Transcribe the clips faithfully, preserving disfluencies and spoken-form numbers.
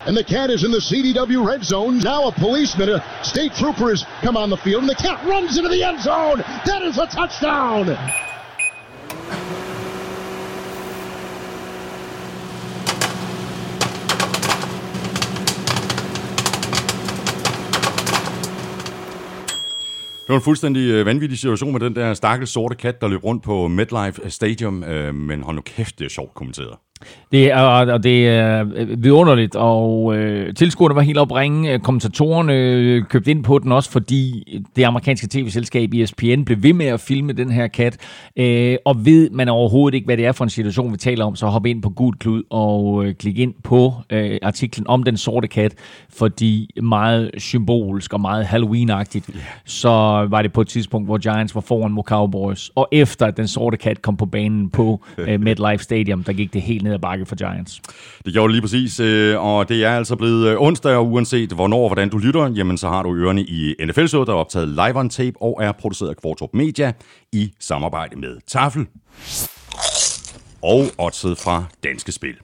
And the cat is in the C D W red zone. Now a policeman, a state trooper has come on the field, and the cat runs into the end zone. That is a touchdown. Det var en fuldstændig vanvittig situation med den der stakkels sorte kat, der løb rundt på MetLife Stadium, men hold nu kæft, det er sjovt kommenteret. Det er, og det er vidunderligt, og øh, tilskuerne var helt opringe. Kommentatorerne øh, købte ind på den også, fordi det amerikanske tv-selskab E S P N blev ved med at filme den her kat. Øh, og ved man overhovedet ikke, hvad det er for en situation, vi taler om, så hop ind på Gul Klud og øh, klik ind på øh, artiklen om den sorte kat, fordi meget symbolsk og meget Halloween-agtigt, yeah. så var det på et tidspunkt, hvor Giants var foran mod Cowboys. Og efter at den sorte kat kom på banen på øh, MetLife Stadium, der gik det helt ned ad bakke for Giants. Det gjorde det lige præcis, og det er altså blevet onsdag, og uanset hvornår og hvordan du lytter, jamen så har du ørerne i N F L-showet, der er optaget live on tape og er produceret af Kvartrup Media i samarbejde med Tafel og oddset fra Danske Spil.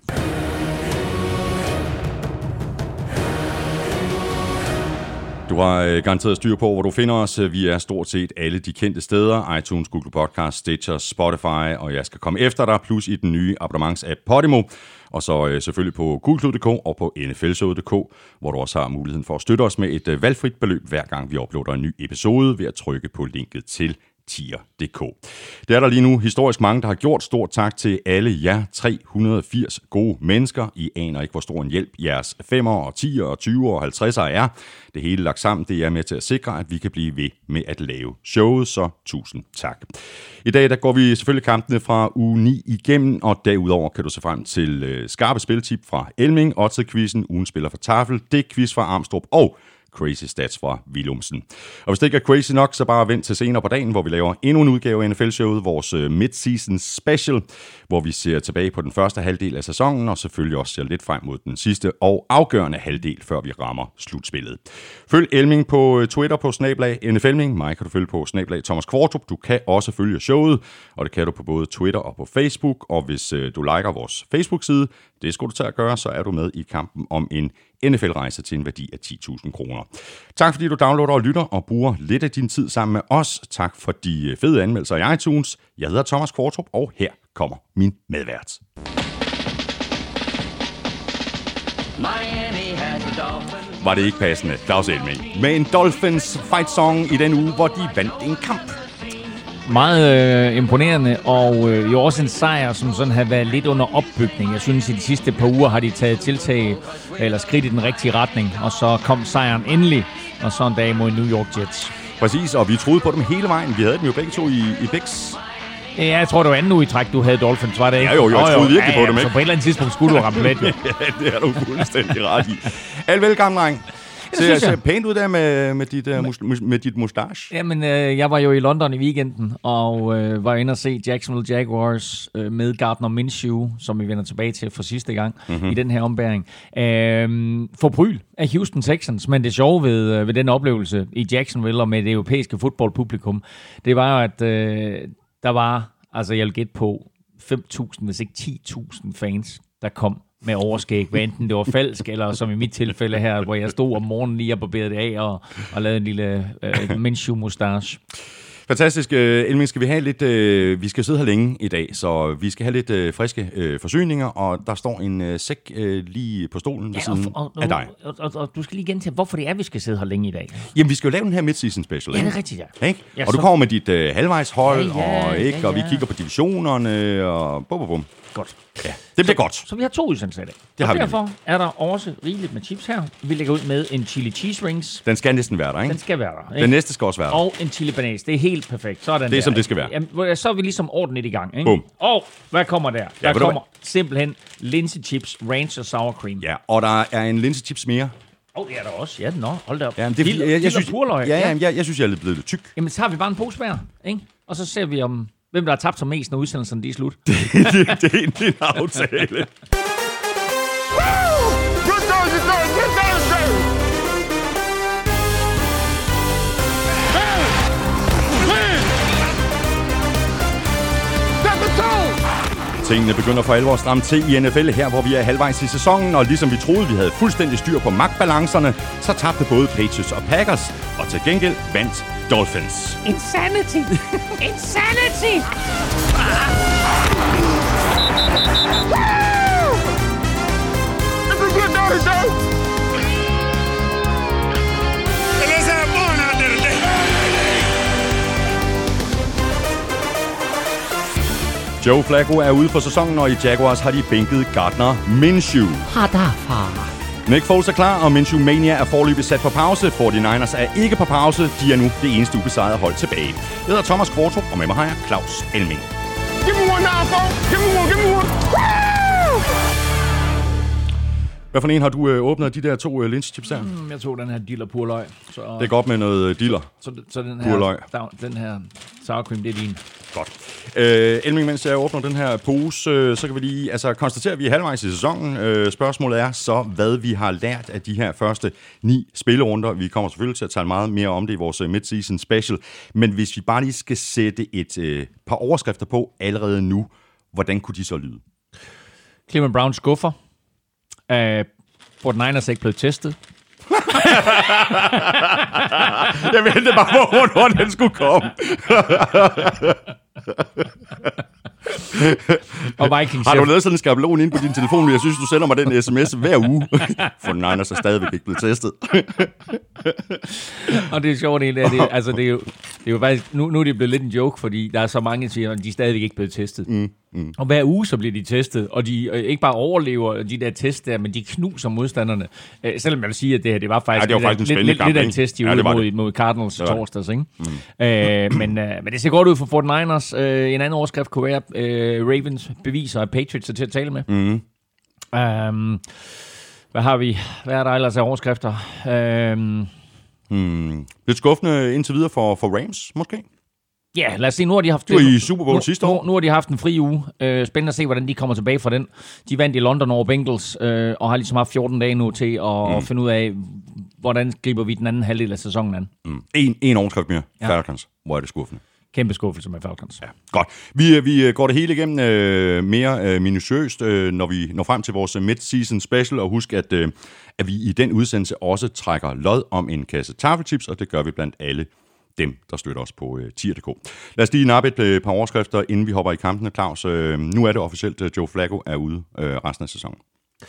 Du har garanteret styr på, hvor du finder os. Vi er stort set alle de kendte steder. iTunes, Google Podcast, Stitcher, Spotify, og jeg skal komme efter dig, plus i den nye abonnements-app Podimo. Og så øh, selvfølgelig på gulklud punktum d k og på n f l showet punktum d k, hvor du også har muligheden for at støtte os med et øh, valgfrit beløb, hver gang vi uploader en ny episode, ved at trykke på linket til tier punktum d k. Det er der lige nu historisk mange, der har gjort. Stort tak til alle jer tre hundrede og firs gode mennesker. I aner ikke, hvor stor en hjælp jeres femmer og tier og tyver og halvtredser er. Det hele lagt sammen, det er med til at sikre, at vi kan blive ved med at lave showet, så tusind tak. I dag der går vi selvfølgelig kampene fra uge ni igennem, og derudover kan du se frem til øh, skarpe spiltip fra Elming, Odds-quizzen, ugen spiller for Tafel, Dick-quiz fra Armstrong og Crazy Stats fra Willumsen. Og hvis det ikke er crazy nok, så bare vent til senere på dagen, hvor vi laver endnu en udgave af N F L-showet, vores mid-season special, hvor vi ser tilbage på den første halvdel af sæsonen, og selvfølgelig også ser lidt frem mod den sidste og afgørende halvdel, før vi rammer slutspillet. Følg Elming på Twitter på snablag N F Elming. Mig kan du følge på snablag Thomas Kvartrup. Du kan også følge showet, og det kan du på både Twitter og på Facebook. Og hvis du liker vores Facebook-side, det skulle du tage at gøre, så er du med i kampen om en N F L-rejse til en værdi af ti tusind kroner. Tak fordi du downloader og lytter og bruger lidt af din tid sammen med os. Tak for de fede anmeldelser i iTunes. Jeg hedder Thomas Kvartrup, og her kommer min medvært. Var det ikke passende, Claus Elming, med en Dolphins fight song i den uge, hvor de vandt en kamp? Meget øh, imponerende, og øh, jo også en sejr, som sådan har været lidt under opbygning. Jeg synes, i de sidste par uger har de taget tiltag, eller skridt i den rigtige retning, og så kom sejren endelig, og så en dag mod New York Jets. Præcis, og vi troede på dem hele vejen. Vi havde dem jo begge to i, i Bix. Ja, jeg tror, det var anden uge i træk, du havde Dolphins, var det ikke? Ja, jo, jo, jeg troede virkelig ja, på dem, ikke? Så på et eller andet tidspunkt skulle du ramme plet, jo. Ja, det er du fuldstændig ret i. Al velkommen, dreng. Det ser pænt ud der med, med, dit, uh, mus, med dit mustache. Jamen, øh, jeg var jo i London i weekenden, og øh, var inde og se Jacksonville Jaguars øh, med Gardner Minshew, som vi vender tilbage til for sidste gang mm-hmm. i den her ombæring. Øh, for pryl af Houston Texans, men det sjove ved, øh, ved den oplevelse i Jacksonville og med det europæiske fodboldpublikum, det var jo, at øh, der var, altså jeg vil gætte på, fem tusind, hvis ikke ti tusind fans, der kom med overskæg, hvad enten det var falsk, eller som i mit tilfælde her, hvor jeg stod om morgenen lige og barberede det af og, og lavede en lille øh, Minshew-mustache. Fantastisk. Elming, skal vi have lidt... Øh, vi skal sidde her længe i dag, så vi skal have lidt øh, friske øh, forsyninger, og der står en øh, sæk øh, lige på stolen ved ja, siden og, og, af dig. Og, og, og, og du skal lige gentage, hvorfor det er, vi skal sidde her længe i dag. Jamen, vi skal jo lave den her mid-season special, ikke? Ja, det er rigtigt, ja. Ikke? ja og du så... kommer med dit øh, halvvejshold, ja, ja, og, ikke? Ja, ja. og vi kigger på divisionerne, og bum, bum, bum. Godt. Ja, det bliver så, godt. Så vi har to udsendelser i dag. Det har og vi derfor nemlig. Er der også rigeligt med chips her. Vi lægger ud med en chili cheese rings. Den skal næsten være der, ikke? Den skal være der. Ikke? Den næste skal også være der. Og en chili banase. Det er helt perfekt. Sådan det er der, som ikke? det skal være. Jamen, så er vi ligesom ordentligt i gang. Ikke? Bum. Og hvad kommer der? Ja, der kommer hvad? simpelthen linsechips, ranch og sour cream. Ja, og der er en linsechips mere. Åh, oh, det er der også. Ja, nå, hold da op. Ja, det er, Dild, jeg, jeg, jeg, synes, ja, ja, jeg, jeg synes, jeg er blevet lidt tyk. Jamen, så har vi bare en pose mere, ikke? Og så ser vi om... Hvem der har tabt sig mest, når udsendelsen de er slut? det, det, det er egentlig en aftale. Tingene begynder for alvor at stramme til i N F L her, hvor vi er halvvejs i sæsonen, og ligesom vi troede, vi havde fuldstændig styr på magtbalancerne, så tabte både Patriots og Packers, og til gengæld vandt Dolphins. Insanity! Insanity! It's a good day, Joe! Let's have fun out there today! Joe Flacco er ude for sæsonen, og i Jaguars har de bænket Gardner Minshew. Hadafar. Nick Foles er klar, og Minshew Mania er forløbig sat på pause. forty-niners er ikke på pause. De er nu det eneste ubesejrede hold tilbage. Jeg hedder Thomas Kvartrup, og med mig har jeg Claus Elming. Give me one now, folks! Give me one, give me one! Woo! Hvad for en har du øh, åbnet de der to øh, lynchchips der? Mm, jeg tog den her diller purløg. Så, det er godt med noget øh, diller. Så, så den her, der, den her sour cream, det er din. Godt. Øh, Elming, mens jeg åbner den her pose, øh, så kan vi lige altså, konstatere, at vi er halvvejs i sæsonen. Øh, spørgsmålet er så, hvad vi har lært af de her første ni spillerunder. Vi kommer selvfølgelig til at tale meget mere om det i vores mid-season special. Men hvis vi bare lige skal sætte et øh, par overskrifter på allerede nu, hvordan kunne de så lyde? Cleveland Browns skuffer. Uh, forty-niners er ikke blevet testet. Jeg ventede bare på, hvor den skulle komme. Og Vikings. Har du lavet sådan en skabelon ind på din telefon? Jeg synes, du sender mig den sms hver uge. forty-niners er stadigvæk ikke blevet testet. Og det er sjovt, det er, det, altså det er jo, det er jo faktisk, nu, nu er det blevet lidt en joke, fordi der er så mange, der siger, at de er stadigvæk ikke blevet testet. Mm, mm. Og hver uge så bliver de testet, og de ikke bare overlever de der test der, men de knuser modstanderne. Øh, selvom jeg vil sige, at det her, det var faktisk, ja, det var faktisk lidt, lidt, kamp, lidt af en test, de ja, ude mod, mod Cardinals til torsdags. Ikke? Mm. Øh, men, øh, men det ser godt ud for forty-niners. Øh, en anden overskrift kunne være, øh, Ravens beviser, at Patriots er til at tale med. Mm. Um, hvad har vi? Hvad er der ellers af overskrifter? Um, hmm. Lidt skuffende indtil videre for, for Rams, måske? Ja, lad os se. Nu har de haft, det i Super Bowl nu, sidste år. Nu, nu har de haft en fri uge. Uh, spændende at se, hvordan de kommer tilbage fra den. De vandt i London over Bengals, uh, og har ligesom haft fjorten dage nu til at mm. finde ud af, hvordan griber vi den anden halvdel af sæsonen an. Mm. En, en overskrift mere. Ja. Falcons. Hvor er det skuffende? Kæmpe skuffelse med Falcons. Ja, godt. Vi, vi går det hele igennem øh, mere øh, minutiøst, øh, når vi når frem til vores mid-season special, og husk, at, øh, at vi i den udsendelse også trækker lod om en kasse taffelchips, og det gør vi blandt alle dem, der støtter os på øh, tier punktum d k. Lad os lige nappe et øh, par overskrifter, inden vi hopper i kampene, Claus. Øh, nu er det officielt, at Joe Flacco er ude øh, resten af sæsonen.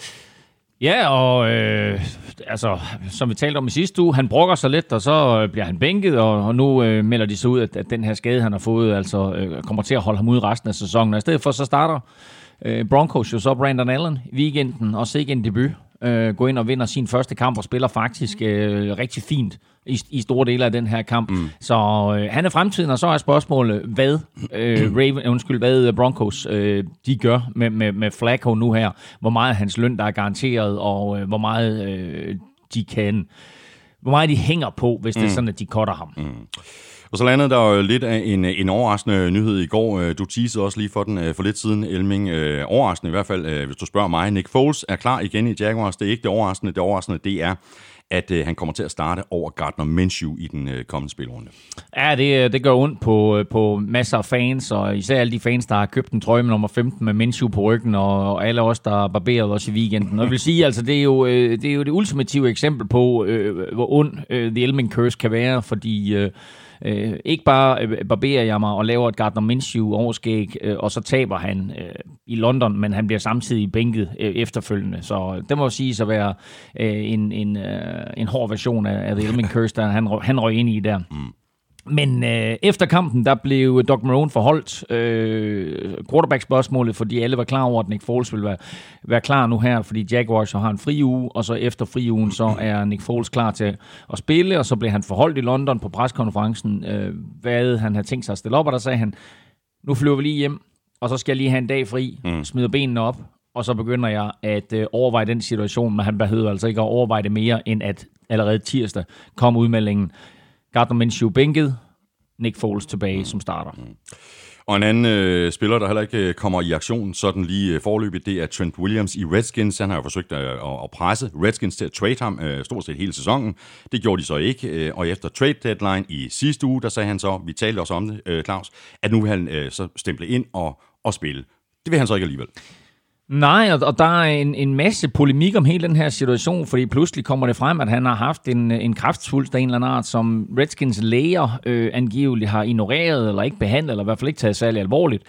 Ja, og øh, altså, som vi talte om i sidste uge, han brokker sig lidt, og så bliver han bænket, og, og nu øh, melder de så ud, at, at den her skade, han har fået, altså øh, kommer til at holde ham ude resten af sæsonen. Og i stedet for, så starter øh, Broncos jo så Brandon Allen i weekenden, og sikke en debut. Øh, går ind og vinder sin første kamp, og spiller faktisk øh, rigtig fint i, i store dele af den her kamp. Mm. Så øh, han er fremtiden, og så er spørgsmålet, hvad øh, Raven, undskyld, hvad Broncos øh, de gør med, med, med Flacco nu her. Hvor meget af hans løn, der er garanteret, og øh, hvor meget øh, de kan, hvor meget de hænger på, hvis mm. det er sådan, at de cutter ham. Mm. Og så landede der jo lidt af en, en overraskende nyhed i går. Du teasede også lige for den for lidt siden, Elming. Overraskende i hvert fald, hvis du spørger mig. Nick Foles er klar igen i Jaguars. Det er ikke det overraskende. Det overraskende, det er, at han kommer til at starte over Gardner Minshew i den kommende spilrunde. Ja, det, det gør ondt på, på masser af fans, og især alle de fans, der har købt en trøje med nummer femten med Minshew på ryggen, og alle os, der barberede os i weekenden. Og jeg vil sige, altså, det er jo det, er jo det ultimative eksempel på, hvor ond The Elming Curse kan være, fordi Øh, ikke bare øh, barberer jeg mig og laver et Gardner Minshew overskæg, øh, og så taber han øh, i London, men han bliver samtidig bænket øh, efterfølgende. Så det må sige at være øh, en, en, øh, en hård version af, af The Elming Curse, der han, han røg ind i der. Mm. Men øh, efter kampen, der blev Doug Marrone forholdt øh, quarterback-spørgsmålet, fordi alle var klar over, at Nick Foles ville være, være klar nu her, fordi Jaguars har en fri uge, og så efter fri ugen, så er Nick Foles klar til at spille, og så blev han forholdt i London på preskonferencen, øh, hvad han havde tænkt sig at stille op, og der sagde han, nu flyver vi lige hjem, og så skal jeg lige have en dag fri, mm. smider benene op, og så begynder jeg at øh, overveje den situation, men han behøver altså ikke at overveje det mere, end at allerede tirsdag kom udmeldingen. Gardner Minshew bænket, Nick Foles tilbage mm. som starter. Mm. Og en anden øh, spiller, der heller ikke kommer i aktion sådan lige øh, forløbet, det er Trent Williams i Redskins. Han har jo forsøgt at, at presse Redskins til at trade ham øh, stort set hele sæsonen. Det gjorde de så ikke, øh, og efter trade deadline i sidste uge, der sagde han så, vi talte også om det, øh, Claus, at nu vil han øh, så stemple ind og, og spille. Det vil han så ikke alligevel. Nej, og, og der er en, en masse polemik om hele den her situation, fordi pludselig kommer det frem, at han har haft en, en kræftsvulst af en eller anden art, som Redskins læger øh, angiveligt har ignoreret, eller ikke behandlet, eller i hvert fald ikke taget særlig alvorligt.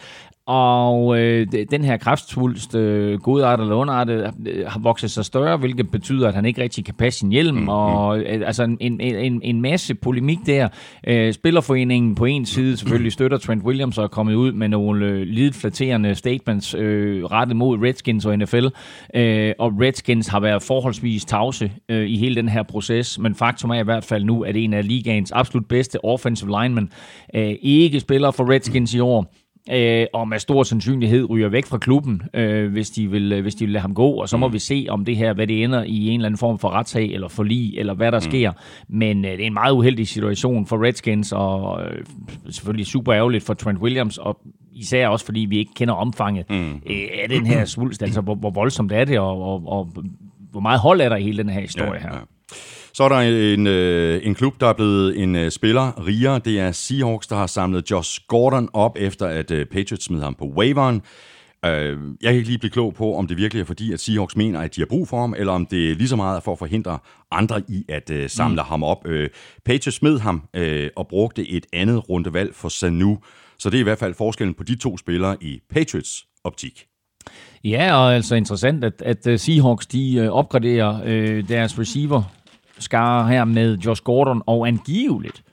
Og øh, den her kræftsvulst, øh, godartet eller underartet, øh, har vokset sig større, hvilket betyder, at han ikke rigtig kan passe sin hjelm. Mm, og øh, altså en, en, en masse polemik der. Øh, Spillerforeningen på en side selvfølgelig støtter Trent Williams og er kommet ud med nogle øh, lidet flatterende statements øh, rettet mod Redskins og N F L. Øh, og Redskins har været forholdsvis tavse øh, i hele den her proces, men faktum er i hvert fald nu, at en af ligaens absolut bedste offensive linemen øh, ikke spiller for Redskins i år. Øh, og med stor sandsynlighed ryger væk fra klubben, øh, hvis, de vil, øh, hvis de vil lade ham gå, og så må mm. vi se om det her, hvad det ender i en eller anden form for retssag eller forlig, eller hvad der mm. sker. Men øh, det er en meget uheldig situation for Redskins, og øh, selvfølgelig super ærgerligt for Trent Williams, og især også fordi vi ikke kender omfanget mm. øh, af den her svulst, altså hvor, hvor voldsomt er det, og, og, og hvor meget hold er der i hele den her historie her. Ja, ja. Så er der en, øh, en klub, der er blevet en øh, spiller rigere. Det er Seahawks, der har samlet Josh Gordon op, efter at øh, Patriots smed ham på waiveren. Øh, jeg kan ikke lige blive klog på, om det virkelig er fordi, at Seahawks mener, at de har brug for ham, eller om det er lige så meget for at forhindre andre i at øh, samle mm. ham op. Øh, Patriots smed ham øh, og brugte et andet rundevalg for Sanu. Så det er i hvert fald forskellen på de to spillere i Patriots optik. Ja, og altså interessant, at, at Seahawks de øh, opgraderer øh, deres receiver skare her med Josh Gordon, og angiveligt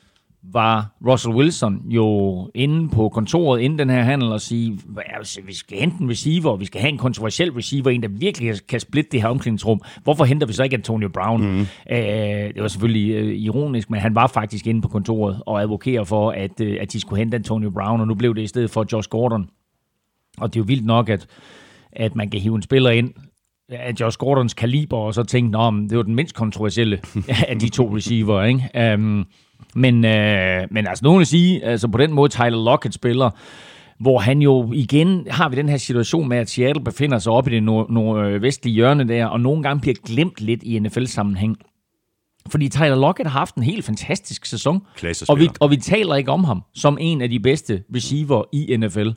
var Russell Wilson jo inde på kontoret inden den her handel og sige, altså, vi skal hente en receiver, vi skal have en kontroversiel receiver, en der virkelig kan splitte det her omklædningsrum. Hvorfor henter vi så ikke Antonio Brown? Mm. Øh, det var selvfølgelig øh, ironisk, men han var faktisk inde på kontoret og advokerer for, at, øh, at de skulle hente Antonio Brown, og nu blev det i stedet for Josh Gordon. Og det er jo vildt nok, at, at man kan hive en spiller ind af Josh Gordons kaliber, og så tænkte, at det var den mindst kontroversielle af de to receiver, ikke? Um, men, uh, men altså, nogen vil sige, altså på den måde Tyler Lockett spiller, hvor han jo igen har vi den her situation med, at Seattle befinder sig oppe i det nord- nordvestlige hjørne der, og nogle gange bliver glemt lidt i N F L-sammenhæng. Fordi Tyler Lockett har haft en helt fantastisk sæson, og vi, og vi taler ikke om ham som en af de bedste receiver i N F L.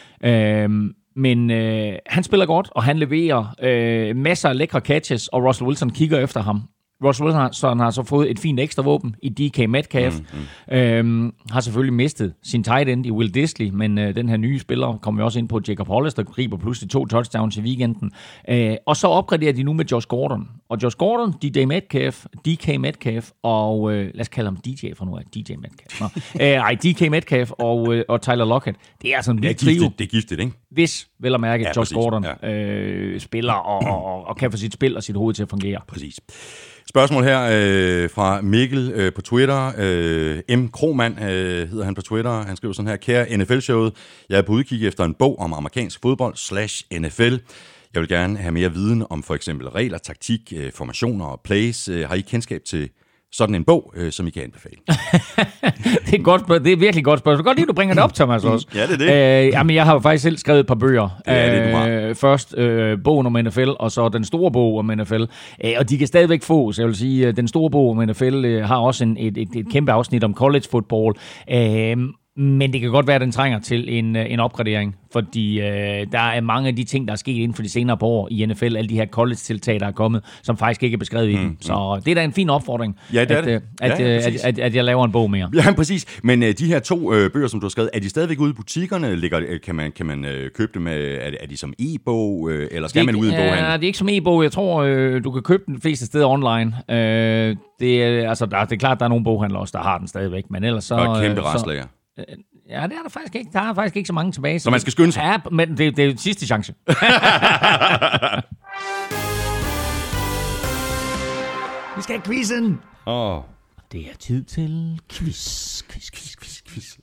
Um, Men øh, han spiller godt, og han leverer øh, masser af lækre catches, og Russell Wilson kigger efter ham. Russell Wilson har så fået et fint ekstra våben i D K Metcalf. Mm-hmm. Øhm, har selvfølgelig mistet sin tight end i Will Dissly, men øh, den her nye spiller kommer vi også ind på, Jacob Hollister, der griber pludselig to touchdowns i weekenden. Øh, og så opgraderer de nu med Josh Gordon. Og Josh Gordon, D K Metcalf, D K Metcalf og øh, lad os kalde ham D J for nu af D J Metcalf. Nå. øh, ej, D K Metcalf og, øh, og Tyler Lockett. Det er altså en vild trio. Det er giftigt, ikke? Hvis, vel at mærke, ja, Josh præcis. Gordon ja. øh, spiller og, og, og kan få sit spil og sit hoved til at fungere. Præcis. Spørgsmål her øh, fra Mikkel øh, på Twitter. Øh, M. Krohmann øh, hedder han på Twitter. Han skriver sådan her: Kære N F L-showet, jeg er på udkig efter en bog om amerikansk fodbold slash N F L. Jeg vil gerne have mere viden om for eksempel regler, taktik, øh, formationer og plays. Øh, har I kendskab til sådan en bog, øh, som I kan anbefale? det er et godt spørgsmål. Det er virkelig et godt spørgsmål. Godt lige, du bringer det op, Thomas, også. Ja, det er det. Øh, jamen, jeg har jo faktisk selv skrevet et par bøger. Det er det, du har. Øh, først øh, bogen om N F L, og så den store bog om N F L. Øh, og de kan stadigvæk fås. Jeg vil sige, den store bog om N F L øh, har også en, et, et, et kæmpe afsnit om college football. Øh, Men det kan godt være, at den trænger til en, en opgradering, fordi øh, der er mange af de ting, der er sket inden for de senere par år i N F L, alle de her college-tiltag, der er kommet, som faktisk ikke er beskrevet i mm, den. Så det er da en fin opfordring, ja, det er at, det. At, ja, at, at, at, at jeg laver en bog mere. Ja, præcis. Men øh, de her to øh, bøger, som du har skrevet, er de stadigvæk ude i butikkerne? Ligger, kan man, kan man øh, købe dem? Øh, er, er de som e-bog, øh, eller skal det, man ud i en boghandel? Ja, det er ikke som e-bog. Jeg tror, øh, du kan købe den de fleste steder online. Øh, det, er, altså, der, det er klart, der er nogle boghandler også, der har den stadigvæk, men ellers så... Og kæmpe øh, restlager. Øh, Ja, det er der faktisk ikke. Der er faktisk ikke så mange tilbage. Så man skal skynde sig. Ja, men det, det er sidste chance. Vi skal have quizzen. Åh. Oh. Det er tid til quiz. Quiz, quiz, quiz, quiz.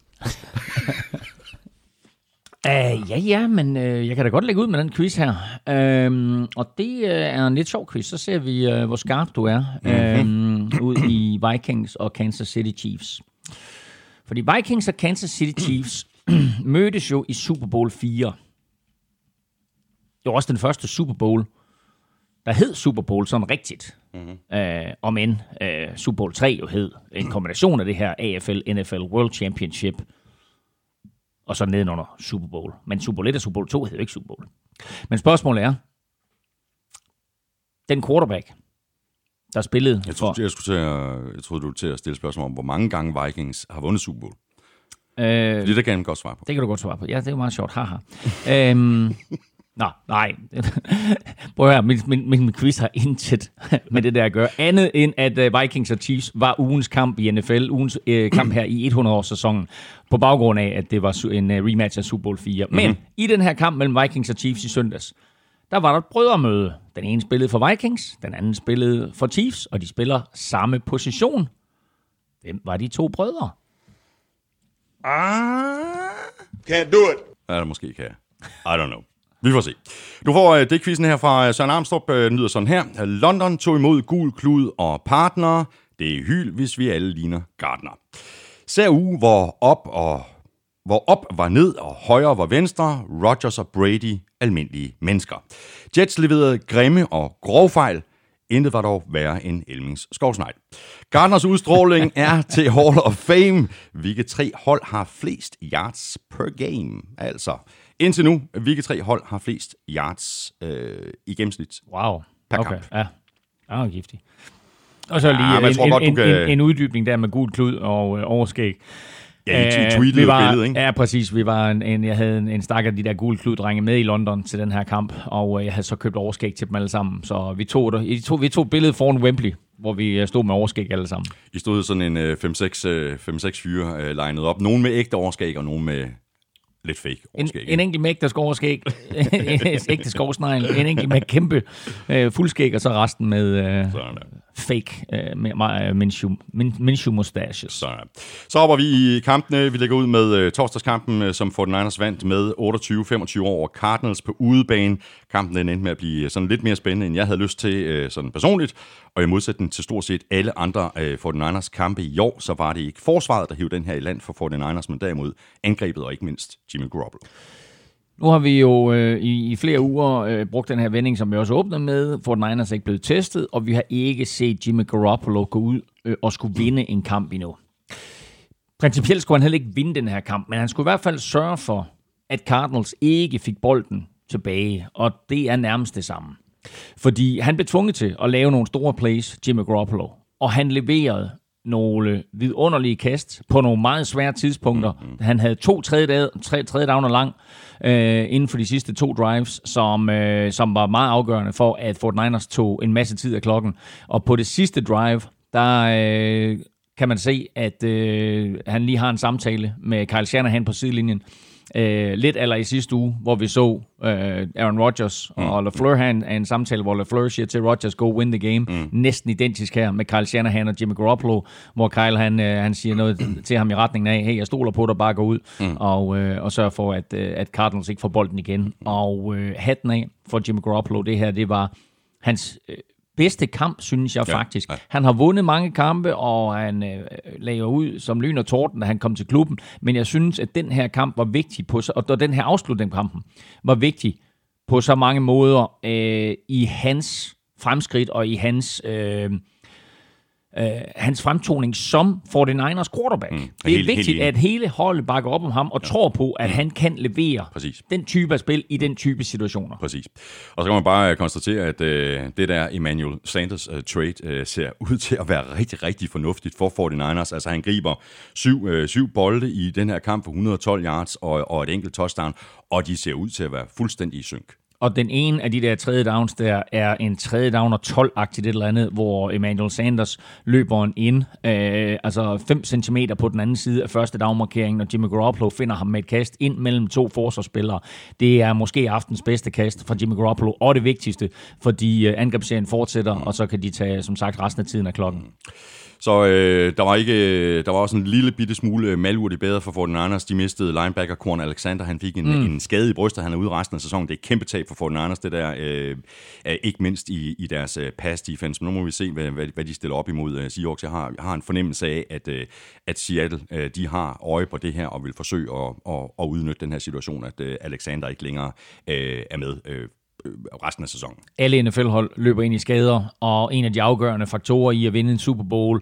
uh, ja, ja, men uh, jeg kan da godt lægge ud med den quiz her. Uh, og det uh, er en lidt sjov quiz. Så ser vi, uh, hvor skarp du er mm-hmm. uh, ud i Vikings og Kansas City Chiefs. Fordi Vikings og Kansas City Chiefs mødtes jo i Super Bowl fire. Det var også den første Super Bowl, der hed Super Bowl sådan rigtigt. Mm-hmm. Øh, om end øh, Super Bowl tre jo hed en kombination af det her A F L N F L World Championship. og så nedenunder Super Bowl. Men Super Bowl et og Super Bowl to hedder jo ikke Super Bowl. Men spørgsmålet er, den quarterback, der spillede jeg for... Troede, jeg, skulle til at, jeg troede, du ville til at stille spørgsmål om, hvor mange gange Vikings har vundet Super Bowl. Øh, det, det kan jeg godt svare på. Det kan du godt svare på. Ja, det er jo meget sjovt. Haha. øhm, nå, nej. Prøv at høre, min, min, min quiz har intet med det der at gøre. Andet end, at uh, Vikings og Chiefs var ugens kamp i N F L. Ugens uh, kamp her i hundrede-års-sæsonen. På baggrund af, at det var en uh, rematch af Super Bowl fire. Men mm-hmm. i den her kamp mellem Vikings og Chiefs i søndags, der var der et brødremøde. Den ene spillede for Vikings, den anden spillede for Chiefs, og de spiller samme position. Hvem var de to brødre? Ah. Can't do it. Ja, det måske kan jeg. I don't know. Vi får se. Du får uh, det quizzen her fra Søren Armstrong, uh, nyder sådan her. London tog imod Gul Klud og partnere. Det er hyld, hvis vi alle ligner Gardner. Ser uge, hvor op og hvor op var ned og højre var venstre. Rodgers og Brady, almindelige mennesker. Jets leverede grimme og grovfejl. Intet var dog værre end Elmings skovsnegl. Gardners udstråling er til Hall of Fame. Hvilke tre hold har flest yards per game? Altså, indtil nu, hvilke tre hold har flest yards øh, i gennemsnit wow. per okay. kamp? Ja, ja, giftig. Og så lige ja, en, tror en, godt, en, kan... en, en uddybning der med Gul Klud og øh, overskæg. Ja, I tweetede var, billedet, ikke? Ja, præcis. Vi var en, en, jeg havde en, en stak af de der Gul Klud-drenge med i London til den her kamp, og øh, jeg havde så købt overskæg til dem alle sammen. Så vi tog, det, vi tog, vi tog et billede foran Wembley, hvor vi stod med overskæg alle sammen. I stod sådan en øh, fem seks fyre øh, legnet op. Nogle med ægte overskæg, og nogle med lidt fake overskæg. En, en enkelt med ægte overskæg, ægte skovsnegl, en enkelt med kæmpe øh, fuldskæg, og så resten med øh, fake øh, med, Minshew, Minshew mustaches. Så, så hopper vi i kampene. Vi lægger ud med øh, torsdagskampen, øh, som forty-niners vandt med otteogtyve femogtyve over Cardinals på udebane. Kampen den endte med at blive sådan lidt mere spændende, end jeg havde lyst til øh, sådan personligt. Og i modsætning til stort set alle andre øh, forty-niners kampe i år, så var det ikke forsvaret, der hivede den her i land for forty-niners, men derimod angrebet og ikke mindst Jimmy Garoppolo. Nu har vi jo øh, i, i flere uger øh, brugt den her vending, som vi også åbnede med. forty-niners er ikke blevet testet, og vi har ikke set Jimmy Garoppolo gå ud øh, og skulle vinde en kamp endnu. Principielt skulle han heller ikke vinde den her kamp, men han skulle i hvert fald sørge for, at Cardinals ikke fik bolden tilbage, og det er nærmest det samme. Fordi han blev tvunget til at lave nogle store plays, Jimmy Garoppolo, og han leverede nogle vidunderlige kast på nogle meget svære tidspunkter. Mm-hmm. Han havde to tredje, tre, tredje downer lang øh, inden for de sidste to drives, som, øh, som var meget afgørende for, at forty-niners tog en masse tid af klokken. Og på det sidste drive, der øh, kan man se, at øh, han lige har en samtale med Kyle Shanahan på sidelinjen. Uh, lidt eller i sidste uge, hvor vi så uh, Aaron Rodgers mm. og LaFleur have en, en samtale, hvor LaFleur siger til Rodgers, go win the game. Mm. Næsten identisk her med Kyle Shanahan og Jimmy Garoppolo, hvor Kyle han, uh, han siger noget til ham i retningen af, hey, jeg stoler på dig, bare gå ud mm. og, uh, og sørge for, at, uh, at Cardinals ikke får bolden igen. Mm. Og uh, hatten af for Jimmy Garoppolo, det her, det var hans uh, bedste kamp, synes jeg faktisk. Ja, ja. Han har vundet mange kampe, og han øh, lagde ud som lyn og torden, da han kom til klubben. Men jeg synes, at den her kamp var vigtig, på, og den her afslutning på kampen var vigtig på så mange måder øh, i hans fremskridt og i hans... Øh, Uh, hans fremtoning som forty-niners quarterback. Mm, det er helt, vigtigt, helt at hele holdet bakker op om ham og ja. tror på, at mm. han kan levere Præcis. den type af spil i den type situationer. Præcis. Og så kan man bare konstatere, at uh, det der Emmanuel Sanders uh, trade uh, ser ud til at være rigtig, rigtig fornuftigt for forty-niners. Altså han griber syv, uh, syv bolde i den her kamp for et hundrede og tolv yards og, og et enkelt touchdown, og de ser ud til at være fuldstændig i synk. Og den ene af de der tredje downs der er en tredje down og tolv-agtigt et eller andet, hvor Emmanuel Sanders løber en ind, øh, altså fem centimeter på den anden side af første down-markeringen, og Jimmy Garoppolo finder ham med et kast ind mellem to forsvarsspillere. Det er måske aftens bedste kast fra Jimmy Garoppolo, og det vigtigste, fordi øh, angrebsserien fortsætter, og så kan de tage, som sagt, resten af tiden af klokken. Så øh, der var ikke, der var også en lille bitte smule malurt i bedre for forty-niners. De mistede linebacker Quan Alexander. Han fik en, mm. en skade i brystet. Han er ude resten af sæsonen. Det er et kæmpe tab for forty-niners, det der. Øh, ikke mindst i, i deres øh, pass defense. Men nu må vi se, hvad, hvad, hvad de stiller op imod øh, Seahawks. Jeg har, jeg har en fornemmelse af, at, øh, at Seattle øh, de har øje på det her og vil forsøge at, at, at udnytte den her situation, at øh, Alexander ikke længere øh, er med øh, resten af sæsonen. Alle N F L-hold løber ind i skader, og en af de afgørende faktorer i at vinde en Super Bowl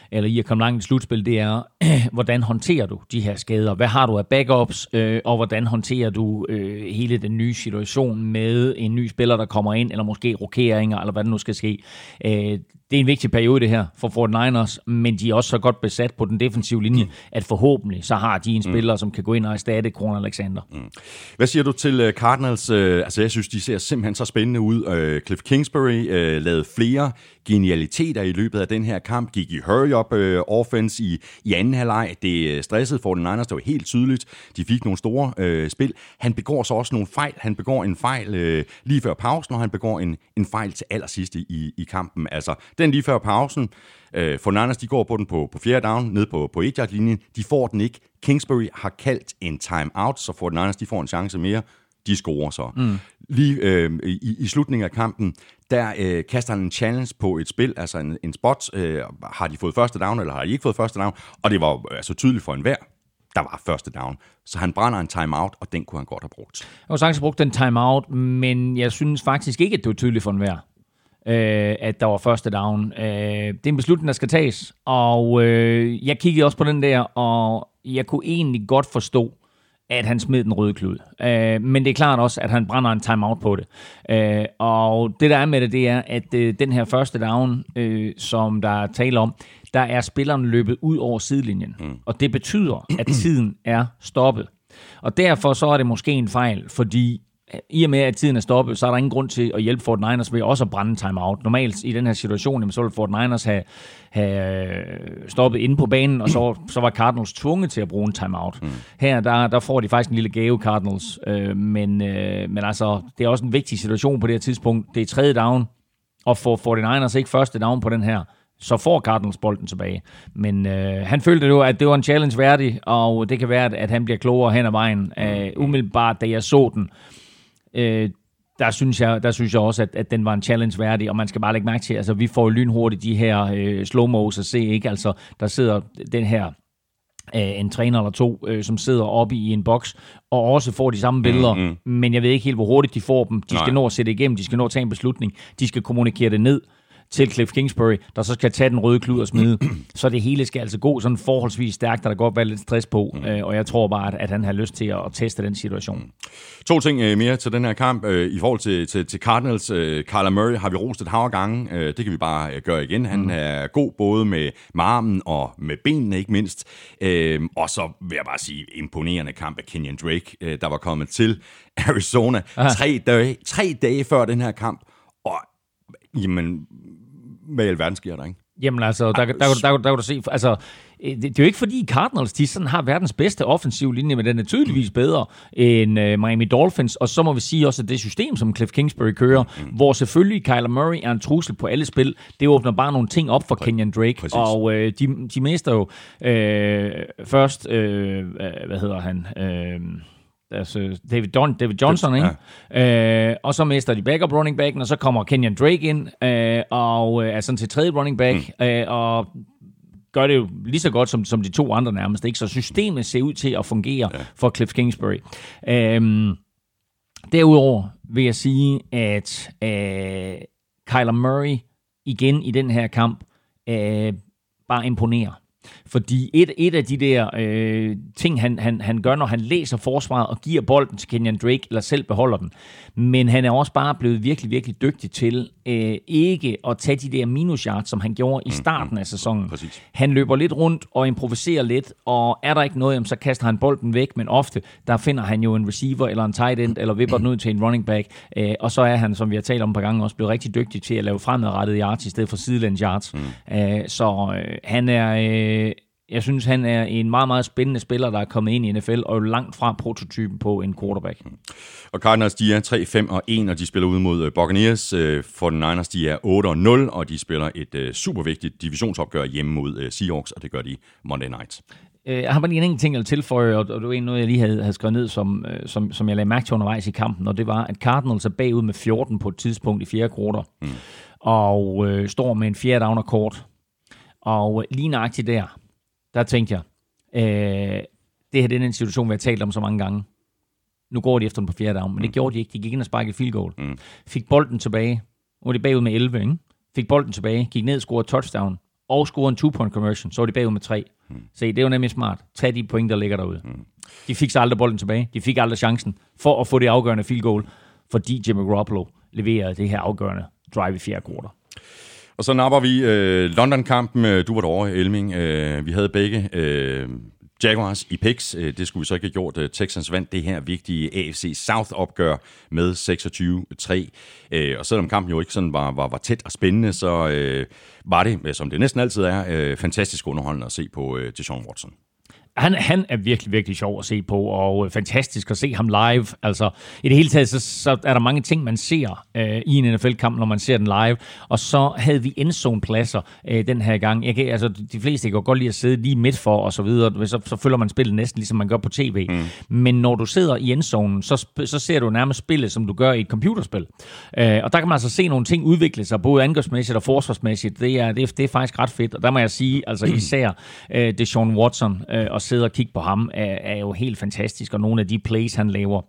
eller i at komme langt i slutspil, det er, hvordan håndterer du de her skader? Hvad har du af backups, øh, og hvordan håndterer du øh, hele den nye situation med en ny spiller, der kommer ind, eller måske rokeringer, eller hvad der nu skal ske. Øh, Det er en vigtig periode, det her, for forty-niners, men de er også så godt besat på den defensive linje, at forhåbentlig så har de en spiller, mm. som kan gå ind og erstatte Kwon Alexander. Mm. Hvad siger du til Cardinals? Altså, jeg synes, de ser simpelthen så spændende ud. Cliff Kingsbury uh, lavede flere genialiteter i løbet af den her kamp, gik i hurry-up uh, offense i, i anden halvleg. Det stressede forty-niners, det var helt tydeligt. De fik nogle store uh, spil. Han begår så også nogle fejl. Han begår en fejl uh, lige før pausen, og han begår en, en fejl til allersidst i, i kampen. Altså, den lige før pausen. Øh, forty-niners, de går på den på, på fjerde down, ned på, på et-yard-linjen. De får den ikke. Kingsbury har kaldt en timeout, så forty-niners, de får en chance mere. De scorer så. Mm. Lige øh, i, i slutningen af kampen, der øh, kaster han en challenge på et spil, altså en, en spot. Øh, har de fået første down, eller har de ikke fået første down? Og det var altså tydeligt for enhver. Der var første down. Så han brænder en timeout, og den kunne han godt have brugt. Jeg har sagtens brugt den timeout, men jeg synes faktisk ikke, at det var tydeligt for enhver. Øh, at der var første down. Øh, det er en beslutning, der skal tages, og øh, jeg kiggede også på den der, og jeg kunne egentlig godt forstå, at han smed den røde klud. Øh, men det er klart også, at han brænder en timeout på det. Øh, og det der er med det, det er, at øh, den her første down, øh, som der er tale om, der er spilleren løbet ud over sidelinjen. Mm. Og det betyder, at tiden er stoppet. Og derfor så er det måske en fejl, fordi i og med, at tiden er stoppet, så er der ingen grund til at hjælpe forty-niners ved også at brænde timeout. Normalt i den her situation, så ville forty-niners have, have stoppet inde på banen, og så, så var Cardinals tvunget til at bruge en timeout. Mm. Her, der, der får de faktisk en lille gave, Cardinals. Øh, men, øh, men altså, det er også en vigtig situation på det her tidspunkt. Det er tredje down, og for forty-niners ikke første down på den her, så får Cardinals bolden tilbage. Men øh, han følte jo, at det var en challenge værdig, og det kan være, at han bliver klogere hen ad vejen. Øh, umiddelbart, da jeg så den, Øh, der, synes jeg, der synes jeg også, at, at den var en challenge værdig, og man skal bare lægge mærke til, altså vi får jo lynhurtigt de her øh, slow-mos at se, ikke? Altså der sidder den her øh, en træner eller to, øh, som sidder oppe i en boks, og også får de samme billeder, mm-hmm. men jeg ved ikke helt, hvor hurtigt de får dem. De skal Nej. nå at sætte igennem, de skal nå at tage en beslutning, de skal kommunikere det ned til Cliff Kingsbury, der så skal tage den røde klud og smide. Så det hele skal altså gå sådan forholdsvis stærkt, der der godt være lidt stress på, mm. øh, og jeg tror bare, at, at han har lyst til at, at teste den situation. Mm. To ting øh, mere til den her kamp. Øh, I forhold til, til, til Cardinals, øh, Kyler Murray har vi rost et hav af gange. Øh, det kan vi bare øh, gøre igen. Han mm. er god både med, med armen og med benene, ikke mindst. Øh, og så vil jeg bare sige, imponerende kamp af Kenyan Drake, øh, der var kommet til Arizona tre dage, tre dage før den her kamp. Og jamen, hvad i alverden sker der, ikke? Jamen altså, der, der, der, der, der, der kan du se, altså, det, det er jo ikke fordi Cardinals, de sådan har verdens bedste offensiv linje, men den er tydeligvis bedre end uh, Miami Dolphins, og så må vi sige også, at det system, som Cliff Kingsbury kører, mm. hvor selvfølgelig Kyler Murray er en trussel på alle spil, det åbner bare nogle ting op for Præ- Kenyan Drake, Præcis. og uh, de, de mister jo uh, først, uh, hvad hedder han, uh, altså David, Don, David Johnson, ikke? Ja. Øh, og så mister de backup running backen, og så kommer Kenyan Drake ind, øh, og øh, er sådan til tredje running back, mm. øh, og gør det jo lige så godt som, som de to andre nærmest, ikke? Så systemet ser ud til at fungere ja. for Cliff Kingsbury. Øh, derudover vil jeg sige, at øh, Kyler Murray igen i den her kamp øh, bare imponerer. Fordi et, et af de der øh, ting, han, han, han gør, når han læser forsvaret og giver bolden til Kenyan Drake, eller selv beholder den. Men han er også bare blevet virkelig, virkelig dygtig til øh, ikke at tage de der minus yards, som han gjorde i starten af sæsonen. Præcis. Han løber lidt rundt og improviserer lidt, og er der ikke noget, jamen, så kaster han bolden væk, men ofte, der finder han jo en receiver eller en tight end, eller vipper den ud til en running back, øh, og så er han, som vi har talt om et par gange, også blevet rigtig dygtig til at lave fremadrettede yards, i stedet for sidelæns yards. Mm. Øh, så øh, han er... Øh, Jeg synes, han er en meget, meget spændende spiller, der er kommet ind i N F L, og langt fra prototypen på en quarterback. Og Cardinals, de er tre fem og en, og de spiller ud mod Buccaneers. forty-niners, de er otte og nul, og de spiller et super vigtigt divisionsopgør hjemme mod Seahawks, og det gør de Monday Night. Jeg har bare lige en enkelt ting at tilføje, og det var noget, jeg lige havde, havde skrevet ned, som, som, som jeg lagde mærke til undervejs i kampen, og det var, at Cardinals er bagud med fjorten på et tidspunkt i fjerde kvartal, mm. og øh, står med en fjerde down og kort. Og lige nøjagtigt der, der tænkte jeg, øh, det her det er en situation, vi har talt om så mange gange. Nu går de efter den på fjerde down, men det gjorde de ikke. De gik ind og sparkede field goal. Mm. Fik bolden tilbage. Nu var de bagud med elleve, ikke? Fik bolden tilbage, gik ned, scorede touchdown, og scorede en two-point conversion, så var de bagud med tre. Mm. Se, det er jo nemlig smart. Tag de point, der ligger derude. Mm. De fik så aldrig bolden tilbage. De fik aldrig chancen for at få det afgørende field goal, fordi Jimmy Garoppolo leverede det her afgørende drive i fjerde kvartal. Og så napper vi øh, London-kampen. Du var derovre, Elming. Øh, vi havde begge øh, Jaguars i picks. Det skulle vi så ikke have gjort. Texans vandt det her vigtige A F C South-opgør med seksogtyve tre. Øh, og selvom kampen jo ikke sådan var, var, var tæt og spændende, så øh, var det, som det næsten altid er, øh, fantastisk underholdende at se på øh, Deshaun Watson. Han, han er virkelig, virkelig sjov at se på, og fantastisk at se ham live. Altså, i det hele taget, så, så er der mange ting, man ser øh, i en N F L-kamp, når man ser den live. Og så havde vi endzone-pladser øh, den her gang. Jeg kan, altså, de fleste kan godt lide at sidde lige midt for, og så videre. Så, så følger man spillet næsten, ligesom man gør på tv. Mm. Men når du sidder i endzonen, så, så ser du nærmest spillet, som du gør i et computerspil. Øh, og der kan man altså se nogle ting udvikle sig, både angrebsmæssigt og forsvarsmæssigt. Det er, det, er, det er faktisk ret fedt. Og der må jeg sige, altså især øh, Deshaun Watson øh, og sidde og kigge på ham, er, er jo helt fantastisk, og nogle af de plays, han laver.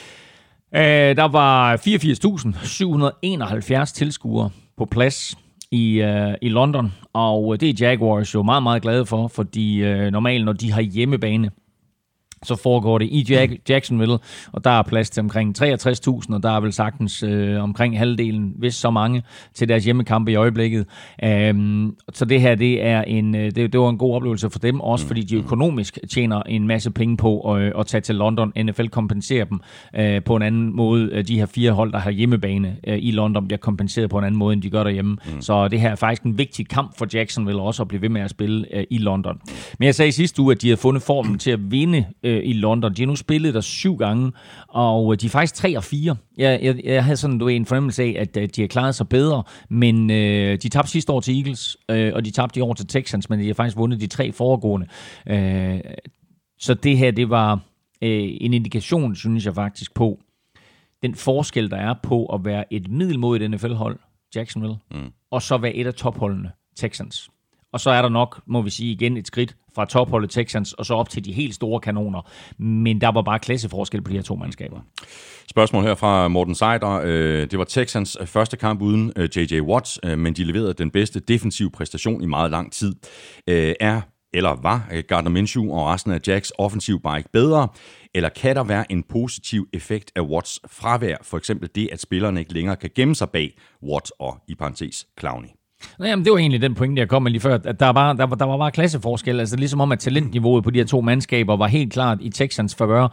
Øh, der var fireogfirs tusind syv hundrede enoghalvfjerds tilskuere på plads i, øh, i London, og det er Jaguars jo meget, meget glade for, fordi øh, normalt, når de har hjemmebane, så foregår det i Jack- Jacksonville, og der er plads til omkring treogtres tusind, og der er vel sagtens øh, omkring halvdelen, hvis så mange, til deres hjemmekampe i øjeblikket. Um, så det her, det er en, det, det var en god oplevelse for dem, også fordi de økonomisk tjener en masse penge på at, at tage til London. N F L kompenserer dem uh, på en anden måde. De her fire hold, der har hjemmebane uh, i London, bliver kompenseret på en anden måde, end de gør derhjemme. Mm. Så det her er faktisk en vigtig kamp for Jacksonville også at blive ved med at spille uh, i London. Men jeg sagde i sidste uge, at de havde fundet formen til at vinde i London. De har nu spillet der syv gange, og de er faktisk tre og fire. Jeg, jeg, jeg havde sådan en fornemmelse af, at de har klaret sig bedre, men øh, de tabte sidste år til Eagles, øh, og de tabte i år til Texans, men de har faktisk vundet de tre foregående. Øh, så det her, det var øh, en indikation, synes jeg faktisk, på den forskel, der er på at være et middelmodigt N F L-hold, Jacksonville, mm. og så være et af topholdene, Texans. Og så er der nok, må vi sige igen, et skridt fra topholdet Texans, og så op til de helt store kanoner. Men der var bare klasseforskel på de her to mandskaber. Spørgsmål her fra Morten Seider. Det var Texans første kamp uden J J Watt, men de leverede den bedste defensive præstation i meget lang tid. Er, eller var Gardner Minshew og resten af Jacks offensiv bare ikke bedre? Eller kan der være en positiv effekt af Watts fravær? For eksempel det, at spillerne ikke længere kan gemme sig bag Watt og i parentes Clowney. Jamen, det var egentlig den pointe, jeg kom med lige før, at der var, der var, der var bare klasseforskel. Altså ligesom om, at talentniveauet på de her to mandskaber var helt klart i Texans favør.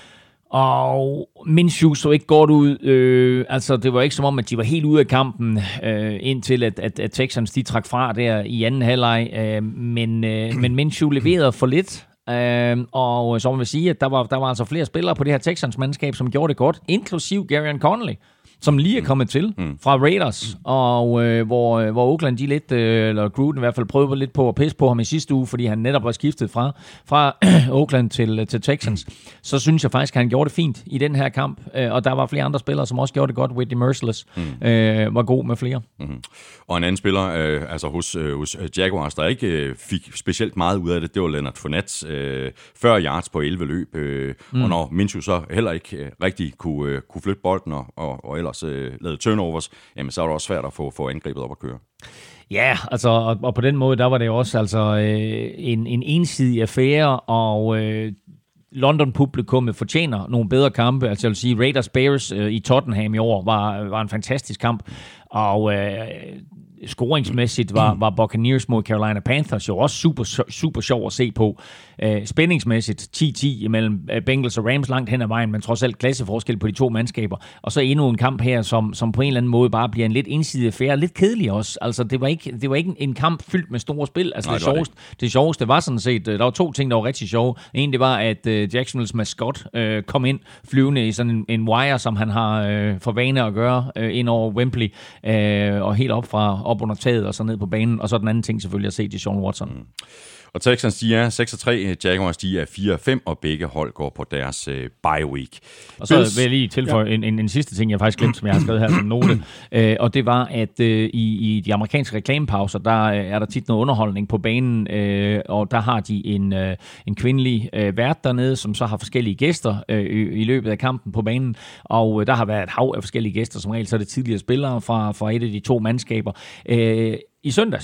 Og Minshew så ikke godt ud. Øh, altså, det var ikke som om, at de var helt ude af kampen, øh, indtil at, at, at Texans de trak fra der i anden halvleg. Øh, men, øh, men Minshew leverede for lidt. Øh, og så må vi sige, at der var, der var altså flere spillere på det her Texans-mandskab, som gjorde det godt, inklusiv Gareon Conley, som lige er kommet til mm. fra Raiders, og øh, hvor, hvor Oakland de lidt, øh, eller Gruden i hvert fald prøvede lidt på at pisse på ham i sidste uge, fordi han netop var skiftet fra, fra Oakland til, til Texans. Så synes jeg faktisk, at han gjorde det fint i den her kamp, øh, og der var flere andre spillere, som også gjorde det godt. Whitney Merciless mm. øh, var god med flere. Mm. Og en anden spiller, øh, altså hos, øh, hos Jaguars, der ikke øh, fik specielt meget ud af det, det var Leonard Fournette, øh, fyrre yards på elleve løb, øh, mm. og når Minshew så heller ikke øh, rigtig kunne, øh, kunne flytte bolden og, og, og ellers øh, lavede turnovers, jamen så er det også svært at få, få angrebet op at køre. Ja, altså, og, og på den måde, der var det også altså øh, en, en ensidig affære, og øh, London-publikummet fortjener nogle bedre kampe. Altså jeg vil sige, Raiders-Bears øh, i Tottenham i år var, var en fantastisk kamp, og øh, scoringsmæssigt var, var Buccaneers mod Carolina Panthers jo også super, super sjov at se på. Uh, spændingsmæssigt ti ti imellem Bengals og Rams langt hen ad vejen, men trods alt klasseforskel på de to mandskaber. Og så endnu en kamp her, som, som på en eller anden måde bare bliver en lidt ensidig affære, lidt kedelig også. Altså det var ikke, det var ikke en kamp fyldt med store spil. Altså Nej, det, det, sjoveste, det. det sjoveste var sådan set, der var to ting, der var rigtig sjove. En, det var, at uh, Jacksonvilles mascot uh, kom ind flyvende i sådan en, en wire, som han har uh, for vane at gøre uh, ind over Wembley, uh, og helt op fra op under taget og så ned på banen. Og så den anden ting selvfølgelig at se Deshaun Watson. Mm. Og Texans, de er seks og tre, Jaguars, de er fire og fem, og begge hold går på deres øh, bye week. Og så Bills, vil jeg lige tilføje ja. en, en, en sidste ting, jeg faktisk glemte, som jeg har skrevet her som note, øh, og det var, at øh, i, i de amerikanske reklamepauser, der øh, er der tit noget underholdning på banen, øh, og der har de en, øh, en kvindelig øh, vært dernede, som så har forskellige gæster øh, i, i løbet af kampen på banen, og øh, der har været et hav af forskellige gæster, som regel så er det tidligere spillere fra, fra et af de to mandskaber. Øh, I søndags,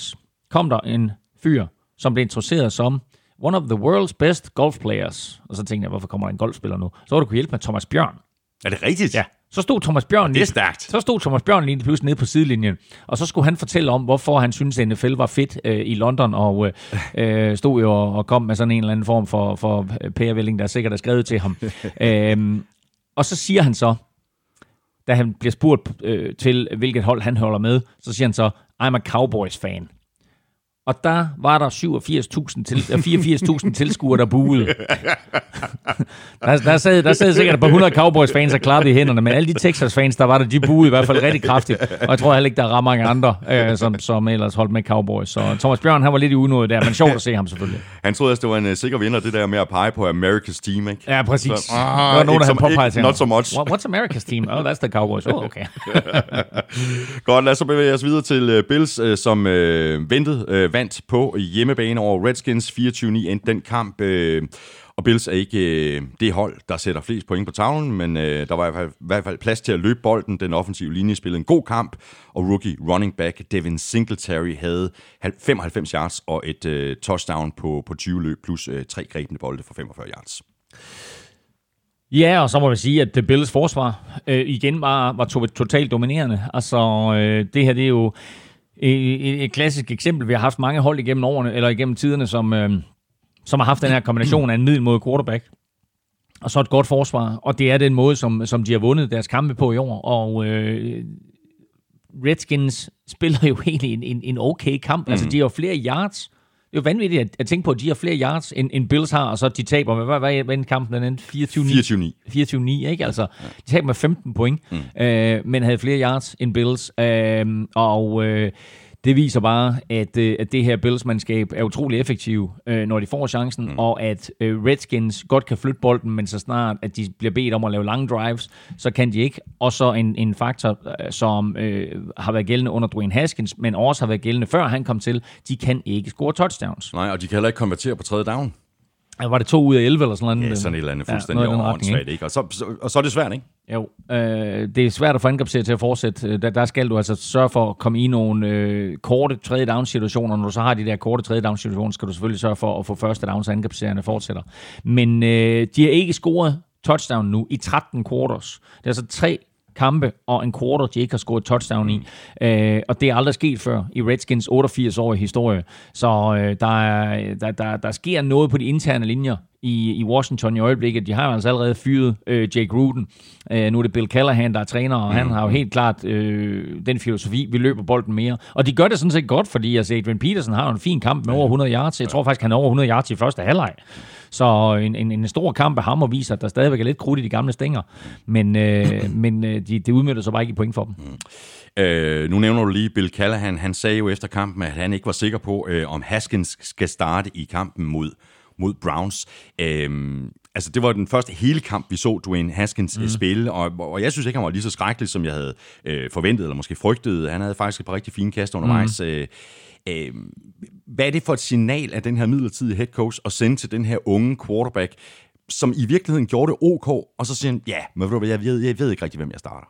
kom der en fyr, som blev introduceret som one of the world's best golf players. Og så tænkte jeg, hvorfor kommer der en golfspiller nu? Så var det kunne hjælpe med Thomas Bjørn. Er det rigtigt? Ja. Så stod Thomas Bjørn det er stærkt. Så stod Thomas Bjørn lige pludselig nede på sidelinjen, og så skulle han fortælle om, hvorfor han synes, at N F L var fedt øh, i London, og øh, stod jo og, og kom med sådan en eller anden form for, for pærevælling, der sikkert er skrevet til ham. øhm, og så siger han så, da han bliver spurgt øh, til, hvilket hold han holder med, så siger han så, I'm a Cowboys-fan. Og der var der syvogfirs tusind til, fireogfirs tusind tilskuere, der buede. der, der, sad, der sad sikkert et par hundrede Cowboys-fans og klappede i hænderne, men alle de Texas-fans, der var der, de buede i hvert fald rigtig kraftigt. Og jeg tror heller ikke, der er ret mange andre, øh, som, som ellers holdt med Cowboys. Så Thomas Bjørn, han var lidt i unåde der, men sjovt at se ham selvfølgelig. Han troede, at det var en uh, sikker vinder, det der med at pege på America's team, ikke? Ja, præcis. Så, ah, der var nogen, der havde påpeget til ham. Not so much. What's America's team? Oh, that's the Cowboys. Oh, okay. Godt, lad os så bevæge os videre til uh, Bills, uh, som uh, ventede uh, vandt på hjemmebane over Redskins. fireogtyve ni endte den kamp, øh, og Bills er ikke øh, det hold, der sætter flest point på tavlen, men øh, der var i hvert, fald, i hvert fald plads til at løbe bolden. Den offensive linje spillede en god kamp, og rookie running back Devin Singletary havde femoghalvfems yards og et øh, touchdown på, på tyve løb, plus øh, tre grebne bolde for femogfyrre yards. Ja, og så må vi sige, at Bills forsvar øh, igen var, var to- totalt dominerende. Altså, øh, det her det er jo Et, et klassisk eksempel. Vi har haft mange hold igennem årene, eller igennem tiderne, som, øh, som har haft den her kombination af en middelmådig quarterback, og så et godt forsvar. Og det er den måde, som, som de har vundet deres kampe på i år. Og øh, Redskins spiller jo egentlig en, en, en okay kamp. Mm. Altså, de har jo flere yards. Det er jo vanvittigt at, at tænke på, at de har flere yards, end, end Bills har, og så de taber med, hvad, hvad, hvad er kampen, den endte? fireogtyve ni fireogtyve ni, ikke? Altså, de taber med femten point, mm. øh, men havde flere yards end Bills, øh, og øh, det viser bare, at, øh, at det her Bills-mandskab er utrolig effektiv, øh, når de får chancen, mm. og at øh, Redskins godt kan flytte bolden, men så snart, at de bliver bedt om at lave lange drives, så kan de ikke. Og så en, en faktor, som øh, har været gældende under Dwayne Haskins, men også har været gældende før han kom til, de kan ikke score touchdowns. Nej, og de kan heller ikke konvertere på tredje down. Var det to ud af elleve eller sådan noget? Ja, sådan et eller andet fuldstændig ja, åndssvagt, ikke? Og så, så, og så er det svært, ikke? Jo, øh, det er svært at få angrebsserier til at fortsætte. Der, der skal du altså sørge for at komme i nogle øh, korte tredje down situationer. Når du så har de der korte tredje down situationer, skal du selvfølgelig sørge for at få første down, så angrebsserierne fortsætter. Men øh, de har ikke scoret touchdown nu i tretten quarters. Det er altså tre kampe og en quarter, de ikke har scoret touchdown i. Øh, og det er aldrig sket før i Redskins otteogfirs-årige historie. Så øh, der, er, der, der, der sker noget på de interne linjer i, i Washington i øjeblikket. De har jo altså allerede fyret øh, Jake Gruden. Øh, nu er det Bill Callahan, der er træner, og han har jo helt klart øh, den filosofi, vi løber bolden mere. Og de gør det sådan set godt, fordi altså, Adrian Peterson har jo en fin kamp med over hundrede yards. Jeg tror faktisk, han er over hundrede yards i første halvleg. Så en, en, en stor kamp af ham og viser, at der stadigvæk er lidt krudt i de gamle stænger. Men, øh, men øh, de, det udmødte sig bare ikke i point for dem. Mm. Øh, nu nævner du lige Bill Callahan. Han sagde jo efter kampen, at han ikke var sikker på, øh, om Haskins skal starte i kampen mod, mod Browns. Øh, altså, det var den første hele kamp, vi så Dwayne Haskins mm. spille, og, og jeg synes ikke, han var lige så skrækkelig, som jeg havde øh, forventet, eller måske frygtet. Han havde faktisk et par rigtig fine kaster undervejs. Mm. Øh, øh, hvad er det for et signal af den her midlertidige head coach at sende til den her unge quarterback, som i virkeligheden gjorde det ok, og så siger han, ja, men jeg ved, jeg ved ikke rigtig, hvem jeg starter.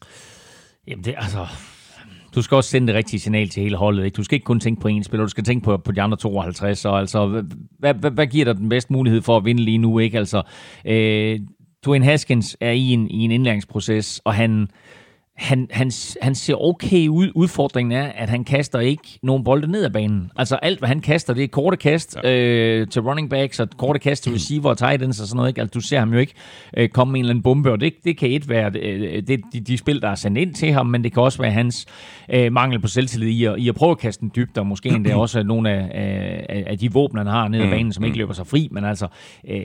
Jamen det, altså, du skal også sende det rigtige signal til hele holdet, ikke? Du skal ikke kun tænke på en spiller, du skal tænke på, på de andre tooghalvtreds, og altså, hvad, hvad, hvad giver dig den bedste mulighed for at vinde lige nu, ikke? Altså, øh, Dwayne Haskins er i en, i en indlæringsproces, og han, han, han, han ser okay ud. Udfordringen er, at han kaster ikke nogen bolde ned ad banen. Altså alt, hvad han kaster, det er korte kast ja. øh, til running backs, og korte kast til receiver og tight ends og sådan noget, ikke? Altså, du ser ham jo ikke øh, komme med en eller anden bombe, og det, det kan et være øh, det, de, de spil, der er sendt ind til ham, men det kan også være hans øh, mangel på selvtillid i at, i at prøve at kaste en dybde, og måske endda også nogle af, af, af de våbner, han har ned ad banen, som ikke løber sig fri, men altså, øh,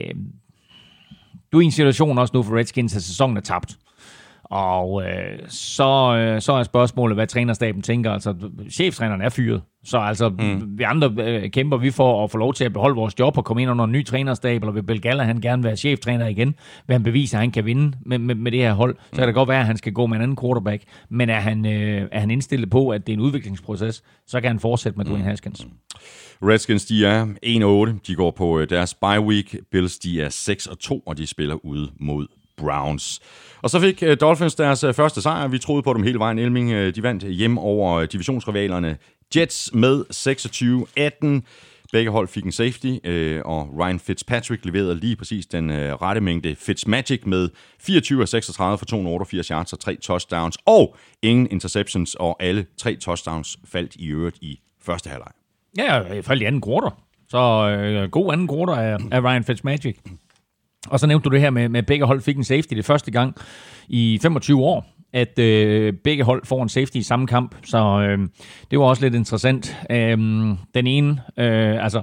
du er i en situation også nu for Redskins, at sæsonen er tabt. Og øh, så, øh, så er spørgsmålet, hvad trænerstaben tænker. Altså, cheftræneren er fyret. Så altså, mm. vi andre øh, kæmper vi for at få lov til at beholde vores job og komme ind under en ny trænerstab, eller vil Bill Callahan gerne være cheftræner igen, vil han bevise, at han kan vinde med, med, med det her hold. Så kan det godt være, at han skal gå med en anden quarterback, men er han, øh, er han indstillet på, at det er en udviklingsproces, så kan han fortsætte med Dwayne Haskins. Mm. Redskins, de er en og otte. De går på deres bye week. Bills, de er seks og to, og de spiller ude mod Browns. Og så fik Dolphins deres første sejr. Vi troede på dem hele vejen. Elming, de vandt hjem over divisionsrivalerne Jets med seksogtyve atten. Begge hold fik en safety, og Ryan Fitzpatrick leverede lige præcis den rette mængde Fitzmagic med fireogtyve af seksogtredive for to hundrede otteogfirs yards og tre touchdowns, og ingen interceptions, og alle tre touchdowns faldt i øvrigt i første halvleg. Ja, i faldt i anden quarter. Så øh, god anden quarter af, af Ryan Fitzmagic. Og så nævnte du det her med, med begge hold fik en safety. Det første gang i femogtyve år, at øh, begge hold får en safety i samme kamp. Så øh, det var også lidt interessant. Øh, den ene, øh, altså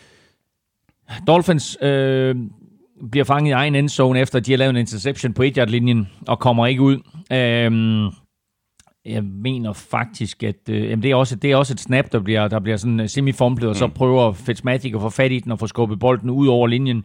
Dolphins øh, bliver fanget i egen endzone, efter de har lavet en interception på et-yard-linjen, og kommer ikke ud. Øh, jeg mener faktisk, at øh, jamen det, er også, det er også et snap, der bliver, der bliver sådan semi-fumblet, og så prøver Fitzmagic at få fat i den og få skubbet bolden ud over linjen.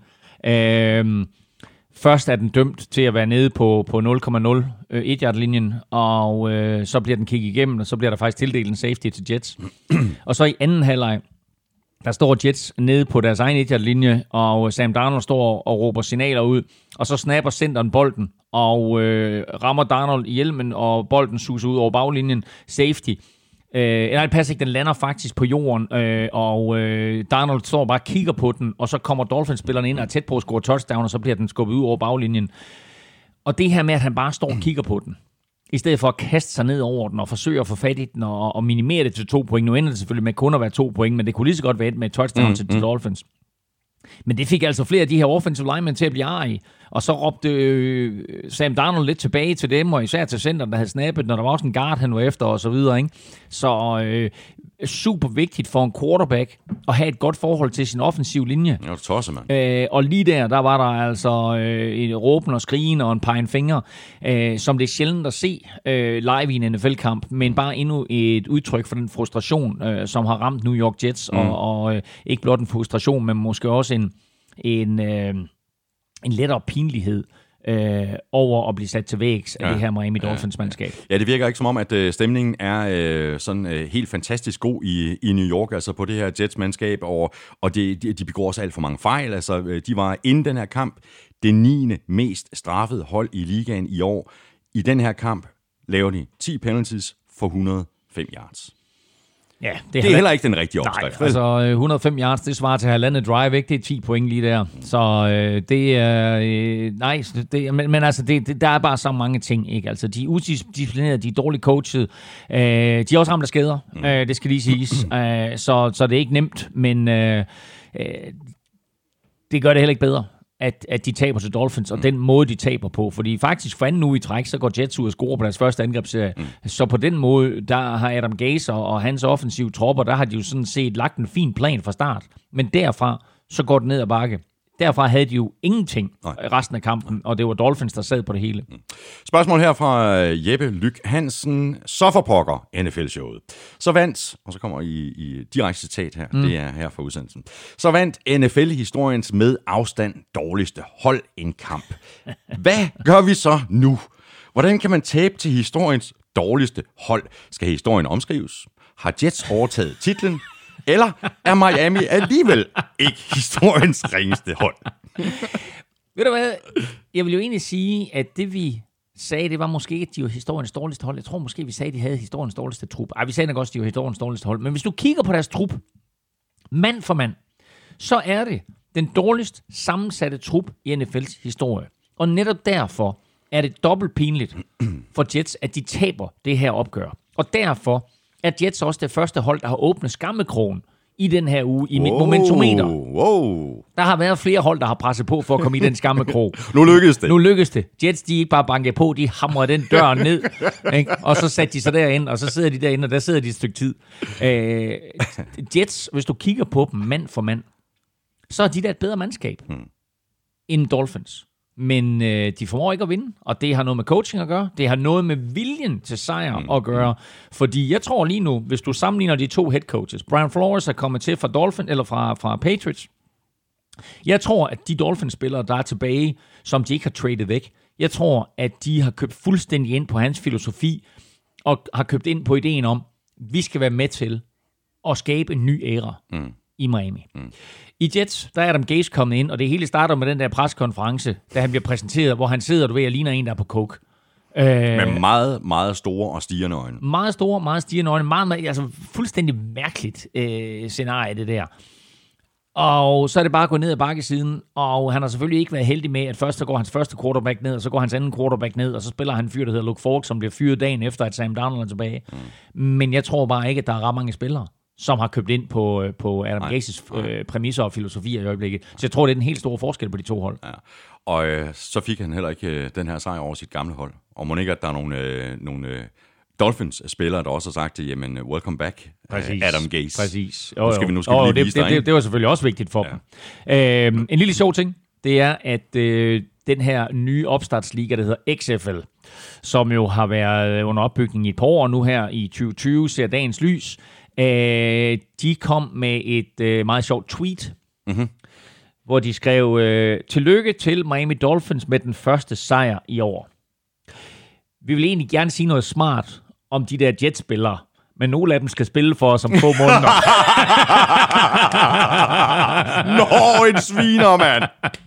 Øh, Først er den dømt til at være nede på, på nul komma nul et-yard-linjen, og øh, så bliver den kigget igennem, og så bliver der faktisk tildelt en safety til Jets. Og så i anden halvleg, der står Jets nede på deres egen et-yard-linje, og Sam Darnold står og råber signaler ud, og så snapper centeren bolden, og øh, rammer Darnold i hjelmen, og bolden suser ud over baglinjen. Safety. Øh, nej, det passer ikke, den lander faktisk på jorden, øh, og øh, Darnold står bare og kigger på den, og så kommer Dolphins-spillerne ind og er tæt på at score touchdown, og så bliver den skubbet ud over baglinjen. Og det her med, at han bare står og kigger på den, i stedet for at kaste sig ned over den og forsøge at få fat i den og, og minimere det til to point. Nu ender det selvfølgelig med kun at være to point, men det kunne lige så godt være et med et touchdown mm, til, til Dolphins. Men det fik altså flere af de her offensive linemen til at blive arige. Og så råbte øh, Sam Darnold lidt tilbage til dem, og især til centeren, der havde snappet, når der var også en guard, han var efter, og så videre. Ikke? Så øh, super vigtigt for en quarterback at have et godt forhold til sin offensiv linje. Ja, det tosser, mand. Øh, og lige der, der var der altså øh, en råben og skrigen og en pegen finger, øh, som det er sjældent at se øh, live i en N F L-kamp, men bare endnu et udtryk for den frustration, øh, som har ramt New York Jets, mm. og, og øh, ikke blot en frustration, men måske også en, en, øh, en lettere pinlighed Øh, over at blive sat til vægs af ja, det her Miami Dolphins-mandskab. Ja, det virker ikke som om, at øh, stemningen er øh, sådan øh, helt fantastisk god i, i New York, altså på det her Jets-mandskab, og, og de, de, de begår også alt for mange fejl. Altså, de var inden den her kamp det niende mest straffede hold i ligaen i år. I den her kamp laver de ti penalties for et hundrede og fem yards. Ja, det, det er heller ikke den rigtige opskrift. Nej, altså et hundrede og fem yards, det svarer til halvandet drive, ikke? Det er ti point lige der. Så øh, det er... Øh, nej, det, men, men altså, det, det, der er bare så mange ting, ikke? Altså, de er udisciplinerede, de er dårligt coachet. Øh, de er også ramt af skader, mm. øh, det skal lige siges. øh, så, så det er ikke nemt, men øh, øh, det gør det heller ikke bedre, at, at de taber til Dolphins, og mm. den måde, de taber på. Fordi faktisk for anden uge i træk, så går Jets ud og scorer på deres første angrebsserie. Mm. Så på den måde, der har Adam Gase og, og hans offensive tropper, der har de jo sådan set lagt en fin plan fra start. Men derfra, så går det ned ad bakke. Derfra havde de jo ingenting Nej. resten af kampen, og det var Dolphins, der sad på det hele. Mm. Spørgsmål her fra Jeppe Lyk Hansen. Så for pokker N F L-showet. Så vandt, og så kommer I, i direkte citat her, mm. det er her fra udsendelsen. Så vandt N F L-historiens med afstand dårligste hold en kamp. Hvad gør vi så nu? Hvordan kan man tabe til historiens dårligste hold? Skal historien omskrives? Har Jets overtaget titlen? Eller er Miami alligevel ikke historiens ringeste hold? Ved du hvad? Jeg vil jo egentlig sige, at det vi sagde, det var måske ikke, at de var historiens dårligste hold. Jeg tror måske, vi sagde, at de havde historiens dårligste trup. Ej, vi sagde nok også, at de var historiens dårligste hold. Men hvis du kigger på deres trup, mand for mand, så er det den dårligst sammensatte trup i N F L's historie. Og netop derfor er det dobbelt pinligt for Jets, at de taber det her opgør. Og derfor er Jets også det første hold, der har åbnet skammekrogen i den her uge i mit wow, momentometer. Wow. Der har været flere hold, der har presset på for at komme i den skammekrog. Nu lykkedes det. Nu lykkedes det. Jets, de ikke bare banker på, de hamrer den dør ned, ikke? Og så satte de sig derind, og så sidder de derinde, og der sidder de et stykke tid. Øh, Jets, hvis du kigger på dem mand for mand, så er de der et bedre mandskab hmm. end Dolphins. Men øh, de formår ikke at vinde, og det har noget med coaching at gøre. Det har noget med viljen til sejr mm. at gøre. Fordi jeg tror lige nu, hvis du sammenligner de to head coaches, Brian Flores er kommet til fra Dolphins eller fra, fra Patriots. Jeg tror, at de Dolphins-spillere, der er tilbage, som de ikke har traded væk, jeg tror, at de har købt fuldstændig ind på hans filosofi, og har købt ind på ideen om, vi skal være med til at skabe en ny æra mm. i Miami. Mm. I Jets, der er Adam Gase kommet ind, og det hele starter med den der preskonference, da han bliver præsenteret, hvor han sidder, du ved, og ligner en, der er på coke. Med meget, meget store og stirrende øjne. Meget store, meget stirrende øjne. Meget, meget, altså fuldstændig mærkeligt øh, scenarie, det der. Og så er det bare at gå ned ad bakkesiden, og han har selvfølgelig ikke været heldig med, at først så går hans første quarterback ned, og så går hans anden quarterback ned, og så spiller han en fyr, der hedder Luke Falk, som bliver fyret dagen efter, at Sam Darnold er tilbage. Mm. Men jeg tror bare ikke, at der er ret mange spillere, som har købt ind på, på Adam Gases øh, præmisser og filosofier i øjeblikket. Så jeg tror, det er den helt store forskel på de to hold. Ja. Og øh, så fik han heller ikke øh, den her sejr over sit gamle hold. Og må ikke, at der er nogle, øh, nogle øh, Dolphins-spillere, der også har sagt, jamen, welcome back, præcis, Adam Gase. Præcis. Nu skal vi, nu skal oh, vi lige vise det, det, det var selvfølgelig også vigtigt for ja. dem. Øh, en lille sjov ting, det er, at øh, den her nye opstartsliga, der hedder X F L, som jo har været under opbygning i et par år nu her i tyve tyve, ser dagens lys. Øh, de kom med et øh, meget sjovt tweet, mm-hmm. hvor de skrev, øh, tillykke til Miami Dolphins med den første sejr i år. Vi vil egentlig gerne sige noget smart om de der Jets-spillere, men nogle af dem skal spille for os om få måneder. Nå, en sviner, mand!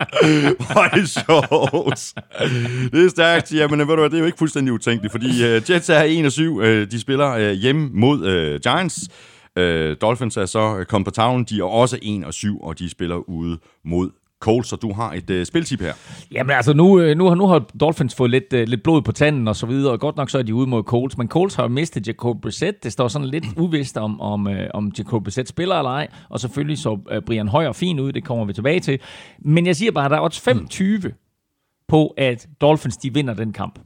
Hvor er det sjovt. Det er stærkt. Jamen, ved du hvad, det er jo ikke fuldstændig utænkeligt, fordi uh, Jets er en og syv. Uh, de spiller uh, hjemme mod uh, Giants. Uh, Dolphins er så kommet på tavlen. De er også en og syv, og de spiller ude mod Colts, så du har et uh, spiltip her. Jamen altså, nu, nu, har, nu har Dolphins fået lidt, uh, lidt blod på tanden og så videre, og godt nok så er de ude mod Colts, men Colts har mistet Jacob Brissett. Det står sådan lidt uvist om, om, uh, om Jacob Brissett spiller eller ej, og selvfølgelig så uh, Brian Hoyer fin ud, det kommer vi tilbage til. Men jeg siger bare, at der er odds fem tyve på, at Dolphins de vinder den kamp.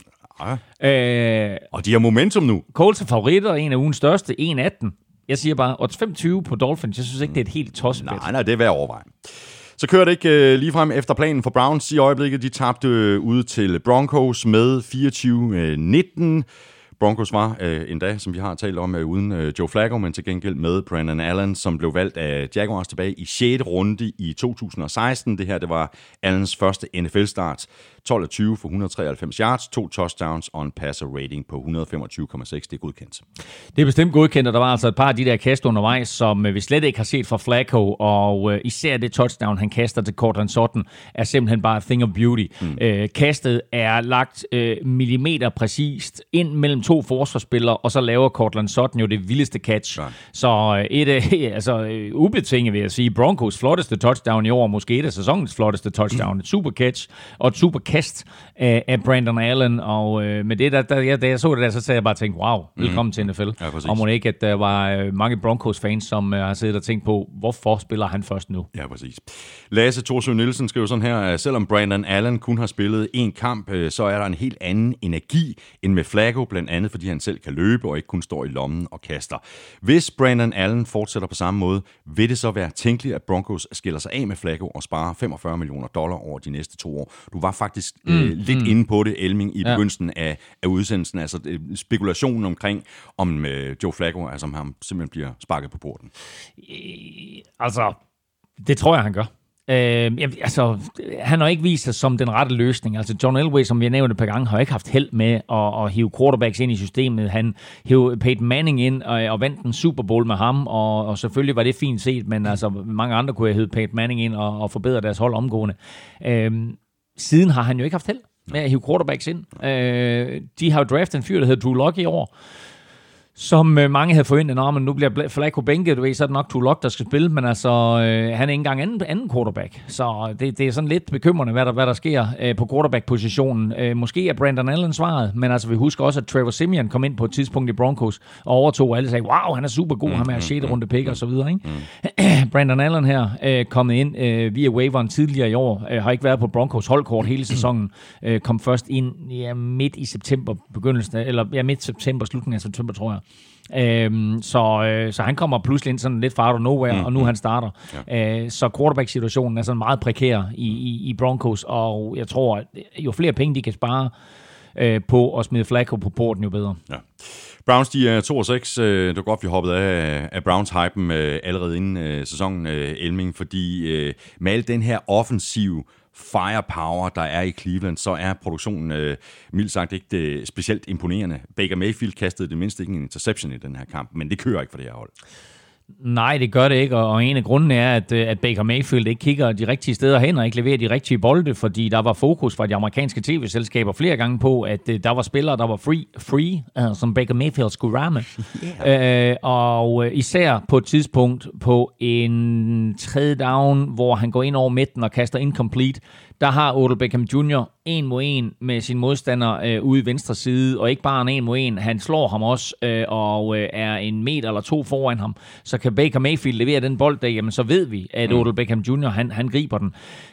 Ja. Uh, og de har momentum nu. Colts er favoritter, en af ugens største, en atten. Jeg siger bare, odds fem tyve på Dolphins. Jeg synes ikke, det er et helt tosset. Nej, nej, det er værd at overveje. Så kører det ikke øh, lige frem efter planen for Browns i øjeblikket. De tabte øh, ude til Broncos med fireogtyve nitten. Broncos var øh, endda, som vi har talt om, øh, uden øh, Joe Flacco, men til gengæld med Brandon Allen, som blev valgt af Jaguars tilbage i sjette runde i to tusind og seksten. Det her, det var Allens første N F L-start. tolv af tyve for et hundrede og treoghalvfems yards, to touchdowns og en passer rating på et hundrede og femogtyve komma seks. Det er godkendt. Det er bestemt godkendt, og der var altså et par af de der kast undervejs, som vi slet ikke har set fra Flacco, og øh, især det touchdown, han kaster til Cortland Sutton, er simpelthen bare a thing of beauty. Mm. Øh, kastet er lagt øh, millimeter præcist ind mellem to forsvarsspillere, og så laver Cortland Sutton jo det vildeste catch. Ja. Så øh, et øh, altså øh, ubetinget vil jeg sige, Broncos flotteste touchdown i år, måske et af sæsonens flotteste touchdown. Mm. Et super catch og et super kast af, af Brandon Allen, og øh, med det, der, der, ja, da jeg så det der, så sagde jeg bare tænkt, wow, velkommen mm. til N F L. Ja, og må ikke, at der var øh, mange Broncos-fans, som øh, har siddet og tænkt på, hvorfor spiller han først nu? Ja, præcis. Lasse Thorsø Nielsen skriver sådan her, at selvom Brandon Allen kun har spillet én kamp, øh, så er der en helt anden energi end med Flacco, blandt andet fordi han selv kan løbe og ikke kun står i lommen og kaster. Hvis Brandon Allen fortsætter på samme måde, vil det så være tænkeligt, at Broncos skiller sig af med Flacco og sparer femogfyrre millioner dollar over de næste to år. Du var faktisk mm, øh, lidt mm. inde på det, Elming, i ja. begyndelsen af, af udsendelsen, altså øh, spekulationen omkring, om øh, Joe Flacco, altså om han simpelthen bliver sparket på porten. Øh, altså, det tror jeg, han gør. Øh, altså, han har ikke vist sig som den rette løsning. Altså, John Elway, som vi har nævnt et par gange, har ikke haft held med at, at hive quarterbacks ind i systemet. Han hive Peyton Manning ind og, og vandt en Super Bowl med ham, og, og selvfølgelig var det fint set, men altså, mange andre kunne have hivet Peyton Manning ind og, og forbedre deres hold omgående. Øh, siden har han jo ikke haft held med at hive quarterbacks ind. Øh, de har jo draftet en fyr, der hedder Drew Lock i år, som øh, mange havde forventet, når man nu bliver Flacco bænket, du ved, så er det nok Drew Lock, der skal spille, men altså, øh, han er ikke engang anden, anden quarterback. Så det, det er sådan lidt bekymrende, hvad der, hvad der sker øh, på quarterback-positionen. Øh, måske er Brandon Allen svaret, men altså, vi husker også, at Trevor Siemian kom ind på et tidspunkt i Broncos og overtog, og alle sagde, wow, han er super god, mm, han er sjette runde pick og så videre, ikke? Mm. Brandon Allen her, øh, kommet ind øh, via waiveren tidligere i år, øh, har ikke været på Broncos holdkort hele sæsonen, øh, kom først ind ja, midt i september, begyndelsen, eller ja, midt september, slutningen af september, tror jeg. Øhm, så, øh, så han kommer pludselig ind sådan lidt fra out of nowhere, mm, og nu mm. han starter. Ja. Øh, så quarterback-situationen er sådan meget prekær i, i, i Broncos, og jeg tror, at jo flere penge de kan spare øh, på at smide Flacco på porten, jo bedre. Ja. Browns, de er to og seks. Det var godt, vi hoppede af, af Browns-hypen øh, allerede inden øh, sæsonen, øh, Elming, fordi øh, med al den her offensiv firepower, der er i Cleveland, så er produktionen øh, mildt sagt ikke det specielt imponerende. Baker Mayfield kastede det mindst ikke en interception i den her kamp, men det kører ikke for det her hold. Nej, det gør det ikke, og en af grundene er, at, at Baker Mayfield ikke kigger de rigtige steder hen og ikke leverer de rigtige bolde, fordi der var fokus fra de amerikanske tv-selskaber flere gange på, at der var spillere, der var free, free uh, som Baker Mayfield skulle ramme. Yeah. Øh, og især på et tidspunkt på en tredje down, hvor han går ind over midten og kaster incomplete, der har Odell Beckham junior en mod en med sin modstander øh, ude i venstre side, og ikke bare en en mod en, han slår ham også, øh, og øh, er en meter eller to foran ham. Så kan Baker Mayfield levere den bold der, jamen så ved vi, at mm. Odell Beckham junior, han, han griber den.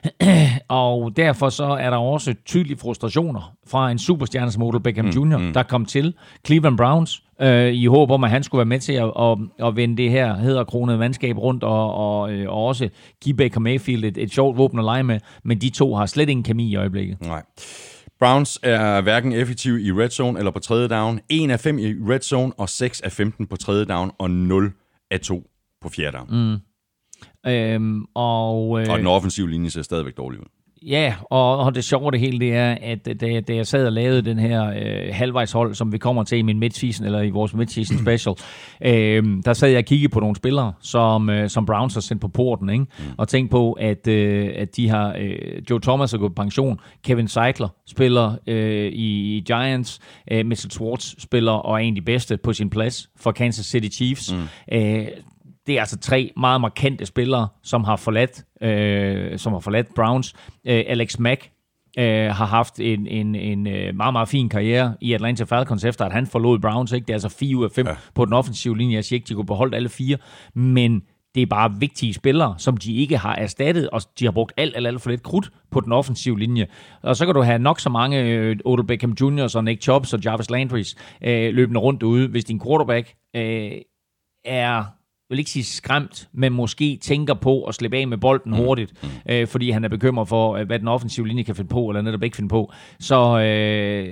Og derfor så er der også tydelige frustrationer fra en superstjerne som Odell Beckham junior, mm. der kom til Cleveland Browns, øh, i håb om, at han skulle være med til at, at, at vende det her hæderkronede mandskab rundt, og, og, øh, og også give Baker Mayfield et, et sjovt våben at lege med, men de to har slet ingen kemi i øjeblikket. Nej. Browns er hverken effektive i red zone eller på tredje down. en af fem i red zone, og seks af femten på tredje down, og nul af to på fjerde down. Mm. Øhm, og, øh, og den offensive linje ser stadigvæk dårlig ud. Ja, og, og det sjove det hele, det er, at da, da jeg sad og lavede den her øh, halvvejshold, som vi kommer til i min midseason, eller i vores midseason special, øh, der sad jeg og kiggede på nogle spillere, som, øh, som Browns har sendt på porten, ikke? Mm. Og tænkte på, at, øh, at de har øh, Joe Thomas er gået på pension, Kevin Zeitler spiller øh, i, i Giants, øh, Mitchell Schwartz spiller og er en af de bedste på sin plads for Kansas City Chiefs. Mm. Øh, Det er altså tre meget markante spillere, som har forladt, øh, som har forladt Browns. Øh, Alex Mack øh, har haft en, en, en meget, meget fin karriere i Atlanta Falcons, efter at han forlod Browns. Ikke? Det er altså fire ud af fem ja. På den offensive linje. Jeg siger ikke, de kunne beholde alle fire, men det er bare vigtige spillere, som de ikke har erstattet, og de har brugt alt, alt, alt for lidt krudt på den offensive linje. Og så kan du have nok så mange øh, Odell Beckham junior og Nick Chubb og Jarvis Landrys øh, løbende rundt ude, hvis din quarterback øh, er... Jeg vil ikke sige skræmt, men måske tænker på at slippe af med bolden hurtigt, mm. Mm. Øh, fordi han er bekymret for, hvad den offensive linje kan finde på, eller netop ikke finde på, så, øh,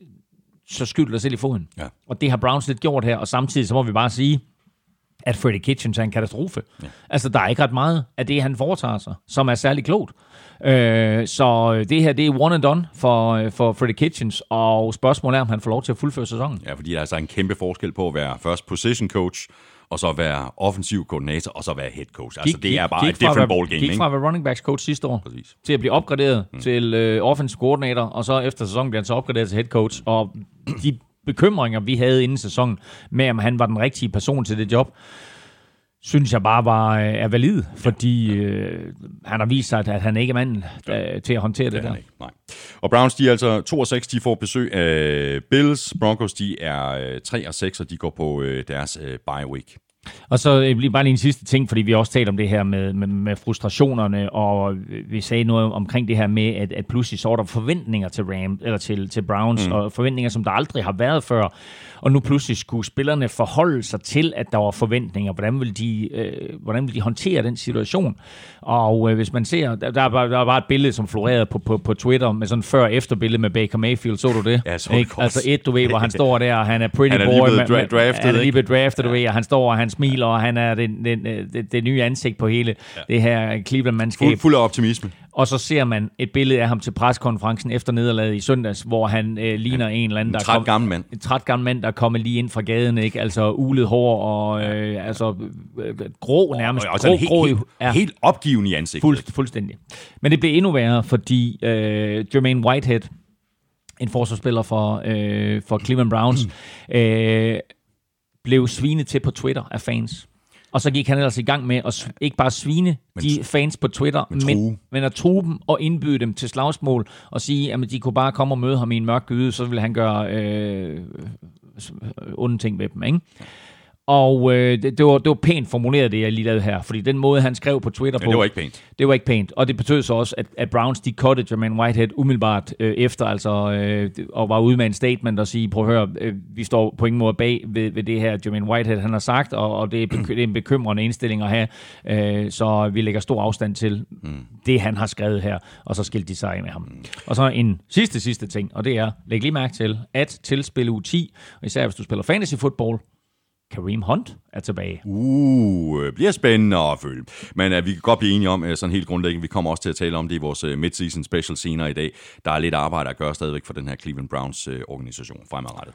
så skyder dig selv i foden. Ja. Og det har Browns lidt gjort her, og samtidig så må vi bare sige, at Freddie Kitchens er en katastrofe. Ja. Altså, der er ikke ret meget af det, han foretager sig, som er særlig klogt. Øh, så det her, det er one and done for, for Freddie Kitchens, og spørgsmålet er, om han får lov til at fuldføre sæsonen. Ja, fordi der er altså en kæmpe forskel på at være first position coach, og så være offensiv koordinator, og så være head coach. Altså, gik, det er bare et different ball game. Gik fra at være running backs coach sidste år, præcis, til at blive opgraderet mm. til øh, offensiv koordinator, og så efter sæsonen bliver han så opgraderet til head coach. Og de bekymringer, vi havde inden sæsonen, med om han var den rigtige person til det job, synes jeg bare var, er valid, fordi øh, han har vist sig, at han ikke er manden øh, til at håndtere det, det der. Nej. Og Browns, de er altså to og seks, de får besøg af Bills. Broncos, de er tre og seks, og de går på øh, deres øh, bye week. Og så bare lige en sidste ting, fordi vi også talt om det her med, med, med frustrationerne, og vi sagde noget omkring det her med, at, at pludselig så er der forventninger til Ram, eller til, til Browns, mm. og forventninger, som der aldrig har været før. Og nu pludselig skulle spillerne forholde sig til, at der var forventninger. Hvordan vil de, øh, hvordan vil de håndtere den situation? Og øh, hvis man ser, der, der, er bare, der er bare et billede, som florerede på, på, på Twitter, med sådan før- og efterbillede med Baker Mayfield. Så du det? Ja, så det altså et, du ved, hvor han står der, og han er pretty han er boy. Lige dra- draftet, han er lige blevet draftet, du ved, og han står, og han smiler, og han er det, det, det, det nye ansigt på hele ja. det her Cleveland-mandskab. Fuld, fuld af optimisme. Og så ser man et billede af ham til preskonferencen efter nederlaget i søndags, hvor han øh, ligner en eller anden, der en træt gammel mand. En træt gammel mand, der kommer lige ind fra gaden, ikke? Altså ulet hår og øh, altså øh, grå nærmest. Og, og grå, helt, grå, helt, ja. helt opgiven i ansigtet. Fuld, fuldstændig. Men det blev endnu værre, fordi øh, Jermaine Whitehead, en forsvarsspiller for, øh, for Cleveland Browns, øh, blev svinet til på Twitter af fans. Og så gik han ellers i gang med at ikke bare svine men, de fans på Twitter, men, men, men at true dem og indbyde dem til slagsmål og sige, at de kunne bare komme og møde ham i en mørk gyde, så ville han gøre øh, onde ting med dem, ikke? Og øh, det, det, var, det var pænt formuleret, det jeg lige lavede her, fordi den måde, han skrev på Twitter på... Men det var ikke pænt. Det var ikke pænt, og det betød så også, at, at Browns, de cuttede Jermaine Whitehead umiddelbart øh, efter, altså, øh, og var ude med en statement og sige, prøv at høre, øh, vi står på ingen måde bag ved, ved det her, Jermaine Whitehead, han har sagt, og, og det, er beky- det er en bekymrende indstilling at have, øh, så vi lægger stor afstand til mm. det, han har skrevet her, og så skilte de sig af med ham. Mm. Og så en sidste, sidste ting, og det er, læg lige mærke til, at til spil uge ti, og især hvis du spiller fantasy football, Kareem Hunt er tilbage. Uh, bliver spændende at følge. Men uh, vi kan godt blive enige om, uh, sådan helt grundlæggende, vi kommer også til at tale om det i vores uh, mid-season special senere i dag. Der er lidt arbejde at gøre stadigvæk for den her Cleveland Browns uh, organisation fremadrettet.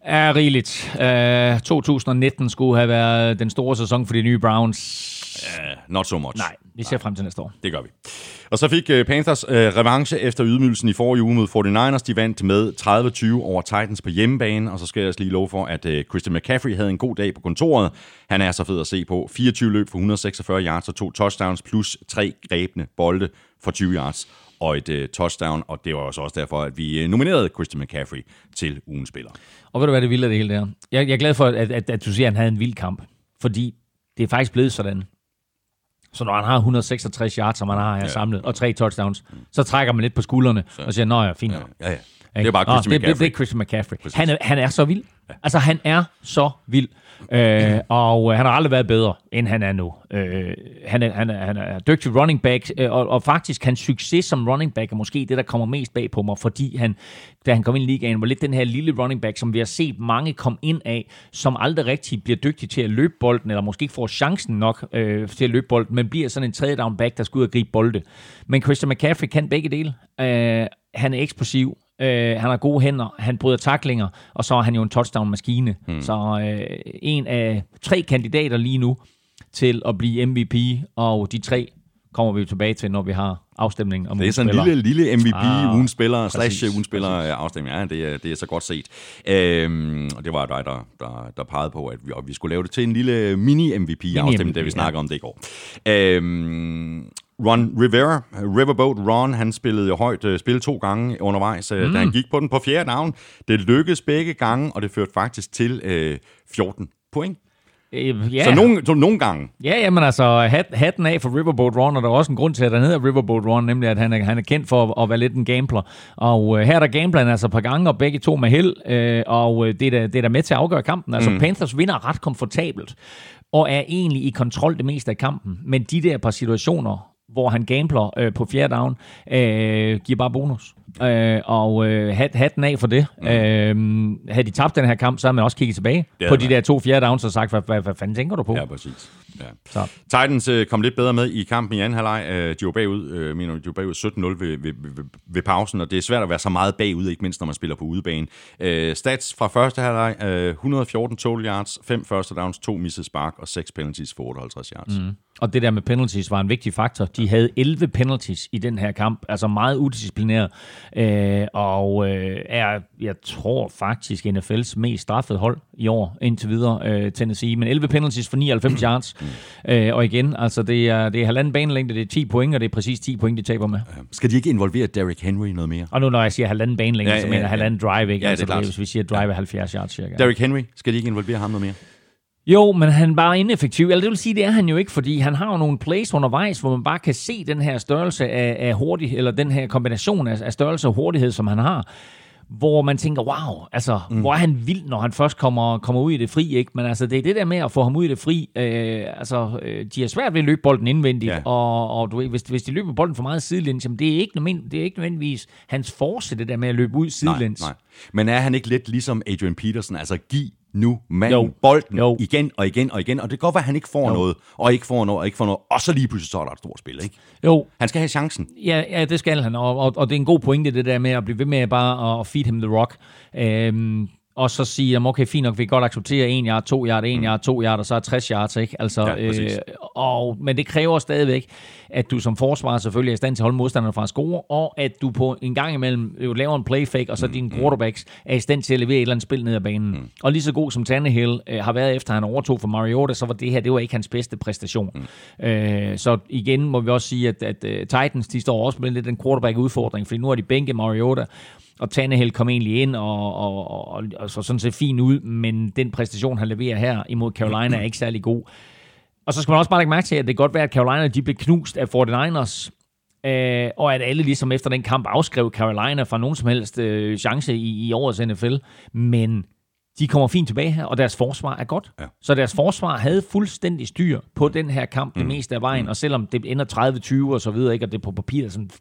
Ja, rigeligt. Uh, to tusind nitten skulle have været den store sæson for de nye Browns. Uh, not so much. Nej, vi ser Nej. frem til næste år. Det gør vi. Og så fik uh, Panthers uh, revanche efter ydmygelsen i forrige uge mod forty-niners. De vandt med tredive tyve over Titans på hjemmebane. Og så skal jeg lige love for, at uh, Christian McCaffrey havde en god dag på kontoret. Han er så fed at se på. fireogtyve løb for et hundrede og seksogfyrre yards og to touchdowns, plus tre grebne bolde for tyve yards og et uh, touchdown. Og det var også derfor, at vi uh, nominerede Christian McCaffrey til ugens spiller. Og ved du hvad det vilde af det hele der? Jeg, jeg er glad for, at, at, at du siger, at han havde en vild kamp. Fordi det er faktisk blevet sådan. Så når han har et hundrede og seksogtres yards, som han har her ja. samlet, og tre touchdowns, mm. så trækker man lidt på skuldrene så. og siger, nå ja, fint. Ja, ja, ja. Det er bare Christian Nå, McCaffrey. Det, det er Christian McCaffrey. Han er, han er så vild. Ja. Altså, han er så vild. Øh, og han har aldrig været bedre, end han er nu. Øh, han, er, han, er, han er dygtig running back, øh, og, og faktisk hans succes som running back er måske det, der kommer mest bag på mig, fordi han, da han kom ind i ligaen, var lidt den her lille running back, som vi har set mange komme ind af, som aldrig rigtig bliver dygtig til at løbe bolden, eller måske ikke får chancen nok øh, til at løbe bolden, men bliver sådan en tredje down back, der skal ud og gribe bolde. Men Christian McCaffrey kan begge dele. Øh, han er eksplosiv. Uh, han har gode hænder, han bryder tacklinger, og så er han jo en touchdown-maskine. Hmm. Så uh, en af tre kandidater lige nu til at blive M V P, og de tre kommer vi jo tilbage til, når vi har afstemningen om det er sådan en lille, lille M V P, ah, ugens spiller, slash ugens spiller afstemning. Ja, det er, det er så godt set. Øhm, og det var dig, der, der, der pegede på, at vi, vi skulle lave det til en lille mini-M V P-afstemning, da vi snakkede ja. om det i går. Øhm, Ron Rivera, Riverboat Ron, han spillede jo højt, uh, spillede to gange undervejs, uh, mm. da han gik på den på fjerde down. Det lykkedes begge gange, og det førte faktisk til uh, fjorten point. Uh, yeah. Så nogle, så nogle gange. Ja, jamen altså, hat, hatten af for Riverboat Ron, og der er også en grund til, at han hedder Riverboat Ron, nemlig at han er, han er kendt for at, at være lidt en gambler. Og uh, her er der gambler han altså et par gange, og begge to med held, uh, og uh, det, er da, det er da med til at afgøre kampen. Altså, mm. Panthers vinder ret komfortabelt, og er egentlig i kontrol det meste af kampen. Men de der par situationer, hvor han gambler øh, på fjerde down, øh, giver bare bonus. Øh, og øh, hat, hatten af for det. Mm. Øh, havde de tabt den her kamp, så havde man også kigget tilbage på de der to fjerde downs og sagt, hvad, hvad, hvad fanden tænker du på? Ja, præcis. Ja. Titans øh, kom lidt bedre med i kampen i anden halvleg. Øh, de var bagud, øh, mener, de var bagud sytten nul ved, ved, ved, ved pausen, og det er svært at være så meget bagud, ikke mindst når man spiller på udebane. Øh, stats fra første halvleg, øh, et hundrede og fjorten total yards, fem første downs, to missede spark og seks penalties for otteoghalvtreds yards. Mm. Og det der med penalties var en vigtig faktor. De havde elleve penalties i den her kamp, altså meget udisciplineret, øh, og øh, er, jeg tror faktisk, N F L's mest straffede hold i år indtil videre, øh, Tennessee. Men elleve penalties for nioghalvfems yards, øh, og igen, altså det er, det er halvanden banelængde, det er ti point, og det er præcis ti point, de taber med. Skal de ikke involvere Derrick Henry noget mere? Og nu når jeg siger halvanden banelængde, ja, ja, ja, så mener jeg halvanden drive, ikke? Ja, altså, det er klart. Hvis vi siger drive er halvfjerds yards cirka. Derrick Henry, skal de ikke involvere ham noget mere? Jo, men han er bare ineffektiv. Eller det vil sige, det er han jo ikke, fordi han har jo nogle plays undervejs, hvor man bare kan se den her størrelse af, af hurtighed, eller den her kombination af, af størrelse og hurtighed, som han har, hvor man tænker, wow, altså, mm. hvor er han vild, når han først kommer, kommer ud i det fri, ikke? Men altså, det er det der med at få ham ud i det fri. Øh, altså, øh, de har svært ved at løbe bolden indvendigt, ja. og, og du ved, hvis, hvis de løber bolden for meget sidelæns, jamen, det er ikke nødvendigvis, det er ikke nødvendigvis hans force, det der med at løbe ud sidelæns. Nej, nej. Men er han ikke lidt ligesom Adrian Peterson, altså giv nu manden jo. bolden jo. igen og igen og igen, og det kan godt være, at han ikke får jo. noget, og ikke får noget, og ikke får noget, og så lige pludselig så er der et stort spil, ikke? Jo. Han skal have chancen. Ja, ja det skal han, og, og, og det er en god pointe, det der med at blive ved med bare at feed him the rock. Øhm, og så sige, okay, fint nok, vi kan godt acceptere en yard, to yard, en yard, to yard, og så er tres yards, ikke? Altså, ja, øh, og, men det kræver stadigvæk, at du som forsvarer selvfølgelig er i stand til at holde modstanderne fra at score, og at du på en gang imellem jo laver en playfake, og så mm, dine quarterbacks er i stand til at levere et eller andet spil ned ad banen. Mm. Og lige så god som Tannehill øh, har været efter, han overtog for Mariota, så var det her, det var ikke hans bedste præstation. Mm. Øh, så igen må vi også sige, at, at uh, Titans, de står også med lidt den quarterback-udfordring, fordi nu har de bænket Mariota, og Tannehill kom egentlig ind og, og, og, og så sådan set fint ud, men den præstation, han leverer her imod Carolina, er ikke særlig god. Og så skal man også bare lægge mærke til, at det kan godt være, at Carolina de blev knust af forty-niners, øh, og at alle ligesom efter den kamp afskrev Carolina fra nogen som helst øh, chance i, i årets N F L. Men de kommer fint tilbage her, og deres forsvar er godt. Ja. Så deres forsvar havde fuldstændig styr på den her kamp det mm. meste af vejen, mm. og selvom det ender tredive tyve og så videre, ikke, og det på papir sådan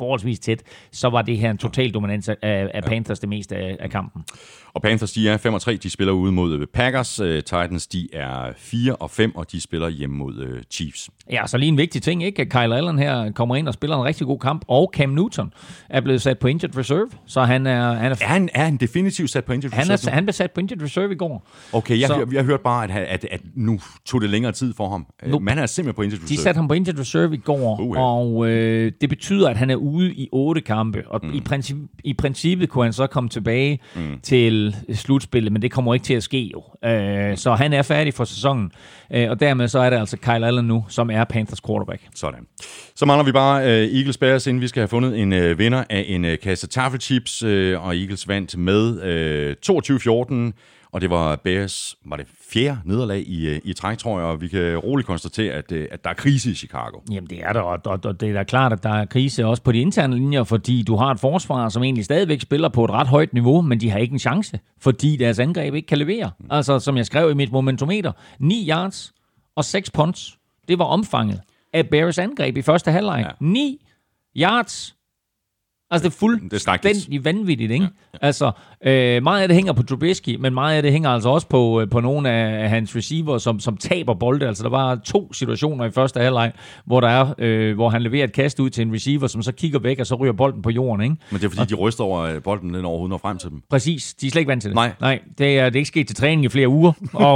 forholdsvis tæt, så var det her en total dominans af, af Panthers det meste af, af kampen. Og Panthers, de er fem og tre, de spiller ude mod Packers. Titans, de er fire og fem, og de spiller hjemme mod Chiefs. Ja, så lige en vigtig ting, ikke? Kyle Allen her kommer ind og spiller en rigtig god kamp, og Cam Newton er blevet sat på injured reserve, så han er... Han er, er, han, er han definitivt sat på injured reserve? Han, er, han blev sat på injured reserve i går. Okay, jeg, jeg, jeg har hørt bare, at, at, at nu tog det længere tid for ham. Nu, Men han er simpelthen på injured reserve. De satte ham på injured reserve i går, uh, ja. og øh, det betyder, at han er ude i otte kampe, og mm. i, princip, i princippet kunne han så komme tilbage mm. til slutspillet, men det kommer ikke til at ske jo. Øh, så han er færdig for sæsonen, øh, og dermed så er det altså Kyle Allen nu, som er Panthers quarterback. Sådan. Så mangler vi bare uh, Eagles Bears, inden vi skal have fundet en uh, vinder af en uh, kasse taffelchips, uh, og Eagles vandt med uh, toogtyve fjorten, og det var Bears, var det fjerde nederlag i, i træk, tror jeg, og vi kan roligt konstatere, at, at der er krise i Chicago. Jamen det er der, og, og, og det er da klart, at der er krise også på de interne linjer, fordi du har et forsvar, som egentlig stadigvæk spiller på et ret højt niveau, men de har ikke en chance, fordi deres angreb ikke kan levere. Mm. Altså, som jeg skrev i mit momentometer, ni yards og seks punts, det var omfanget af Bears angreb i første halvleg. Ja. ni yards. Altså, det er fuldstændig vanvittigt, ikke? Ja, ja. Altså, øh, meget af det hænger på Trubisky, men meget af det hænger altså også på, på nogle af hans receiver, som, som taber bolde. Altså, der var to situationer i første halvleg, hvor, der er, øh, hvor han leverer et kast ud til en receiver, som så kigger væk, og så ryger bolden på jorden, ikke? Men det er, fordi og, de ryster over bolden, den overhovedet når frem til dem. Præcis. De er slet ikke vant til det. Nej. Nej, det er, det er ikke sket til træning i flere uger. Og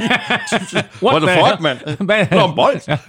what the fuck, mand? Nå, bold! Ja.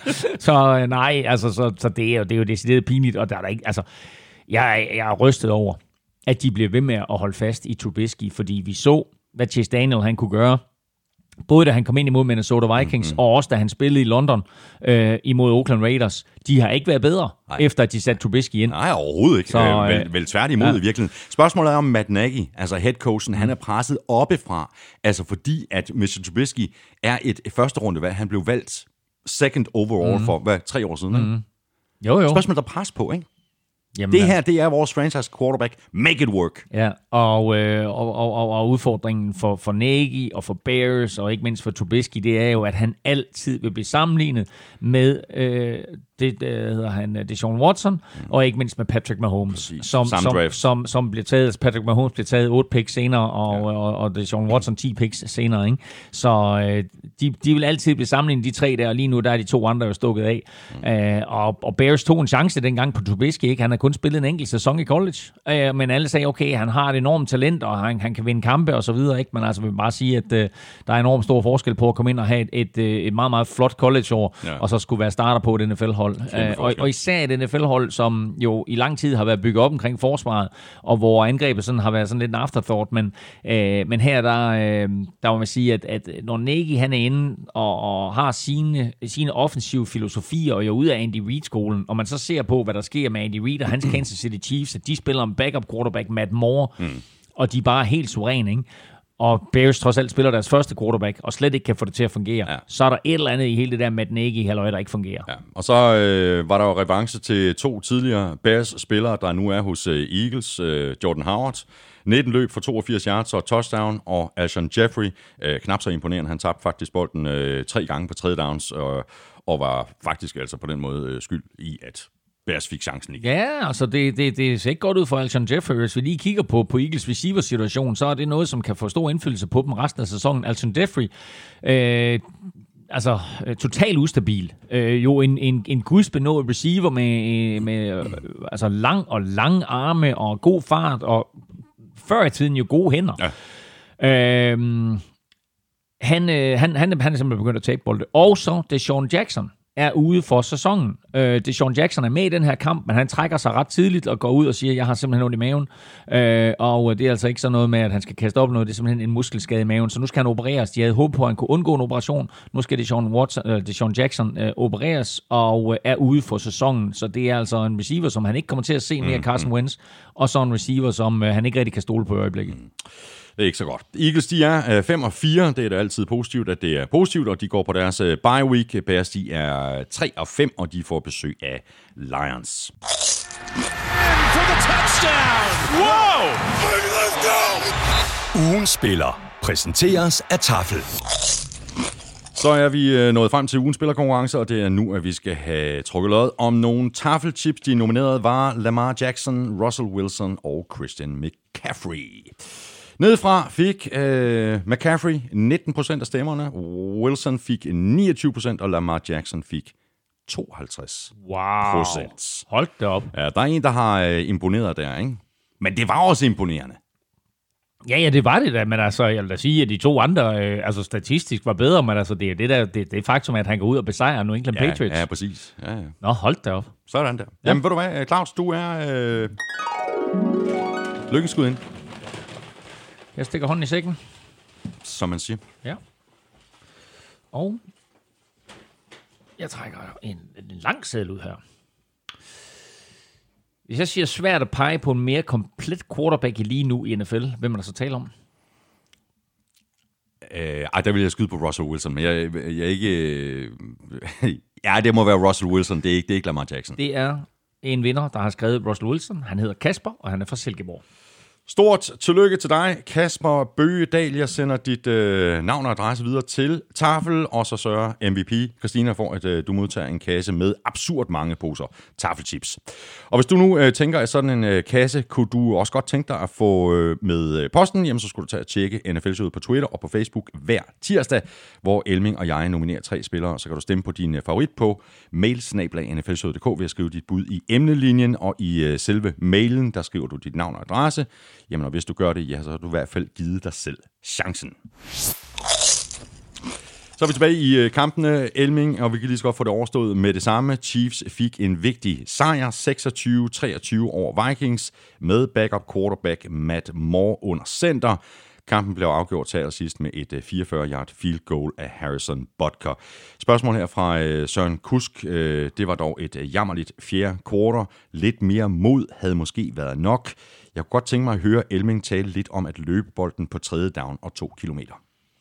Så nej, altså, så, så det er jo, det er jo decideret pinligt, og der er der ikke, altså... Jeg, jeg er rystet over, at de bliver ved med at holde fast i Trubisky, fordi vi så, hvad Chase Daniel han kunne gøre, både da han kom ind imod Minnesota Vikings, mm-hmm. og også da han spillede i London øh, imod Oakland Raiders. De har ikke været bedre, Nej. efter at de satte Trubisky ind. Nej, overhovedet ikke. Så, øh, vel, vel tværtimod ja. i virkeligheden. Spørgsmålet er om Matt Nagy, altså headcoachen, mm. han er presset oppefra, altså fordi at mister Trubisky er et første runde valg. Han blev valgt second overall mm. for, hvad, tre år siden? Mm. Jo, jo. Spørgsmålet er pres på, ikke? Jamen, det her, det er vores franchise quarterback. Make it work. Ja, og, øh, og, og, og, og udfordringen for, for Nagy og for Bears, og ikke mindst for Trubisky, det er jo, at han altid vil blive sammenlignet med øh, det, der hedder han, Deshaun Watson, mm. og ikke mindst med Patrick Mahomes, som, som, som, som bliver taget, Patrick Mahomes bliver taget otte picks senere, og, ja. og, og Deshaun Watson ti picks senere, ikke? Så øh, de, de vil altid blive sammenlignet, de tre der, og lige nu der er de to andre jo stukket af. Mm. Øh, og, og Bears tog en chance dengang på Trubisky, ikke? Han har kun spillet en enkelt sæson i college, øh, men alle sagde, okay, han har et enormt talent, og han, han kan vinde kampe og så videre, ikke? Men altså, vi vil bare sige, at øh, der er enormt stor forskel på at komme ind og have et, et, et meget, meget flot college-år, ja. og så skulle være starter på et N F L-hold. Øh, og, og især et N F L-hold, som jo i lang tid har været bygget op omkring forsvaret, og hvor angrebet sådan har været sådan lidt en afterthought, men, øh, men her, der, øh, der må man sige, at, at når Nagy, han er inde og, og har sine, sine offensive filosofier, og er ude af Andy Reid-skolen, og man så ser på, hvad der sker med Andy Reid og hans Kansas City Chiefs, at de spiller en backup quarterback, Matt Moore, mm. og de er bare helt suveræne, ikke? Og Bears trods alt spiller deres første quarterback, og slet ikke kan få det til at fungere, ja. så er der et eller andet i hele det der Matt Nagy-halløj, der ikke fungerer. Ja. Og så øh, var der jo revanche til to tidligere Bears-spillere, der nu er hos øh, Eagles, øh, Jordan Howard, nitten løb for toogfirs yards og touchdown, og Alshon Jeffrey, øh, knap så imponerende, han tabte faktisk bolden øh, tre gange på tredje downs, og, og var faktisk altså på den måde øh, skyld i, at Bears fik chancen igen. Ja, altså det, det, det ser ikke godt ud for Alshon Jeffrey. Hvis vi lige kigger på, på Eagles receiver-situation, så er det noget, som kan få stor indflydelse på dem resten af sæsonen. Alshon Jeffrey, øh, altså totalt ustabil. Øh, jo en, en, en gudsbenået receiver med, med øh, altså lang og lang arme og god fart, og før i tiden jo gode hænder. Ja. Øh, han, øh, han, han, han er simpelthen begyndt at tabe bolde. Og så Deshaun Jackson er ude for sæsonen. Øh, Deshaun Jackson er med i den her kamp, men han trækker sig ret tidligt og går ud og siger, at jeg har simpelthen ondt i maven. Øh, og det er altså ikke sådan noget med, at han skal kaste op noget. Det er simpelthen en muskelskade i maven, så nu skal han opereres. De havde håbet på, at han kunne undgå en operation. Nu skal Deshaun, Watson, øh, Deshaun Jackson øh, opereres og øh, er ude for sæsonen. Så det er altså en receiver, som han ikke kommer til at se mere, Carson Wentz, og så en receiver, som øh, han ikke rigtig kan stole på i øjeblikket. Mm. Det er ikke så godt. Eagles, de er fem og fire. Det er da altid positivt, at det er positivt, og de går på deres bye week. Bears, de er tre og fem, og de får besøg af Lions. For the touchdown! Wow! Let's go! Ugens spiller præsenteres af Tafel. Så er vi nået frem til ugens spillerkonkurrence, og det er nu, at vi skal have trukket lod om nogle taffelchips. De nominerede var Lamar Jackson, Russell Wilson og Christian McCaffrey. Nedefra fik øh, McCaffrey nitten procent af stemmerne, Wilson fik niogtyve procent, og Lamar Jackson fik tooghalvtreds procent. Hold da op. Ja, der er en, der har øh, imponeret der, ikke? Men det var også imponerende. Ja, ja, det var det da, men altså, jeg vil da sige, at de to andre, øh, altså statistisk var bedre, men altså, det er det der, det, det er faktum, at han går ud og besejrer New England ja, Patriots. Ja, præcis. Ja, ja. Nå, hold da op. Sådan der. Ja. Jamen, ved du hvad, Claus, du er øh... lykkenskud ind. Jeg stikker hånden i sækken. Som man siger. Ja. Og jeg trækker en, en lang seddel ud her. Hvis jeg siger svært at pege på en mere komplet quarterback lige nu i N F L, hvem er der så tale om? Øh, ej, der vil jeg skyde på Russell Wilson, men jeg, jeg er ikke... Øh, ja, det må være Russell Wilson, det er ikke, det er ikke Lamar Jackson. Det er en vinder, der har skrevet Russell Wilson. Han hedder Kasper, og han er fra Silkeborg. Stort tillykke til dig, Kasper Bøgedal. Jeg sender dit øh, navn og adresse videre til Tafel, og så sørger M V P Christina for, at øh, du modtager en kasse med absurd mange poser taffelchips. Og hvis du nu øh, tænker, at sådan en øh, kasse kunne du også godt tænke dig at få øh, med øh, posten, jamen så skulle du tage og tjekke N F L-showet på Twitter og på Facebook hver tirsdag, hvor Elming og jeg nominerer tre spillere, så kan du stemme på din øh, favorit på mail snabel-a n f l showet punktum d k ved at skrive dit bud i emnelinjen, og i øh, selve mailen, der skriver du dit navn og adresse. Jamen, og hvis du gør det, ja, så har du i hvert fald givet dig selv chancen. Så er vi tilbage i kampene, Elming, og vi kan lige så godt få det overstået med det samme. Chiefs fik en vigtig sejr, seksogtyve treogtyve over Vikings, med backup quarterback Matt Moore under center. Kampen blev afgjort til allersidst med et fireogfyrre yard field goal af Harrison Butker. Spørgsmål her fra Søren Kusk. Det var dog et jammerligt fjerde quarter. Lidt mere mod havde måske været nok. Jeg kunne godt tænke mig at høre Elming tale lidt om at løbe bolden på tredje down og to kilometer.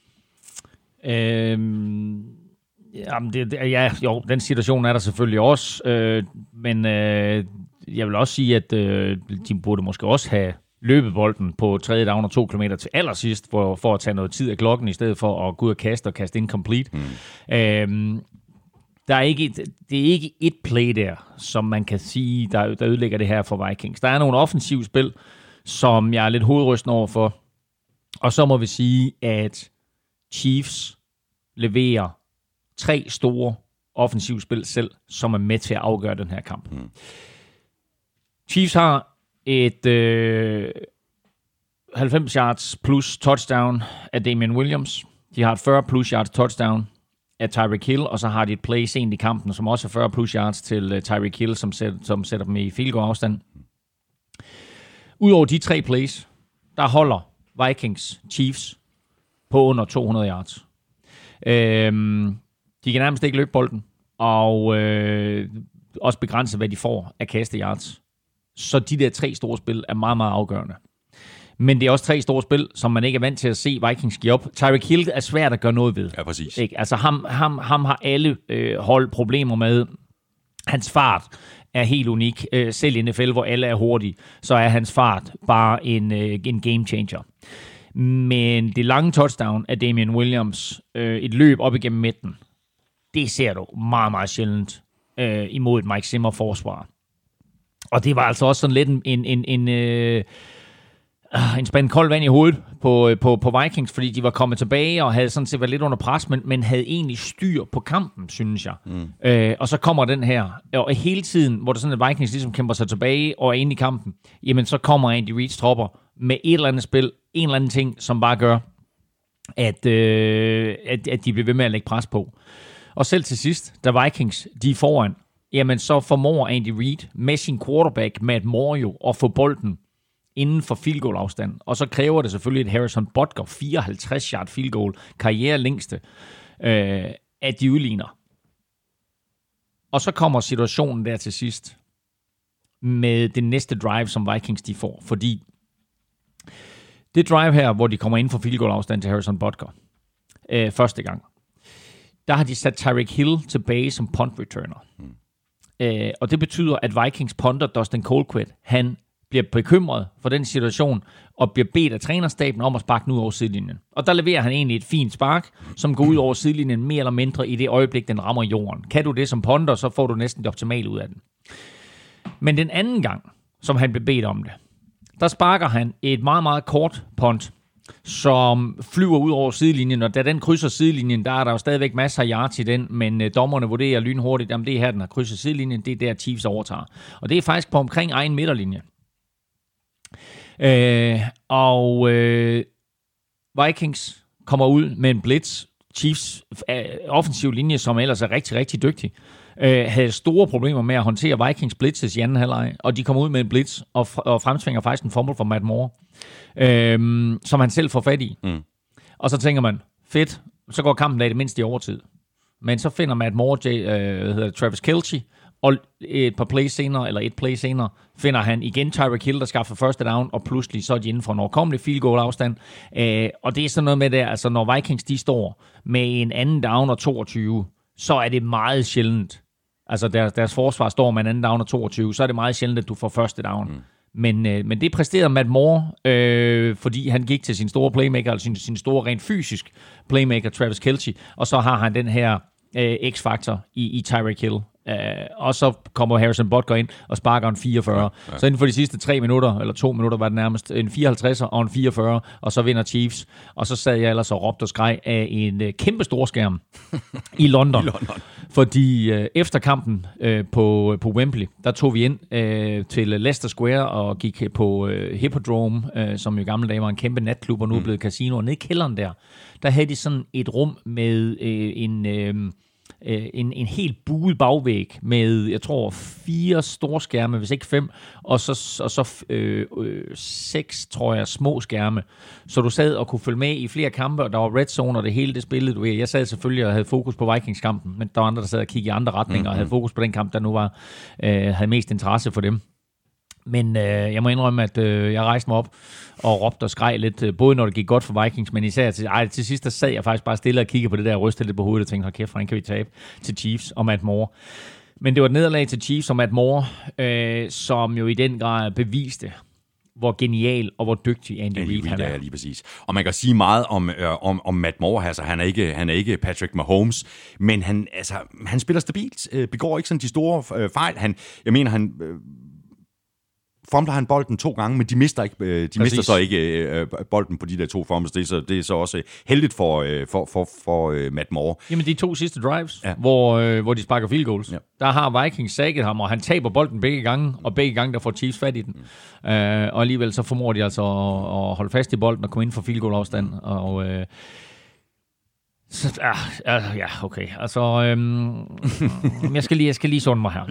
Øhm, jamen det, ja, jo, den situation er der selvfølgelig også. Øh, men øh, jeg vil også sige, at øh, de burde måske også have løbebolden på tredje down og to kilometer til allersidst, for, for at tage noget tid af klokken, i stedet for at gå ud og kaste og kaste incomplete. Mm. Øhm, der er ikke, det er ikke et play der, som man kan sige, der, der ødelægger det her for Vikings. Der er nogle offensive spil, som jeg er lidt hovedrystende over for. Og så må vi sige, at Chiefs leverer tre store offensive spil selv, som er med til at afgøre den her kamp. Mm. Chiefs har et øh, halvfems yards plus touchdown af Damien Williams. De har et fyrre plus yards touchdown af Tyreek Hill, og så har de et play sent i kampen, som også er fyrre plus yards til uh, Tyreek Hill, som, sæt, som sætter dem i field goal afstand. Udover de tre plays, der holder Vikings Chiefs på under to hundrede yards. Øhm, de kan nærmest ikke løbe bolden, og øh, også begrænse, hvad de får af kaste yards. Så de der tre store spil er meget, meget afgørende. Men det er også tre store spil, som man ikke er vant til at se Vikings give op. Tyreek Hill er svært at gøre noget ved. Ja, præcis. Ikke? Altså ham, ham, ham har alle øh, hold problemer med. Hans fart er helt unik. Øh, selv i N F L, hvor alle er hurtige, så er hans fart bare en, øh, en game changer. Men det lange touchdown af Damien Williams, øh, et løb op igennem midten, det ser du meget, meget sjældent øh, imod et Mike Zimmer forsvar. Og det var altså også sådan lidt en, en, en, en, øh, en spand koldt vand i hovedet på, på, på Vikings, fordi de var kommet tilbage og havde sådan set været lidt under pres, men, men havde egentlig styr på kampen, synes jeg. Mm. Øh, og så kommer den her, og hele tiden, hvor der sådan, at Vikings ligesom kæmper sig tilbage og er inde i kampen, jamen så kommer Andy Reid's tropper med et eller andet spil, en eller anden ting, som bare gør, at, øh, at, at de bliver ved med at lægge pres på. Og selv til sidst, da Vikings, de er foran, jamen så formår Andy Reid med sin quarterback, Matt Moore, jo, at få bolden inden for field goal afstand. Og så kræver det selvfølgelig et Harrison Butker fireoghalvtreds yard field goal, karriere længste, øh, at de udligner. Og så kommer situationen der til sidst med det næste drive, som Vikings de får. Fordi det drive her, hvor de kommer ind for field goal afstand til Harrison Butker, øh, første gang, der har de sat Tyreek Hill tilbage som punt returner. Mm. Øh, og det betyder, at Vikings punter Dustin Colquitt, han bliver bekymret for den situation, og bliver bedt af trænerstaben om at sparke den ud over sidelinjen. Og der leverer han egentlig et fint spark, som går ud over sidelinjen mere eller mindre i det øjeblik, den rammer jorden. Kan du det som punter, så får du næsten det optimale ud af den. Men den anden gang, som han blev bedt om det, der sparker han et meget, meget kort punt, som flyver ud over sidelinjen, og da den krydser sidelinjen, der er der jo stadigvæk masser af yards i den, men øh, dommerne vurderer lynhurtigt, jamen det er her, den har krydset sidelinjen, det er der Chiefs overtager. Og det er faktisk på omkring egen midterlinje. Øh, og øh, Vikings kommer ud med en blitz. Chiefs øh, offensiv linje, som ellers er rigtig, rigtig dygtig, øh, havde store problemer med at håndtere Vikings blitzes i anden halvleg, og de kommer ud med en blitz og, f- og fremsvinger faktisk en fumble fra Matt Moore, øh, som han selv får fat i. Mm. Og så tænker man, fedt, så går kampen af det mindste i overtid. Men så finder Matt Moore, J, øh, hvad hedder det, Travis Kelce, og et par plays senere, eller et play senere, finder han igen Tyreek Hill, der skaffer første down, og pludselig så er de inden for en overkommelig field goal afstand. Øh, og det er sådan noget med det, altså når Vikings de står med en anden down og toogtyve, så er det meget sjældent, altså deres, deres forsvar står med en anden down og toogtyve, så er det meget sjældent, at du får første down. Mm. Men, øh, men det præsterede Matt Moore, øh, fordi han gik til sin store playmaker, altså sin, sin store rent fysisk playmaker, Travis Kelce, og så har han den her øh, X-faktor i, i Tyreek Hill. Uh, og så kommer Harrison Butker ind og sparker en fireogfyrre. Ja, ja. Så inden for de sidste tre minutter, eller to minutter var det nærmest, en fireoghalvtredser og en fireogfyrre, og så vinder Chiefs. Og så sad jeg ellers og råbte og skreg af en uh, kæmpe storskærm i London. I London. Fordi uh, efter kampen uh, på, på Wembley, der tog vi ind uh, til Leicester Square og gik på uh, Hippodrome, uh, som jo i gamle dage var en kæmpe natklub, og nu er blevet mm. casino. Og nede i kælderen der, der havde de sådan et rum med uh, en... Uh, En, en helt buet bagvæg med, jeg tror, fire store skærme, hvis ikke fem, og så, og så øh, øh, seks, tror jeg, små skærme. Så du sad og kunne følge med i flere kampe, og der var red zone, og det hele det spillede. Du, jeg sad selvfølgelig og havde fokus på Vikings-kampen, men der var andre, der sad og kiggede i andre retninger, mm-hmm. og havde fokus på den kamp, der nu var, øh, havde mest interesse for dem. Men øh, jeg må indrømme, at øh, jeg rejste mig op og råbte og skreg lidt, øh, både når det gik godt for Vikings, men især til, ej, til sidst, der sad jeg faktisk bare stille og kiggede på det der, og rystede lidt på hovedet og tænkte, hold kæft, hvordan kan vi tabe til Chiefs og Matt Moore? Men det var et nederlag til Chiefs og Matt Moore, øh, som jo i den grad beviste, hvor genial og hvor dygtig Andy, Andy Reid han er. Ja, lige præcis. Og man kan sige meget om, øh, om, om Matt Moore. Altså, han er ikke, han er ikke Patrick Mahomes, men han, altså, han spiller stabilt, øh, begår ikke sådan de store øh, fejl. Han, jeg mener, han... Øh, fumler han bolden to gange, men de mister ikke, de mister så ikke øh, bolden på de der to fumbles. Det er så, det er så også heldigt for, øh, for, for, for øh, Matt Moore. Jamen de to sidste drives, ja. hvor, øh, hvor de sparker field goals, ja. Der har Vikings sækket ham, og han taber bolden begge gange, og begge gange der får Chiefs fat i den. Mm. Øh, og alligevel så formår de altså at, at holde fast i bolden og komme ind for field goal afstand. Mm. Og øh, Så, ja, ja, okay. Altså, øhm, jeg skal lige, jeg skal lige sunde mig her.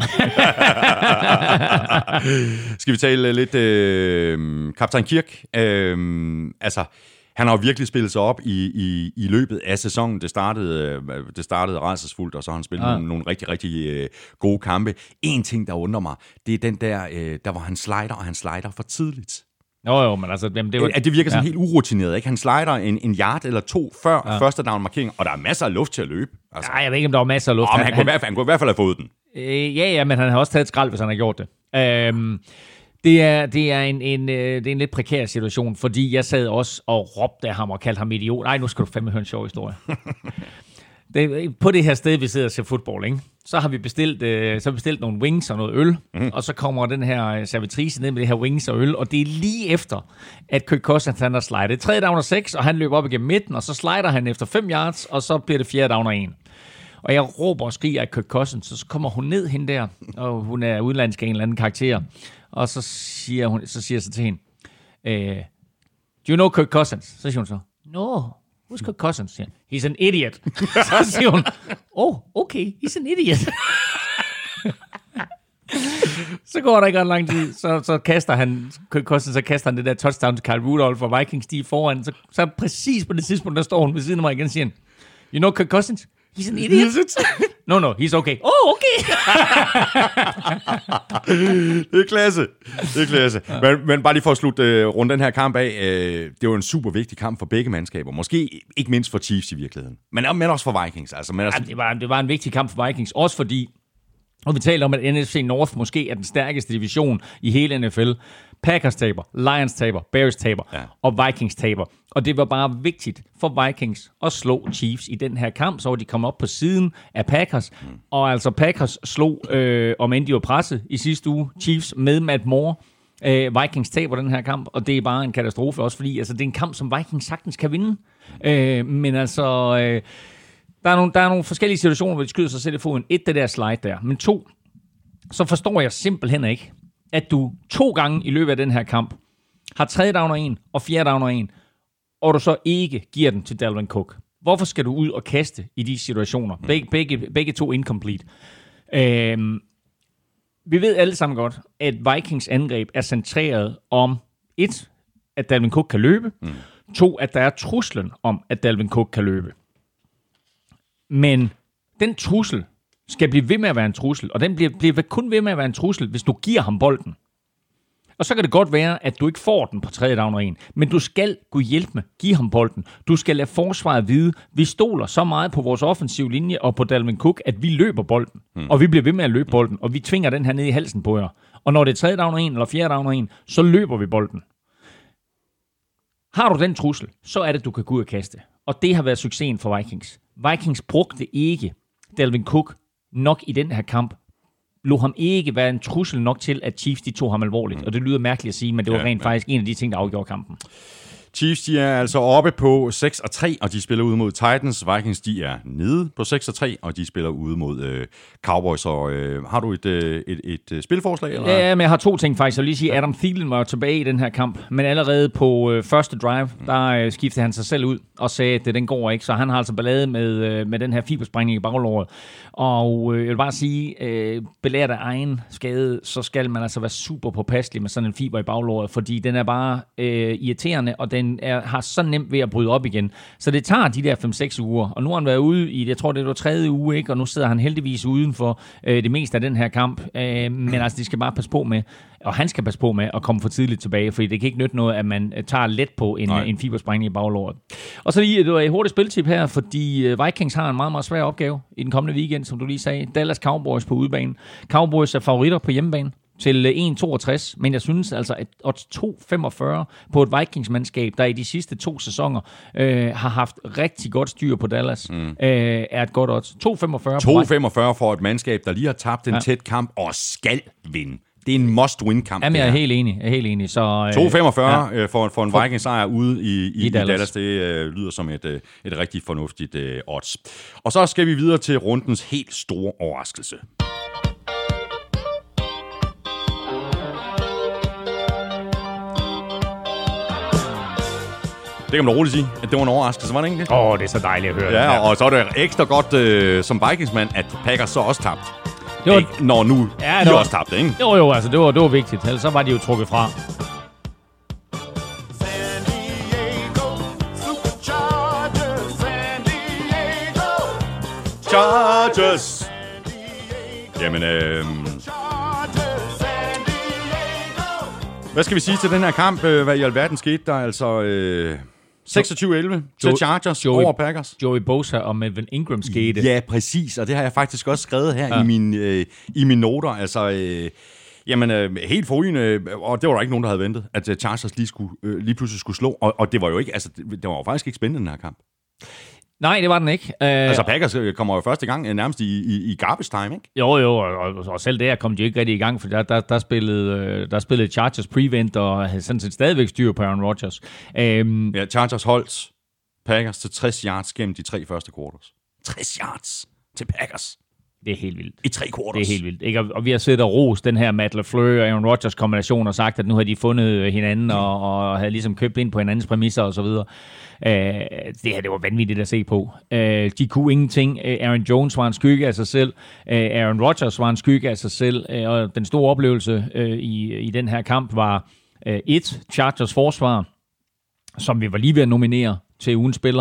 Skal vi tale lidt øh, Kaptajn Kirk? Øh, altså, han har jo virkelig spillet sig op i, i, i løbet af sæsonen. Det startede, det startede rædselsfuldt, og så har han spillet ja. nogle, nogle rigtig, rigtig øh, gode kampe. En ting, der undrer mig, det er den der, øh, der hvor han slider, og han slider for tidligt. Jo, jo, men altså... Jamen, det, var, at det virker sådan ja. helt urutineret, ikke? Han slider en, en yard eller to før ja. første down-markering, og der er masser af luft til at løbe. Altså. Nej, jeg ved ikke, om der var masser af luft. Oh, han, han, kunne han, han kunne i hvert fald have fået den. Øh, ja, ja, men han har også taget et skrald, hvis han har gjort det. Øhm, det, er, det, er en, en, det er en lidt prekær situation, fordi jeg sad også og råbte af ham og kaldte ham idiot. Nej, nu skal du fandme høre en sjov historie. Det, på det her sted, vi sidder og ser fodbold, ikke? Så har vi bestilt, øh, så bestilt nogle wings og noget øl, mm. og så kommer den her servitrice ned med det her wings og øl, og det er lige efter, at Kirk Cousins han har slidet. Tredje down og seks, og han løber op igennem midten, og så slider han efter fem yards, og så bliver det fjerde down og en. Og jeg råber og skriger af Kirk Cousins, så kommer hun ned hende der, og hun er udlandsk af en eller anden karakter, og så siger, hun, så siger jeg så til hende, øh, do you know Kirk Cousins? Så siger hun så, no. Who's Kirk Cousins? Yeah. He's an idiot. Så siger hun, oh, okay, he's an idiot. Så går der ikke ret lang tid, så, så kaster han, Kirk Cousins, så kaster han det der touchdown til Kyle Rudolph for Vikings, de er foran. Så, så præcis på det tidspunkt, der står hun ved siden af mig igen og siger, you know Kirk Cousins? He's an idiot. No, no, he's okay. Oh, okay. Det er klasse. Det er klasse. Ja. Men, men bare lige for at slutte uh, rundt den her kamp af, uh, det var en super vigtig kamp for begge mandskaber. Måske ikke mindst for Chiefs i virkeligheden. Men, men også for Vikings. Altså, men altså... ja, det, var, det var en vigtig kamp for Vikings. Også fordi, Og vi taler om, at N F C North måske er den stærkeste division i hele N F L. Packers taber, Lions taber, Bears taber, ja. og Vikings taber. Og det var bare vigtigt for Vikings at slå Chiefs i den her kamp, så var de kom op på siden af Packers. Mm. Og altså Packers slog, øh, om end de var presset i sidste uge, Chiefs med Matt Moore. Øh, Vikings taber den her kamp, og det er bare en katastrofe også, fordi altså, det er en kamp, som Vikings sagtens kan vinde. Øh, men altså, øh, der, er nogle, der er nogle forskellige situationer, hvor de skyder sig selv i foden. Et, det der slide der. Men to, så forstår jeg simpelthen ikke, at du to gange i løbet af den her kamp har tredje down og en, og fjerde down og en, og du så ikke giver den til Dalvin Cook. Hvorfor skal du ud og kaste i de situationer? Begge, begge, begge to incomplete. Øhm, vi ved alle sammen godt, at Vikings angreb er centreret om et, at Dalvin Cook kan løbe, mm. to, at der er truslen om, at Dalvin Cook kan løbe. Men den trussel skal blive ved med at være en trussel, og den bliver, bliver kun ved med at være en trussel, hvis du giver ham bolden. Og så kan det godt være, at du ikke får den på tredje down og en, men du skal kunne hjælpe med, give ham bolden. Du skal lade forsvaret vide, vi stoler så meget på vores offensive linje og på Dalvin Cook, at vi løber bolden, mm. og vi bliver ved med at løbe bolden, og vi tvinger den her ned i halsen på jer. Og når det er tredje down og en eller fjerde down og en, så løber vi bolden. Har du den trussel, så er det, du kan gå ud og kaste. Og det har været succesen for Vikings. Vikings brugte ikke Dalvin Cook nok i den her kamp, lå ham ikke være en trussel nok til, at Chiefs de tog ham alvorligt. Mm. Og det lyder mærkeligt at sige, men det var ja, rent ja. faktisk en af de ting, der afgjorde kampen. Chiefs, de er altså oppe på seks og tre, og de spiller ude mod Titans. Vikings, de er nede på seks og tre, og de spiller ude mod øh, Cowboys. Og øh, har du et, øh, et, et, et spilforslag? Eller? Ja, men jeg har to ting faktisk. Jeg vil lige sige, Adam Thielen var tilbage i den her kamp, men allerede på øh, første drive, mm. der øh, skiftede han sig selv ud og sagde, at det, den går ikke. Så han har altså ballade med, øh, med den her fibersprængning i baglåret. Og øh, jeg vil bare sige, øh, belært af egen skade, så skal man altså være super påpasselig med sådan en fiber i baglåret, fordi den er bare øh, irriterende, og den er, har så nemt ved at bryde op igen. Så det tager de der fem seks uger, og nu har han været ude i, jeg tror det var tredje uge, ikke? Og nu sidder han heldigvis uden for øh, det meste af den her kamp. Øh, men altså, de skal bare passe på med, og han skal passe på med at komme for tidligt tilbage, fordi det kan ikke nytte noget, at man tager let på en, en fibersprængning i baglåret. Og så lige, det var et hurtigt spiltip her, fordi Vikings har en meget, meget svær opgave i den kommende weekend, som du lige sagde. Dallas Cowboys på udebane. Cowboys er favoritter på hjemmebane til en komma toogtres, men jeg synes altså, at odds to komma femogfyrre på et Vikings-mandskab, der i de sidste to sæsoner øh, har haft rigtig godt styr på Dallas, mm. øh, er et godt odds. to komma femogfyrre to komma femogfyrre for et mandskab, der lige har tabt en ja. tæt kamp og skal vinde. Det er en must-win-kamp. Jamen, jeg er helt enig. Jeg er helt enig. Så, øh, to komma femogfyrre ja. for, for en Vikings-sejr ude i, i, i Dallas. I Dallas. Det øh, lyder som et, øh, et rigtig fornuftigt øh, odds. Og så skal vi videre til rundens helt store overraskelse. Det kan man roligt sige, at det var en overraskelse, var det ikke det? Åh, oh, det er så dejligt at høre. Ja, og så er det ekstra godt øh, som Vikingsmand, at Packers så også tabte. Det var, ikke, når nu ja, de var, også tabte, ikke? Jo, jo, altså det var, det var vigtigt. Ellers så var de jo trukket fra. San Diego, Superchargers, San Diego, Chargers. Jamen, øh... hvad skal vi sige til den her kamp? Hvad i alverden skete der? Altså... Øh... seksogtyve elleve til Chargers Joey, over Packers. Joey Bosa og Melvin Ingram skete. Ja, præcis, og det har jeg faktisk også skrevet her ja. i, min, øh, i mine noter. Altså, øh, jamen, øh, helt forrygende, og det var der ikke nogen, der havde ventet, at uh, Chargers lige, skulle, øh, lige pludselig skulle slå, og, og det var jo ikke, altså, det, det var jo faktisk ikke spændende, den her kamp. Nej, det var den ikke. Uh, altså, Packers kommer jo første gang nærmest i, i, i garbage time, ikke? Jo, jo, og, og selv der kom de ikke rigtig i gang, for der, der, der, spillede, der spillede Chargers prevent, og havde sådan set stadigvæk styr på Aaron Rodgers. Um, ja, Chargers holdt Packers til tres yards gennem de tre første quarters. tres yards til Packers. Det er helt vildt. I tre quarters. Det er helt vildt. Ikke? Og vi har siddet og rost den her Matt LaFleur og Aaron Rodgers kombination og sagt, at nu har de fundet hinanden mm. og, og havde ligesom købt ind på hinandens præmisser og så videre. Uh, det her, det var vanvittigt at se på. Uh, de kunne ingenting. Uh, Aaron Jones var en skygge af sig selv. Uh, Aaron Rodgers var en skygge af sig selv. Uh, og den store oplevelse uh, i, i den her kamp var uh, et, Chargers forsvar, som vi var lige ved at nominere til ugens spiller. Mm.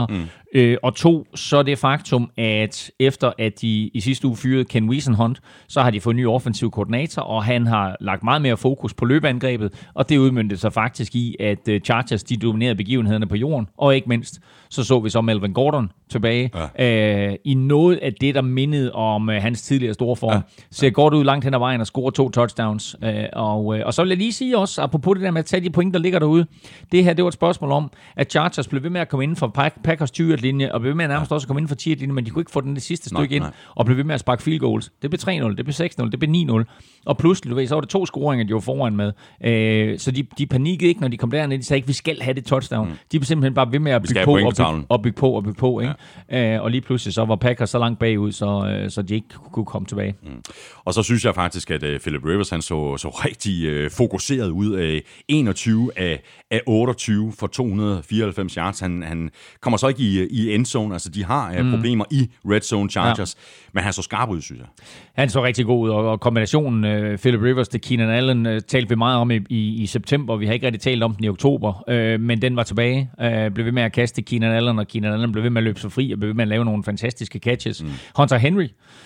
Øh, og to, så det faktum, at efter at de i sidste uge fyrede Ken Whisenhunt, så har de fået en ny offensiv koordinator, og han har lagt meget mere fokus på løbeangrebet, og det udmøntede sig faktisk i, at uh, Chargers de dominerede begivenhederne på jorden, og ikke mindst, så så vi så Melvin Gordon tilbage ja. øh, i noget af det, der mindede om uh, hans tidligere store form. Ja. Ser ja. godt ud langt hen ad vejen og scorer to touchdowns. Øh, og, øh, og så vil jeg lige sige også, apropos det der med at tage de point, der ligger derude, det her, det var et spørgsmål om, at Chargers blev ved med at komme inden for Packers tyve-linje, og blev ved med at nærmest også at komme inden for ti-linje, men de kunne ikke få den det sidste stykke nej, ind, nej. og blev ved med at sparke field goals. Det blev tre nul, det blev seks nul, det blev ni nul, og pludselig, du ved, så var det to scoringer, de var foran med. Øh, så de, de panikkede ikke, når de kom derned, de sagde ikke, vi skal have det touchdown. Mm. De blev simpelthen bare ved med at bygge på og bygge, og bygge på og bygge på, ikke? Ja. Øh, og lige pludselig så var Packers så langt bagud, så, øh, så de ikke kunne komme tilbage. Mm. Og så synes jeg faktisk, at uh, Philip Rivers, han så, så rigtig uh, fokuseret ud af enogtyve af, af otteogtyve for to hundrede og fireoghalvfems yards. Han, han kommer så ikke i, i endzone, altså de har uh, mm. problemer i red zone Chargers, ja. men han så skarp ud, synes jeg. Han så rigtig god ud, og, og kombinationen uh, Philip Rivers til Keenan Allen uh, talte vi meget om i, i, i september, vi har ikke rigtig talt om den i oktober, uh, men den var tilbage, uh, blev ved med at kaste Keenan Allen, og Keenan Allen blev ved med at løbe sig fri, og blev ved med at lave nogle fantastiske catches. Mm. Hunter Henry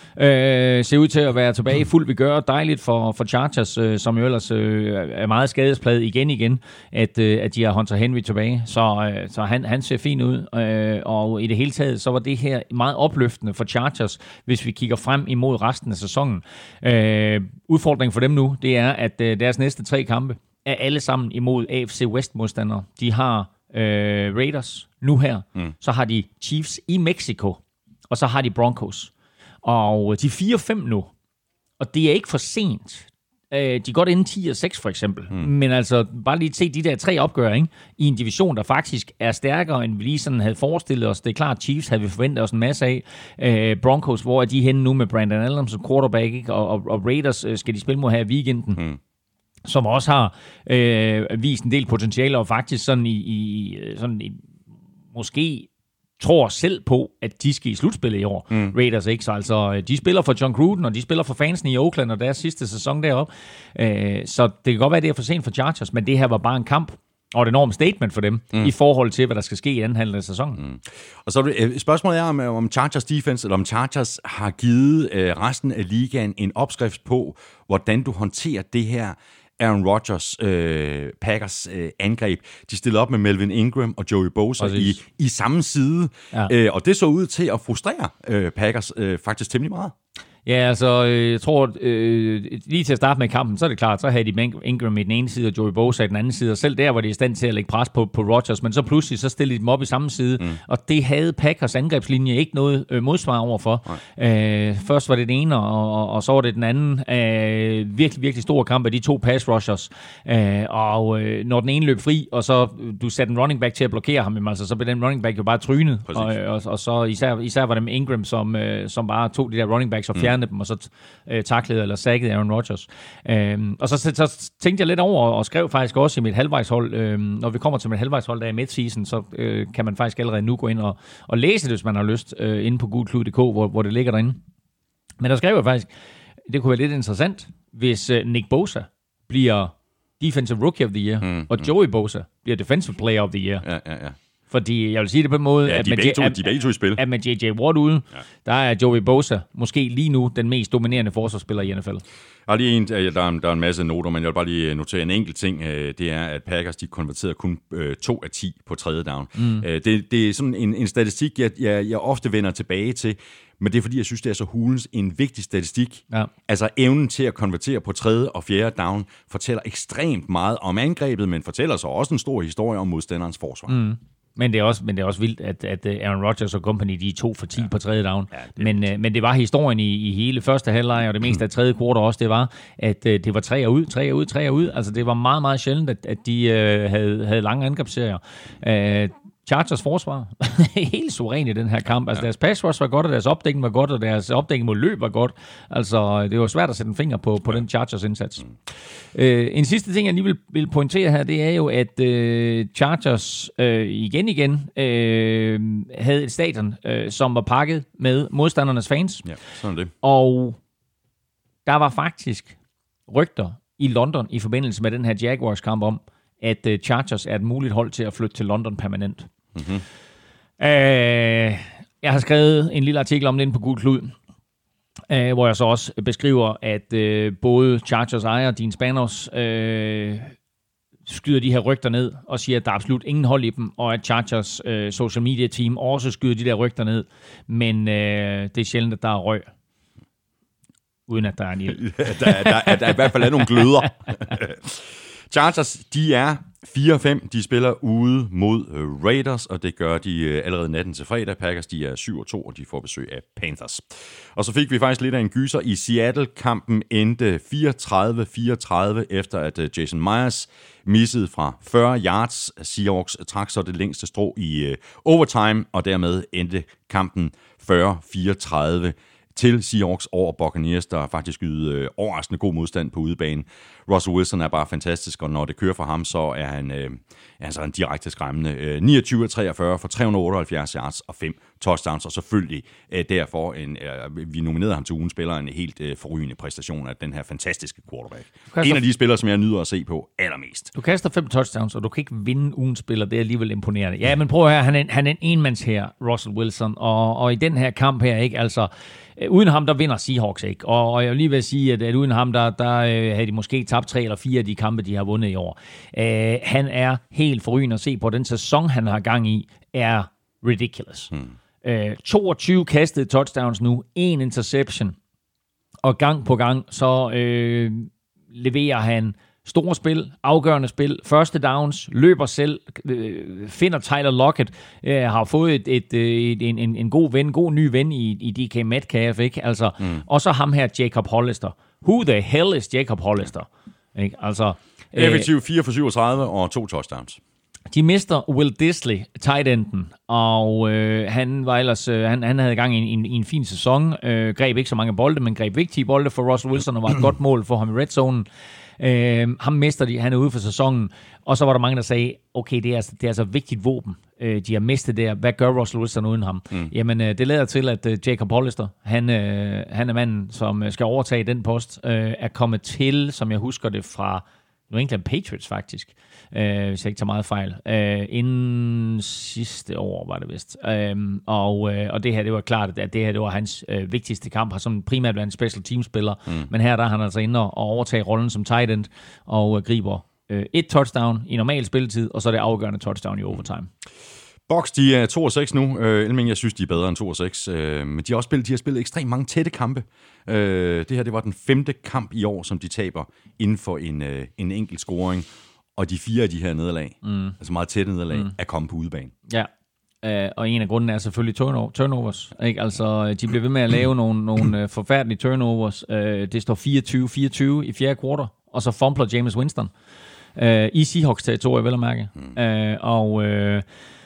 øh, ser ud til at være tilbage i fuld vigør. Dejligt for, for Chargers, øh, som jo ellers øh, er meget skadesplaget igen igen, at, øh, at de har Hunter Henry tilbage. Så, øh, så han, han ser fint ud. Øh, og i det hele taget, så var det her meget opløftende for Chargers, hvis vi kigger frem imod resten af sæsonen. Øh, udfordringen for dem nu, det er, at øh, deres næste tre kampe er alle sammen imod A F C West-modstandere. De har øh, Raiders nu her, mm. så har de Chiefs i Mexico, og så har de Broncos. Og de er fire fem nu, og det er ikke for sent. De er godt inde ti og seks for eksempel. Mm. Men altså, bare lige se de der tre opgør, ikke? I en division, der faktisk er stærkere, end vi lige sådan havde forestillet os. Det er klart, Chiefs havde vi forventet os en masse af. Øh, Broncos, hvor er de henne nu med Brandon Allen som quarterback, ikke? Og, og, og Raiders skal de spille mod her i weekenden. Mm. Som også har øh, vist en del potentiale, og faktisk sådan i, i, sådan i måske tror selv på, at de skal i slutspillet i år. Mm. Raiders, ikke? Så altså, de spiller for John Gruden, og de spiller for fansene i Oakland, og deres sidste sæson deroppe. Øh, så det kan godt være, at det er for sent for Chargers, men det her var bare en kamp, og et enormt statement for dem, mm. i forhold til, hvad der skal ske i anden halvdel af sæsonen. Mm. Og så øh, spørgsmålet er, om, om Chargers defense, eller om Chargers har givet øh, resten af ligaen en opskrift på, hvordan du håndterer det her Aaron Rodgers øh, Packers øh, angreb. De stillede op med Melvin Ingram og Joey Bosa i, i samme side, ja. øh, og det så ud til at frustrere øh, Packers øh, faktisk temmelig meget. Ja, altså, øh, jeg tror, øh, lige til at starte med kampen, så er det klart, så havde de Ingram i den ene side, og Joey Bosa i den anden side, og selv der var de i stand til at lægge pres på, på Rodgers, men så pludselig, så stillede de dem op i samme side, mm. og det havde Packers angrebslinje ikke noget øh, modsvar overfor. Øh, først var det den ene, og, og, og så var det den anden. Øh, virkelig, virkelig stor kamp af de to pass rushers, øh, og øh, når den ene løb fri, og så du satte en running back til at blokere ham, altså, så blev den running back jo bare trynet, og, og, og så især, især var det med Ingram, som, øh, som bare tog de der running backs og fjernede mm. dem, og så øh, taklede eller sackede Aaron Rodgers. Øhm, og så, så, så tænkte jeg lidt over, og skrev faktisk også i mit halvvejshold, øh, når vi kommer til mit halvvejshold, der er midseason, så øh, kan man faktisk allerede nu gå ind og, og læse det, hvis man har lyst, øh, inde på gulklud punktum d k, hvor, hvor det ligger derinde. Men der skrev jeg faktisk, det kunne være lidt interessant, hvis øh, Nick Bosa bliver Defensive Rookie of the Year, mm, og Joey Bosa bliver Defensive Player of the Year. Ja, ja, ja. Fordi jeg vil sige det på en måde, ja, at, de med begge to, at, de begge to i spil. at med J J Watt ude, ja. der er Joey Bosa måske lige nu den mest dominerende forsvarsspiller i N F L. Jeg har lige en, der, er, der er en masse noter, men jeg vil bare lige notere en enkelt ting. Det er, at Packers de konverterede kun to af ti på tredje down. Mm. Det, det er sådan en, en statistik, jeg, jeg, jeg ofte vender tilbage til, men det er fordi, jeg synes, det er så hulens en vigtig statistik. Ja. Altså evnen til at konvertere på tredje og fjerde down fortæller ekstremt meget om angrebet, men fortæller så også en stor historie om modstanderens forsvar. Mm. Men det er også, men det er også vildt, at, at Aaron Rodgers og company, de er to for ti ja. på tredje down. Ja, det men, uh, men det var historien i, i hele første halvleg, og det meste af tredje kvartal også, det var, at uh, det var tre ud, tre ud, tre ud. Altså det var meget, meget sjældent, at, at de uh, havde, havde lange angrebsserier. Uh, Chargers forsvar helt suveræn i den her kamp. Altså deres pass rush var godt, og deres opdækning var godt, og deres opdækning mod løb var godt. Altså det var svært at sætte en finger på, på den Chargers indsats. Mm. Øh, en sidste ting, jeg lige vil, vil pointere her, det er jo, at øh, Chargers øh, igen igen øh, havde et stadion, øh, som var pakket med modstandernes fans. Ja, sådan det. Og der var faktisk rygter i London i forbindelse med den her Jaguars-kamp om, at uh, Chargers er et muligt hold til at flytte til London permanent. Mm-hmm. Uh, jeg har skrevet en lille artikel om det inde på Gul Klud, uh, hvor jeg så også beskriver, at uh, både Chargers ejer, Dean Spanos, uh, skyder de her rygter ned og siger, at der er absolut ingen hold i dem, og at Chargers uh, social media team også skyder de der rygter ned. Men uh, det er sjældent, at der er røg, uden at der er en ild. der, der, der, der er i hvert fald er nogle gløder. Chargers, de er fire fem. De spiller ude mod Raiders, og det gør de allerede natten til fredag. Packers, de er syv og to, og de får besøg af Panthers. Og så fik vi faktisk lidt af en gyser i Seattle. Kampen endte fireogtredive fireogtredive, efter at Jason Myers missede fra fyrre yards. Seahawks trak så det længste strå i overtime, og dermed endte kampen fyrre fireogtredive til Seahawks over Buccaneers, der faktisk ydede øh, overraskende god modstand på udebane. Russell Wilson er bare fantastisk, og når det kører for ham, så er han, øh, altså en direkte skræmmende. Øh, niogtyve af treogfyrre for tre hundrede og otteoghalvfjerds yards og fem touchdowns, og selvfølgelig øh, derfor, en, øh, vi nominerede ham til ugen spiller en helt øh, forrygende præstation af den her fantastiske quarterback. Kaster, en af de spillere, som jeg nyder at se på allermest. Du kaster fem touchdowns, og du kan ikke vinde ugens spiller, det er alligevel imponerende. Ja, men prøv at høre, han er, han er en enmands her, Russell Wilson, og, og i den her kamp her, ikke, altså uden ham, der vinder Seahawks ikke. Og, og jeg vil lige vil sige, at, at uden ham, der, der øh, havde de måske tabt tre eller fire af de kampe, de har vundet i år. Øh, han er helt forrygende at se på. Den sæson, han har gang i, er ridiculous. Hmm. Øh, toogtyve kastede touchdowns nu, en interception. Og gang på gang, så øh, leverer han store spil, afgørende spil, første downs, løber selv, øh, finder Tyler Lockett, øh, har fået et, et, et, en, en, en god ven, god ny ven i, i D K Metcalf, ikke? Altså, mm. Og så ham her, Jacob Hollister. Who the hell is Jacob Hollister? Ikke? Altså, effektiv fire for syvogtredive og to touchdowns. De mister Will Disley, tight enden, og øh, han var ellers øh, han, han havde gang i en, i en fin sæson, øh, greb ikke så mange bolde, men greb vigtige bolde for Russell Wilson, og var et godt mål for ham i red zone. Øh, ham mister de, han er ude for sæsonen, og så var der mange, der sagde, okay, det er altså, det er altså vigtigt våben, øh, de har mistet der, hvad gør Russell Wilson uden ham? Mm. Jamen, øh, det lader til, at øh, Jacob Hollister, han, øh, han er manden, som øh, skal overtage den post, øh, er kommet til, som jeg husker det, fra New England Patriots faktisk, øh, hvis jeg ikke tager meget fejl. Øh, inden sidste år var det vist. Øh, og, øh, og det her, det var klart, at det her det var hans øh, vigtigste kamp, har som primært været en special team-spiller, mm. men her der er han altså inde og overtage rollen som tight end, og øh, griber øh, et touchdown i normal spilletid, og så er det afgørende touchdown i overtime. Bucks, de er to og seks nu. Øh, men jeg synes, de er bedre end to og seks. Øh, men de har også spillet, de har spillet ekstremt mange tætte kampe. Øh, det her, det var den femte kamp i år, som de taber inden for en, øh, en enkelt scoring. Og de fire af de her nederlag, mm. altså meget tætte nederlag, mm. er kommet på udebane. Ja, øh, og en af grunden er selvfølgelig turno- turnovers. Ikke? Altså, de bliver ved med at lave nogle, nogle øh, forfærdelige turnovers. Øh, det står fireogtyve fireogtyve i fjerde kvartal, og så fumbler Jameis Winston øh, i Seahawks-territoriet, vel at mærke. Mm. Øh, og øh,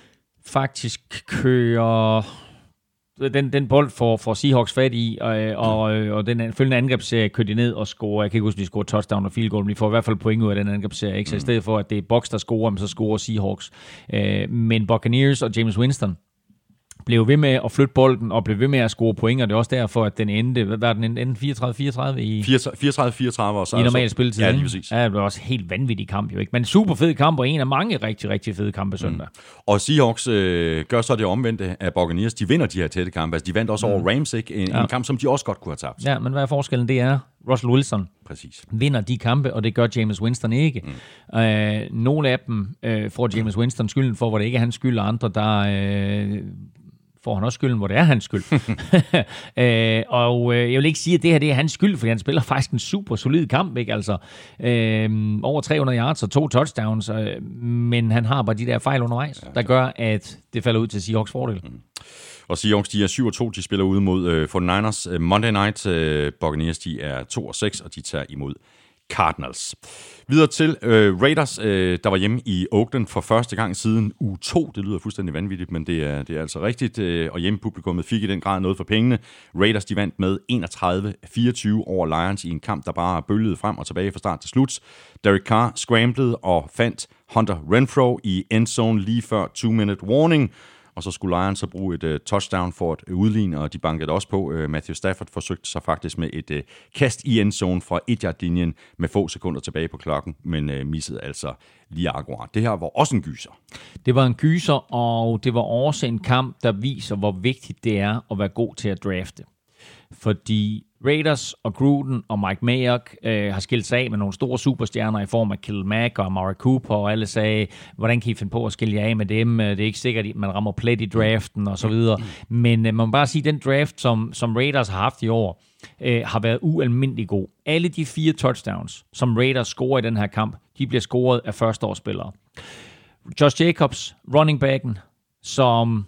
faktisk kører den, den bold for, for Seahawks fat i, og, og, og den følgende angrebsserie kører de ned og scorer. Jeg kan ikke huske, at de scorer touchdown og field goal, men de får i hvert fald point ud af den angrebsserie. Ikke? Så i stedet for, at det er Bucks, der scorer, så scorer Seahawks. Øh, men Buccaneers og Jameis Winston blev ved med at flytte bolden, og blev ved med at score point, og det er også derfor, at den endte, hvad var den endte, fireogtredive fireogtredive i fireogtredive fireogtredive, og så i normal spilletid. Ja, lige præcis. Ja, det var også helt vanvittig kamp jo, ikke? Men super fed kamp, og en af mange rigtig, rigtig fede kampe søndag. Mm. Og Seahawks øh, gør så det omvendte af Buccaneers. De vinder de her tætte kampe. Altså, de vandt også mm. over Rams, ikke? En, ja. en kamp, som de også godt kunne have tabt. Ja, men hvad er forskellen? Det er, Russell Wilson Præcis. vinder de kampe, og det gør Jameis Winston ikke. Mm. Øh, nogle af dem øh, får Jameis Winston skylden for, hvor det ikke er hans skyld, og andre, der Øh, får han også skylden, hvor det er hans skyld. øh, og øh, jeg vil ikke sige, at det her det er hans skyld, fordi han spiller faktisk en super solid kamp, ikke? Altså, øh, over tre hundrede yards og to touchdowns, øh, men han har bare de der fejl undervejs, ja, der gør, at det falder ud til Seahawks fordel. Mm. Og Seahawks, de er syv og to, de spiller ude mod øh, forty-niners. Øh, Monday Night, øh, Buccaneers, de er to og seks, og de tager imod Cardinals. Videre til øh, Raiders, øh, der var hjemme i Oakland for første gang siden uge to. Det lyder fuldstændig vanvittigt, men det er, det er altså rigtigt. Øh, og hjemmepublikummet fik i den grad noget for pengene. Raiders, de vandt med enogtredive fireogtyve over Lions i en kamp, der bare bølgede frem og tilbage fra start til slut. Derek Carr scramblede og fandt Hunter Renfrow i endzone lige før two-minute warning. og så skulle Lions så bruge et uh, touchdown for at udligne, og de bankede også på. Uh, Matthew Stafford forsøgte sig faktisk med et uh, kast i endzone fra et-yard-linjen med få sekunder tilbage på klokken, men uh, missede altså lige akkurat. Det her var også en gyser. Det var en gyser, og det var også en kamp, der viser, hvor vigtigt det er at være god til at drafte. Fordi Raiders og Gruden og Mike Mayock øh, har skilt sig af med nogle store superstjerner i form af Khalil Mack og Amari Cooper, og alle sagde, hvordan kan I finde på at skille jer af med dem? Det er ikke sikkert, at man rammer plet i draften og så videre. Men øh, man må bare sige, at den draft, som, som Raiders har haft i år, øh, har været ualmindelig god. Alle de fire touchdowns, som Raiders scorer i den her kamp, de bliver scoret af førsteårsspillere. Josh Jacobs, running backen, som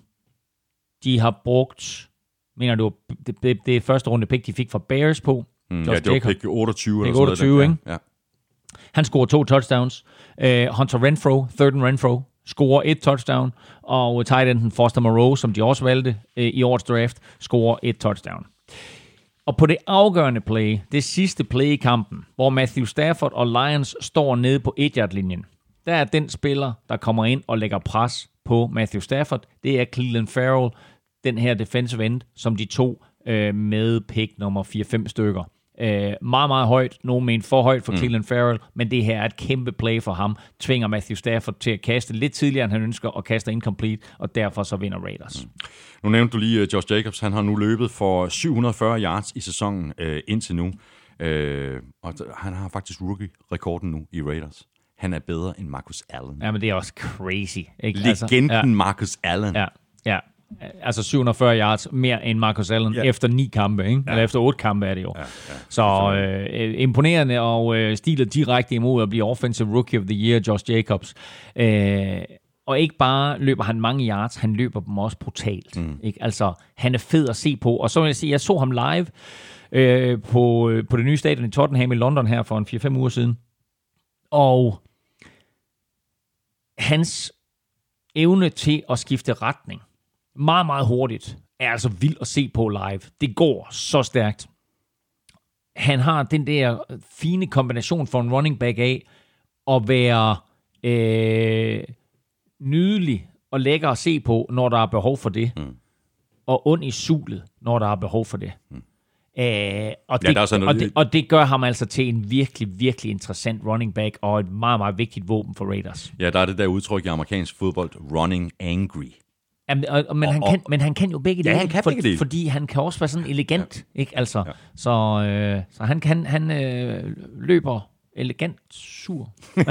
de har brugt... mener du, det, det, det er første runde pick, de fik fra Bears på. Mm, ja, det var pick otteogtyve. Pick otteogtyve, ikke? Ja. Han scorer to touchdowns. Uh, Hunter Renfrow, third and Renfrow, scorer et touchdown. Og tight enden Foster Moreau, som de også valgte uh, i årets draft, scorer et touchdown. Og på det afgørende play, det sidste play i kampen, hvor Matthew Stafford og Lions står nede på et-yard-linjen, der er den spiller, der kommer ind og lægger pres på Matthew Stafford. Det er Clelin Ferrell, den her defensive end, som de tog øh, med pick nummer fire fem stykker. Øh, meget, meget højt. Nogen mener for højt for mm. Clelin Ferrell, men det her er et kæmpe play for ham. Tvinger Matthew Stafford til at kaste lidt tidligere, end han ønsker, og kaster incomplete, og derfor så vinder Raiders. Mm. Nu nævnte du lige uh, Josh Jacobs. Han har nu løbet for syv hundrede og fyrre yards i sæsonen uh, indtil nu. Uh, og han har faktisk rookie-rekorden nu i Raiders. Han er bedre end Marcus Allen. Ja, men det er også crazy. Ikke? Legenden altså, ja. Marcus Allen. Ja, ja. Altså syv hundrede og fyrre yards mere end Marcus Allen ja. efter ni kampe, ikke? Ja. Eller efter otte kampe er det jo. Ja, ja. Så øh, imponerende og øh, stiler direkte imod at blive Offensive Rookie of the Year, Josh Jacobs. Øh, og ikke bare løber han mange yards, han løber dem også brutalt. Mm. Ikke? Altså, han er fed at se på. Og så vil jeg sige, jeg så ham live øh, på, på det nye stadion i Tottenham i London her for en fire fem uger siden. Og hans evne til at skifte retning meget, meget hurtigt er altså vildt at se på live. Det går så stærkt. Han har den der fine kombination for en running back af at være øh, nydelig og lækker at se på, når der er behov for det. Mm. Og ond i sulet, når der er behov for det. Mm. Æh, og, det, ja, og, det, og det gør ham altså til en virkelig, virkelig interessant running back og et meget, meget vigtigt våben for Raiders. Ja, der er det der udtryk i amerikansk fodbold, running angry. Jamen, og, og, men, og, han kan, men han kan jo begge dele, ja, han kan for, begge dele. Fordi han kan også være sådan elegant, ja. Ikke? Altså, ja. Så, øh, så han kan han øh, løber elegant sur. Men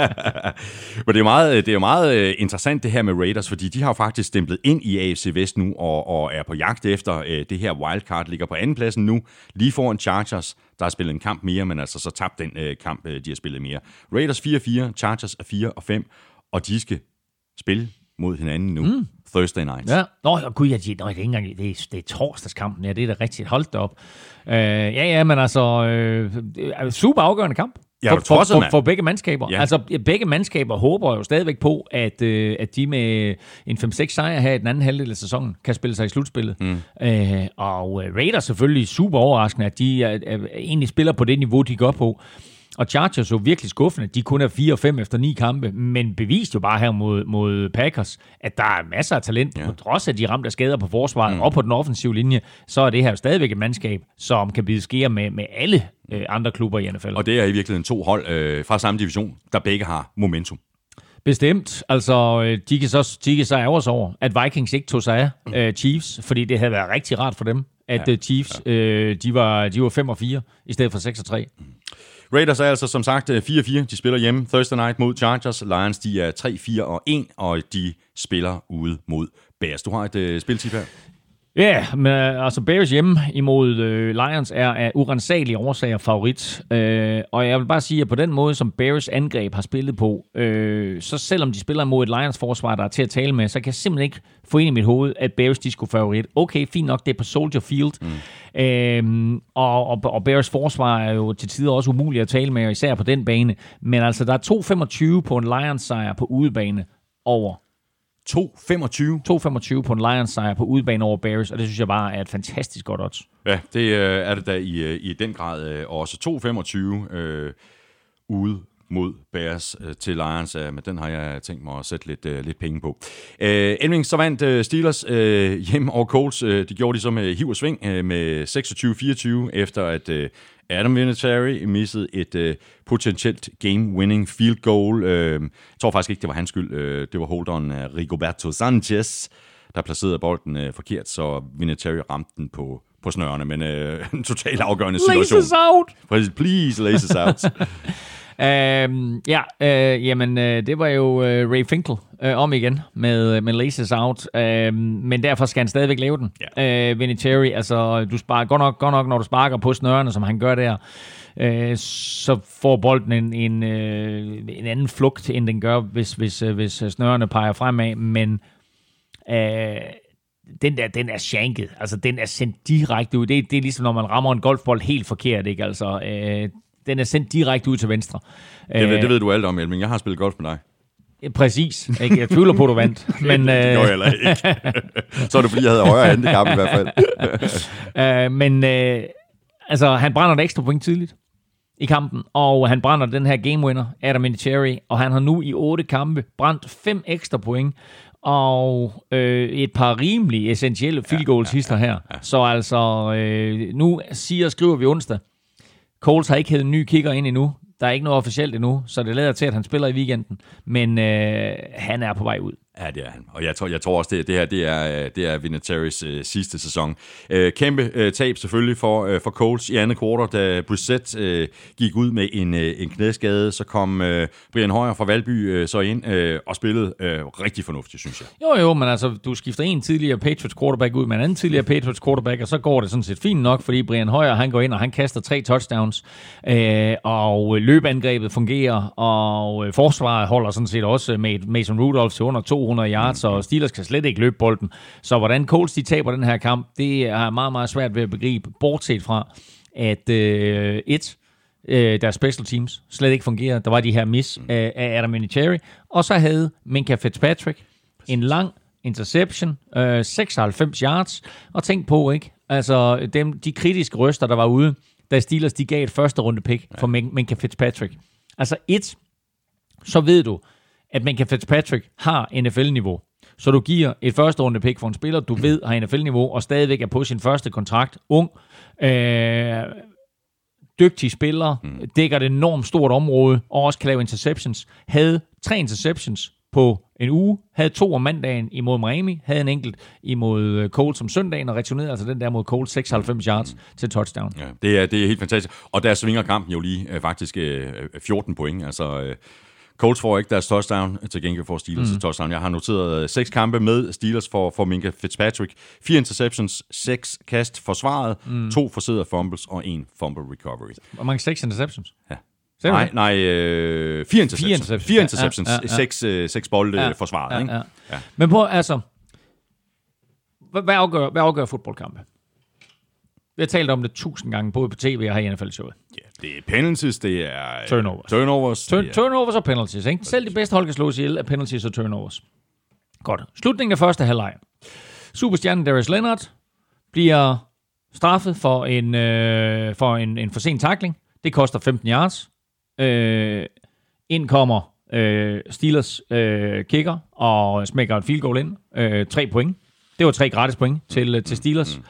det er jo meget, det er jo meget interessant det her med Raiders, fordi de har jo faktisk stemplet ind i A F C Vest nu og, og er på jagt efter øh, det her wildcard, ligger på andenpladsen nu, lige foran Chargers, der har spillet en kamp mere, men altså så tabt den øh, kamp, øh, de har spillet mere. Raiders fire fire, Chargers er fire og fem, og de skal spille mod hinanden nu. Mm. Thursday night. Ja. Nå, gud, jeg, nå, det er ikke engang, det er, det er torsdagskampen, ja, det er da rigtigt. Hold da op. Uh, ja, ja, men altså, uh, super afgørende kamp. Ja, for, for, for, for begge mandskaber. Ja. Altså, begge mandskaber håber jo stadigvæk på, at, uh, at de med en fem seks sejr her i den anden halvdel af sæsonen kan spille sig i slutspillet. Mm. Uh, og uh, Raiders selvfølgelig super overraskende, at de uh, uh, egentlig spiller på det niveau, de går på. Og Chargers er jo virkelig skuffende. De kun er fire og fem efter ni kampe, men beviste jo bare her mod, mod Packers, at der er masser af talent, ja. På trods af de ramte skader på forsvaret mm. og på den offensive linje, så er det her jo stadigvæk et mandskab, som kan bide skære med, med alle øh, andre klubber i N F L. Og det er i virkeligheden to hold øh, fra samme division, der begge har momentum. Bestemt. Altså, de kan så, de kan så ærge sig over, at Vikings ikke tog sig af mm. øh, Chiefs, fordi det havde været rigtig rart for dem, at ja. Chiefs ja. Øh, de var, de var fem og fire i stedet for seks og tre. Mm. Raiders er altså som sagt fire fire. De spiller hjemme Thursday night mod Chargers. Lions de er tre fire og en, og de spiller ude mod Bears. Du har et uh, spiltip her. Ja, yeah, men altså Bears hjemme imod øh, Lions er af urensagelige årsager favorit. Øh, og jeg vil bare sige, at på den måde, som Bears angreb har spillet på, øh, så selvom de spiller imod et Lions-forsvar, der er til at tale med, så kan jeg simpelthen ikke få ind i mit hoved, at Bears de skulle favorit. Okay, fint nok, det er på Soldier Field. Mm. Øh, og, og, og Bears forsvar er jo til tider også umuligt at tale med, og især på den bane. Men altså, der er to femogtyve på en Lions-sejr på udebane over to femogtyve to femogtyve på en Lions sejr på udebane over Bears, og det synes jeg bare er et fantastisk godt odds. Ja, det øh, er det da i, i den grad øh, også to femogtyve øh, ude mod Bears øh, til Lions, øh, men den har jeg tænkt mig at sætte lidt, øh, lidt penge på. Øh, Elving, så vandt øh, Steelers øh, hjem over Colts. Øh, det gjorde de så med hiv og sving øh, med seksogtyve fireogtyve, efter at øh, Adam Vinatieri missede et øh, potentielt game-winning field goal. Øh, jeg tror faktisk ikke, det var hans skyld. Øh, det var holderen af Rigoberto Sanchez, der placerede bolden øh, forkert, så Vinatieri ramte den på, på snørene, men øh, en totalt afgørende situation. Laces out! Please, please laces out. Uh, ja, uh, jamen, uh, det var jo uh, Ray Finkel uh, om igen med, med Laces Out, uh, men derfor skal han stadigvæk lave den. Yeah. Uh, Vinatieri, altså, du sparker, godt, nok, godt nok, når du sparker på snørene, som han gør der, uh, så får bolden en, en, uh, en anden flugt, end den gør, hvis, hvis, uh, hvis snørene peger fremad, men uh, den der, den er shanket, altså den er sendt direkte ud. Det, det er ligesom, når man rammer en golfbold helt forkert, ikke? Altså, uh, den er sendt direkte ud til venstre. Det ved, det ved du alt om, Elming. Jeg har spillet golf med dig. Præcis. Ikke? Jeg tvivler på, at du vandt. Men, det gjorde jeg heller ikke. Så er det, fordi jeg havde højere handicap i hvert fald. uh, men uh, altså, han brænder et ekstra point tidligt i kampen, og han brænder den her game winner, Adam Vinatieri, og han har nu i otte kampe brændt fem ekstra point, og øh, et par rimelig essentielle field goals hister her. Ja, ja, ja. Så altså, øh, nu siger og skriver vi onsdag, Colts har ikke hævet en ny kicker ind endnu. Der er ikke noget officielt endnu, så det lader til, at han spiller i weekenden. Men øh, han er på vej ud. Ja, det er han. Og jeg tror, jeg tror også, det, det her det er, det er Vinatieris øh, sidste sæson. Øh, kæmpe øh, tab selvfølgelig for, øh, for Colts i andet kvartal, da Brissett øh, gik ud med en, øh, en knæskade. Så kom øh, Brian Hoyer fra Valby øh, så ind øh, og spillede øh, rigtig fornuftigt, synes jeg. Jo, jo, men altså, du skifter en tidligere Patriots quarterback ud med en anden tidligere Patriots quarterback, og så går det sådan set fint nok, fordi Brian Hoyer, han går ind, og han kaster tre touchdowns, øh, og løbeangrebet fungerer, og øh, forsvaret holder sådan set også med Mason Rudolph til under to hundrede yards, og Steelers kan slet ikke løbe bolden. Så hvordan Colts de taber den her kamp, det er meget, meget svært ved at begribe, bortset fra, at øh, et, øh, deres special teams slet ikke fungerer. Der var de her miss af, af Adam Vinatieri, og så havde Minka Fitzpatrick en lang interception, øh, seksoghalvfems yards, og tænk på, ikke? Altså, dem, de kritiske røster, der var ude, da Steelers de gav et første runde pick for Minka Fitzpatrick. Altså et, så ved du, at Minka Fitzpatrick har N F L-niveau. Så du giver et første runde pick for en spiller, du ved har N F L-niveau, og stadigvæk er på sin første kontrakt. Ung, øh, dygtig spiller, dækker et enormt stort område, og også kan lave interceptions. Havde tre interceptions på en uge, havde to om mandagen imod Miami, havde en enkelt imod Colts om søndagen, og returnerede altså den der mod Colts seksoghalvfems yards mm. til touchdown. Ja, det er, det er helt fantastisk. Og der svinger kampen jo lige øh, faktisk øh, fjorten point. Altså, øh, Colts får ikke deres touchdown, til gengæld for Steelers mm. touchdown. Jeg har noteret øh, seks kampe med Steelers for, for Minka Fitzpatrick. Fire interceptions, seks kast forsvaret, mm. to forserede fumbles og en fumble recovery. Hvor mange seks interceptions? Ja. Nej, nej, øh, fire interceptions. Fire interceptions, fire interceptions. Ja, ja, ja. Seks, øh, seks bolde ja, forsvaret. Ja, ikke? Ja. Ja. Men på, altså, hvad afgør, hvad afgør fodboldkampe? Vi har talt om det tusind gange, både på tv og her i N F L-showet. Ja, det er penalties, det er turnovers. Turnovers, Tur- turnovers og penalties, ikke? Selv de bedste hold kan slås ihjel af penalties og turnovers. Godt. Slutningen af første halvleg. Superstjernen Darius Leonard bliver straffet for en, øh, for en, en for sen tackling. Det koster femten yards. Øh, ind kommer øh, Steelers øh, kicker og smækker et field goal ind. Øh, tre point. Det var tre gratis point til, til Steelers.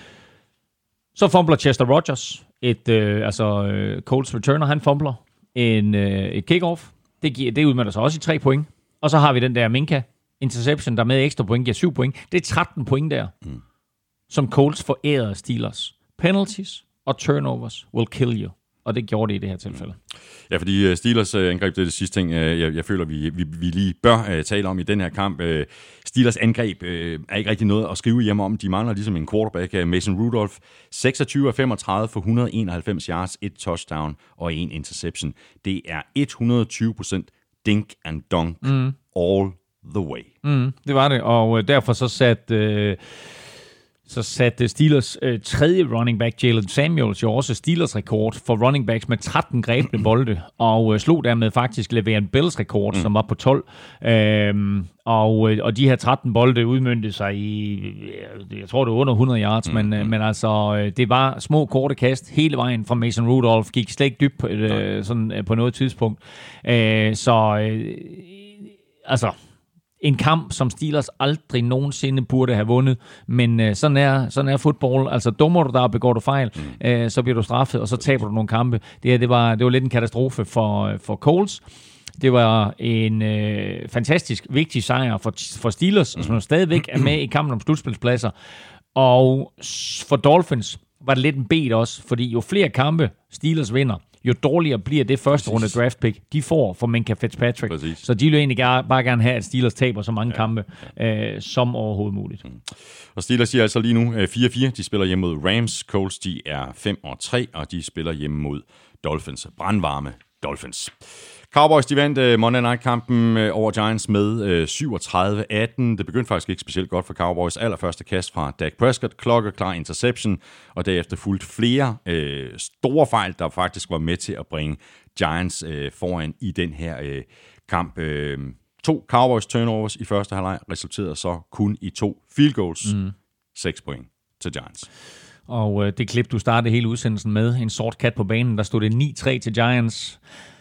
Så fumbler Chester Rogers, et øh, altså øh, Colts returner, han fumbler en, øh, et kickoff. Det, giver, det udmønter sig også i tre point. Og så har vi den der Minka interception, der med ekstra point giver syv point. Det er tretten point der, mm. som Colts forærede Steelers. Penalties og turnovers will kill you. Og det gjorde det i det her tilfælde. Ja, fordi Steelers uh, angreb, det er det sidste ting, uh, jeg, jeg føler, vi, vi, vi lige bør uh, tale om i den her kamp. Uh, Steelers angreb uh, er ikke rigtig noget at skrive hjemme om. De mangler ligesom en quarterback, uh, Mason Rudolph. seksogtyve af femogtredive for et hundrede og enoghalvfems yards, et touchdown og en interception. Det er et hundrede og tyve procent dink and dunk mm. all the way. Mm, det var det, og uh, derfor så satte... Uh, så satte Steelers øh, tredje running back, Jalen Samuels, jo også Steelers rekord for running backs med tretten grebne bolde, og øh, slog dermed faktisk Le'Veon Bells rekord, mm. som var på tolv. Øhm, og, øh, og de her tretten bolde udmøntede sig i, jeg tror det var under hundrede yards, mm. men, øh, men altså, øh, det var små korte kast hele vejen fra Mason Rudolph, gik slet ikke dybt øh, sådan, øh, på noget tidspunkt. Øh, så, øh, altså... En kamp, som Steelers aldrig nogensinde burde have vundet, men øh, sådan, er, sådan er fodbold. Altså dummer du der og begår du fejl, mm. øh, så bliver du straffet, og så taber du nogle kampe. Det her, det var, det var lidt en katastrofe for, for Colts. Det var en øh, fantastisk vigtig sejr for, for Steelers, mm. som stadigvæk er med i kampen om slutspilspladser. Og for Dolphins var det lidt en bed også, fordi jo flere kampe Steelers vinder, jo dårligere bliver det første runde draft pick, de får for Minkah Fitzpatrick. Præcis. Så de vil egentlig bare gerne have, at Steelers taber så mange ja. kampe øh, som overhovedet muligt. Mm. Og Steelers siger altså lige nu fire fire. De spiller hjemme mod Rams. Colts, de er fem og tre, og de spiller hjemme mod Dolphins. Brandvarme Dolphins. Cowboys, de vandt uh, Monday Night-kampen uh, over Giants med uh, syvogtredive atten. Det begyndte faktisk ikke specielt godt for Cowboys. Allerførste kast fra Dak Prescott, klokkeklar interception, og derefter fulgt flere uh, store fejl, der faktisk var med til at bringe Giants uh, foran i den her uh, kamp. Uh, to Cowboys turnovers i første halvleg resulterede så kun i to field goals. Mm. Seks point til Giants. Og uh, det klip, du startede hele udsendelsen med, en sort kat på banen, der stod det ni tre til Giants.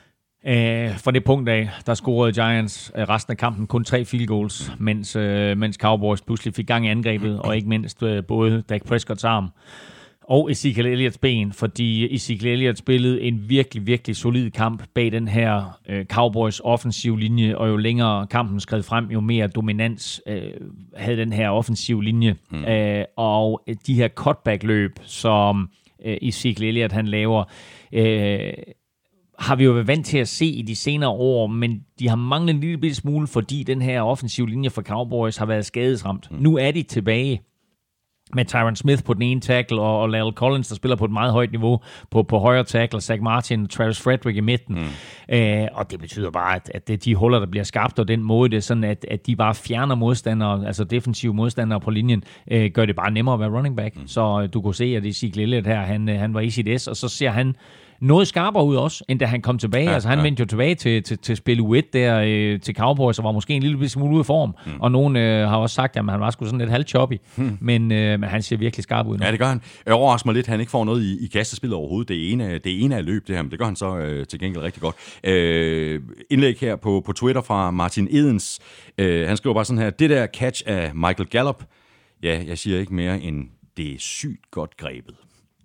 Uh, fra det punkt af, der scorede Giants uh, resten af kampen kun tre field goals, mens, uh, mens Cowboys pludselig fik gang i angrebet, og ikke mindst uh, både Dak Prescotts arm og Ezekiel Elliott's ben, fordi Ezekiel Elliott spillede en virkelig, virkelig solid kamp bag den her uh, Cowboys offensiv linje, og jo længere kampen skred frem, jo mere dominans uh, havde den her offensiv linje. Mm. Uh, og de her cutback-løb, som uh, Ezekiel Elliott han laver, uh, har vi jo været vant til at se i de senere år, men de har manglet en lille smule, fordi den her offensiv linje for Cowboys har været skadesramt. Mm. Nu er de tilbage med Tyron Smith på den ene tackle, og, og La'el Collins, der spiller på et meget højt niveau på, på højre tackle, Zach Martin og Travis Frederick i midten. Mm. Øh, og det betyder bare, at, at de huller, der bliver skabt, og den måde, det er sådan, at, at de bare fjerner modstandere, altså defensive modstandere på linjen, øh, gør det bare nemmere at være running back. Mm. Så øh, du kunne se, at Ezekiel Elliott her, han, han var i sit S, og så ser han noget skarpere ud også, end da han kom tilbage. Ja, altså han ja. vendte jo tilbage til, til, til spil U et der øh, til Cowboys, og var måske en lille smule ude af form. Mm. Og nogen øh, har også sagt, at han var sgu sådan lidt halvchoppy, mm. men, øh, men han ser virkelig skarp ud nu. Ja, det gør han. Jeg overrasker mig lidt, at han ikke får noget i, i kastespillet overhovedet. Det ene, det ene er løb, det her, men det gør han så øh, til gengæld rigtig godt. Øh, indlæg her på, på Twitter fra Martin Edens. Øh, han skriver bare sådan her, det der catch af Michael Gallup, ja, jeg siger ikke mere end, det er sygt godt grebet.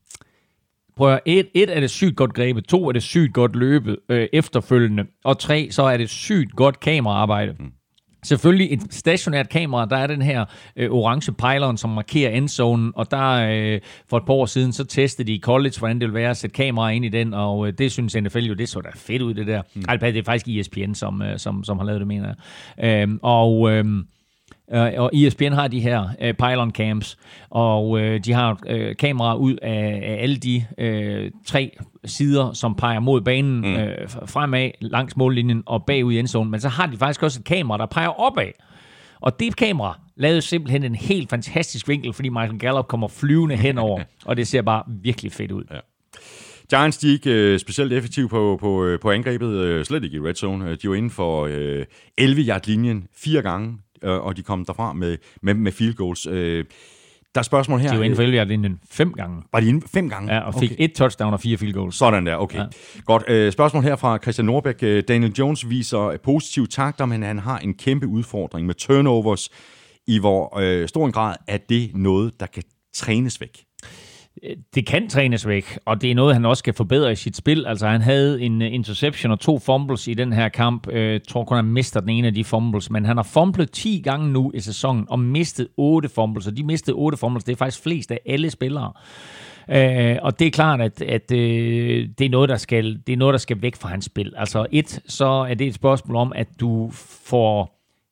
Prøv at, et, et er det sygt godt grebet, to er det sygt godt løbet øh, efterfølgende, og tre, så er det sygt godt kameraarbejde. Mm. Selvfølgelig et stationært kamera, der er den her øh, orange pylon, som markerer endzonen, og der øh, for et par år siden, så testede de i college, hvordan det ville være at sætte kameraer ind i den, og øh, det synes N F L jo, det så da fedt ud, det der. Mm. Altså, det er faktisk E S P N, som, øh, som, som har lavet det, mener jeg. Øh, og... Øh, Uh, og E S P N har de her uh, pylon cams, og uh, de har uh, kameraer ud af, af alle de uh, tre sider, som peger mod banen, mm. uh, fremad langs mållinjen og bagud i endzonen. Men så har de faktisk også et kamera, der peger opad. Og det kamera lavede simpelthen en helt fantastisk vinkel, fordi Michael Gallup kommer flyvende henover, og det ser bare virkelig fedt ud. Ja. Giants, de er ikke øh, specielt effektive på, på, øh, på angrebet, øh, slet ikke i red zone. De var inden for øh, elleve-yard-linjen fire gange, øh, og de kom derfra med, med, med field goals. Øh, der er spørgsmål her. De var inden for elleve-yard-linjen fem gange. Var de inden fem gange? Ja, og fik okay. et touchdown og fire field goals. Sådan der, okay. Ja. Godt. Øh, spørgsmål her fra Christian Norbæk. Daniel Jones viser positive takter, men han har en kæmpe udfordring med turnovers. I hvor øh, stor en grad er det noget, der kan trænes væk? Det kan trænes væk, og det er noget, han også skal forbedre i sit spil. Altså, han havde en interception og to fumbles i den her kamp. Jeg tror kun, han mister den ene af de fumbles, men han har fumblet ti gange nu i sæsonen og mistet otte fumbles, og de mistede otte fumbles. Det er faktisk flest af alle spillere. Uh, og det er klart, at, at uh, det, er noget, der skal, det er noget, der skal væk fra hans spil. Altså, et, så er det et spørgsmål om, at du får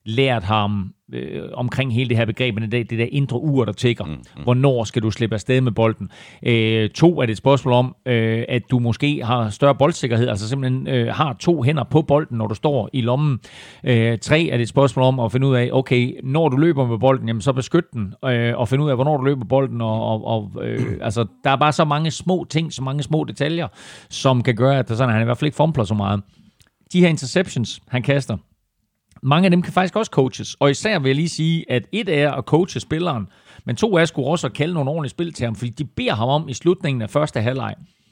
lært ham øh, omkring hele det her begreb, det, det der indre ur, der tikker. Mm, mm. Hvornår skal du slippe afsted med bolden? Øh, to er det et spørgsmål om, øh, at du måske har større boldsikkerhed, altså simpelthen øh, har to hænder på bolden, når du står i lommen. Øh, tre er det et spørgsmål om at finde ud af, okay, når du løber med bolden, jamen så beskyt den, øh, og finde ud af, hvornår du løber bolden, og, og, og øh, altså, der er bare så mange små ting, så mange små detaljer, som kan gøre, at der sådan, han i hvert fald ikke fumbler så meget. De her interceptions, han kaster, mange af dem kan faktisk også coaches, og især vil jeg lige sige, at et er at coache spilleren, men to er sgu også at kalde nogle ordentlige spil til ham, fordi de beder ham om i slutningen af første halvleg,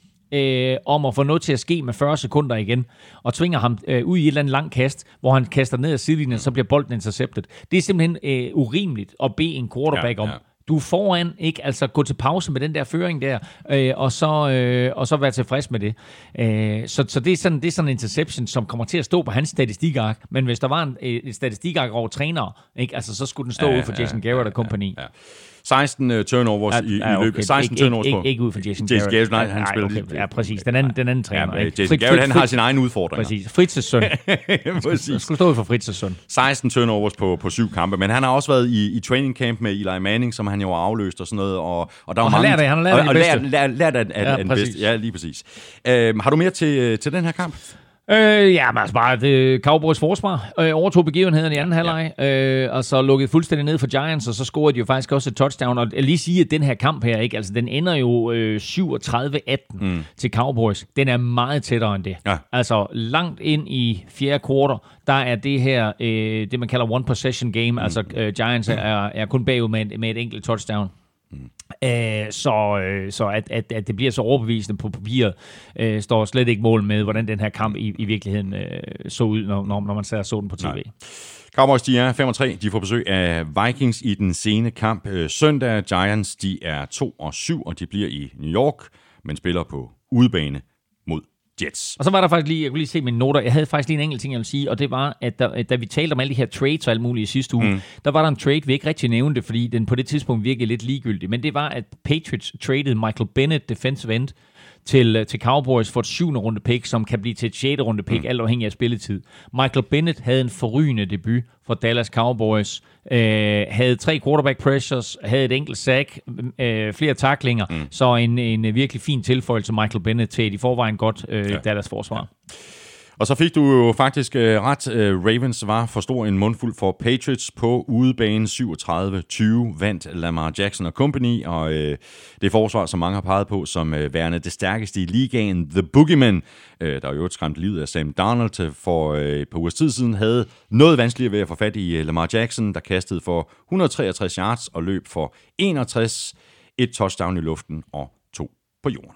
øh, om at få noget til at ske med fyrre sekunder igen, og tvinger ham øh, ud i et eller andet langt kast, hvor han kaster ned ad sidelinjen, så bliver bolden intercepted. Det er simpelthen øh, urimeligt at bede en quarterback ja, ja. om. Du er foran, ikke? Altså gå til pause med den der føring der, øh, og, så, øh, og så være tilfreds med det. Øh, så så det, er sådan, det er sådan en interception, som kommer til at stå på hans statistikark, men hvis der var en, et statistikark over trænere, ikke? Altså, så skulle den stå ja, ud for Jason ja, Garrett og company. Ja, ja. seksten uh, turnovers ja, i, ja, i løbet. Okay. seksten ikke, turnovers ikke, på. Ikke, ikke ud for Jason, Jason Garrett. Garrett. Nej, han nej, spiller okay. Ja, præcis. Den anden, den anden træner. Ja, Jason Fritz, Garrett, han har sine egne udfordringer. Præcis. Fritz's søn. præcis. Skulle stå ud for Fritz's søn. seksten turnovers på, på syv kampe, men han har også været i, i training camp med Eli Manning, som han jo har afløst og sådan noget. Og, og der og var han mange, lærte, han lærte og, og bedste. lært, lært, lært af, af ja, den bedste. Ja, lige præcis. Uh, har du mere til, til den her kamp? Øh, ja, men altså bare det Cowboys forsvar øh, overtog begivenheden i anden halvleg, øh, og så lukkede fuldstændig ned for Giants, og så scorede de jo faktisk også et touchdown. Og jeg lige sige, at den her kamp her, ikke, altså den ender jo øh, syvogtredive atten mm. til Cowboys. Den er meget tættere end det. Ja. Altså langt ind i fjerde kvartal, der er det her, øh, det man kalder one possession game, mm. altså øh, Giants er, er kun bagud med, med et enkelt touchdown. Mm. Æh, så så at, at, at det bliver så overbevisende på papiret, øh, står slet ikke mål med, hvordan den her kamp i, i virkeligheden øh, så ud, når, når man ser så den på T V. Nej. Cowboys, de er fem og tre. De får besøg af Vikings i den sene kamp øh, søndag. Giants, de er to og syv, og de bliver i New York, men spiller på udebane mod Jets. Og så var der faktisk lige, jeg kunne lige se mine noter, jeg havde faktisk lige en enkelt ting, jeg ville sige, og det var, at der, da vi talte om alle de her trades og alt muligt i sidste uge, mm. der var der en trade, vi ikke rigtig nævnte, fordi den på det tidspunkt virkede lidt ligegyldig, men det var, at Patriots traded Michael Bennett, defensive end, til, til Cowboys for et syvende runde pick, som kan blive til et sjette runde pick, mm. alt afhængig af spilletid. Michael Bennett havde en forrygende debut for Dallas Cowboys, øh, havde tre quarterback pressures, havde et enkelt sack, øh, flere tacklinger, mm. så en, en virkelig fin tilføjelse Michael Bennett til et i forvejen godt øh, ja. Dallas forsvar. Ja. Og så fik du jo faktisk øh, ret. Øh, Ravens var for stor en mundfuld for Patriots på udebane. syvogtredive tyve vandt Lamar Jackson og company, og øh, det forsvar, som mange har peget på som øh, værende det stærkeste i ligaen, The Boogeyman, øh, der jo et skræmt livet af Sam Darnold for øh, et par ugers tid siden, havde noget vanskeligere ved at få fat i øh, Lamar Jackson, der kastede for et hundrede og treogtres yards og løb for enogtres, et touchdown i luften og to på jorden.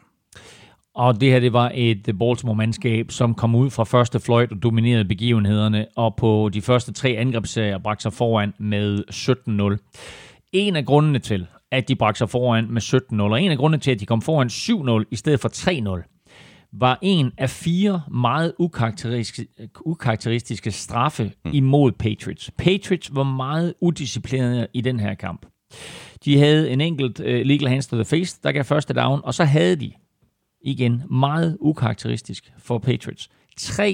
Og det her, det var et Baltimore-mandskab, som kom ud fra første fløjt og dominerede begivenhederne, og på de første tre angrebsserier bragte sig foran med sytten nul. En af grundene til, at de bragte sig foran med sytten nul, og en af grundene til, at de kom foran syv nul i stedet for tre nul, var en af fire meget ukarakteristiske, ukarakteristiske straffe mm. imod Patriots. Patriots var meget udisciplinerede i den her kamp. De havde en enkelt uh, legal hands to the face, der gav første down, og så havde de igen, meget ukarakteristisk for Patriots. Tre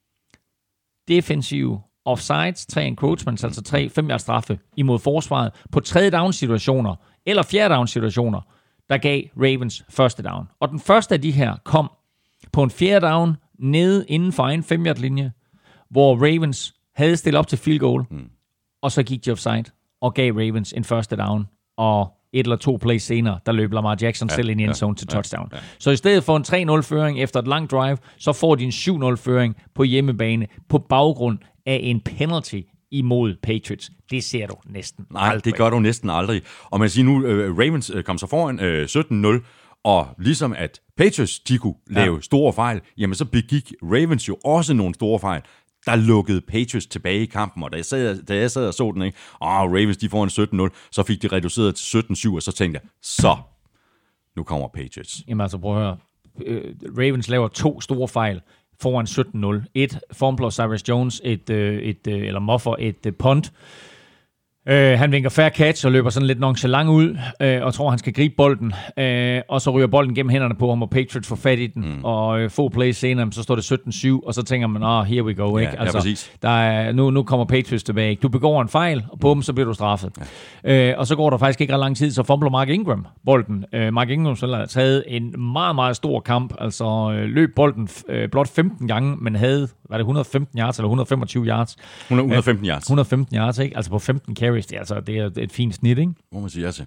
defensive offsides, tre encroachments, altså tre fem-yards straffe imod forsvaret på tredje down-situationer eller fjerde down-situationer, der gav Ravens første down. Og den første af de her kom på en fjerde down nede inden for en fem-yard-linje, hvor Ravens havde stillet op til field goal, mm. og så gik de offside og gav Ravens en første down, og et eller to plays senere, der løb Lamar Jackson ja, selv ind i endzone ja, til touchdown. Ja, ja. Så i stedet for en tre nul-føring efter et langt drive, så får de en syv nul-føring på hjemmebane på baggrund af en penalty imod Patriots. Det ser du næsten Nej, aldrig. det gør du næsten aldrig. Og man siger nu, uh, Ravens uh, kom så foran uh, sytten nul, og ligesom at Patriots, de kunne lave ja. store fejl, jamen så begik Ravens jo også nogle store fejl. Der lukkede Patriots tilbage i kampen, og da jeg sad, da jeg sad og så den, ikke, åh, Ravens, de får en sytten nul, så fik de reduceret til sytten syv, og så tænkte jeg, så, nu kommer Patriots. Jamen altså, prøv at høre. Ravens laver to store fejl foran sytten nul. Et, fumbler Cyrus Jones, et, et, eller muffer et punt. Øh, han vinker fair catch og løber sådan lidt nonchalant ud, øh, og tror, han skal gribe bolden. Øh, og så ryger bolden gennem hænderne på ham, og Patriots får fat i den. Mm. Og øh, få plays senere, så står det sytten syv, og så tænker man, åh, oh, here we go. Ikke? Ja, altså, ja, præcis. Der er, nu, nu kommer Patriots tilbage. Du begår en fejl, og på mm. dem, så bliver du straffet. Ja. Øh, og så går der faktisk ikke ret lang tid, så fumbler Mark Ingram bolden. Øh, Mark Ingram så har taget en meget, meget stor kamp. Altså øh, løb bolden øh, blot femten gange, men havde, var det et hundrede og femten yards eller et hundrede og femogtyve yards? et hundrede og femten yards. et hundrede og femten yards, ikke? Altså på femten carries, det er, altså, det er et fint snit, ikke? Må man sige ja til.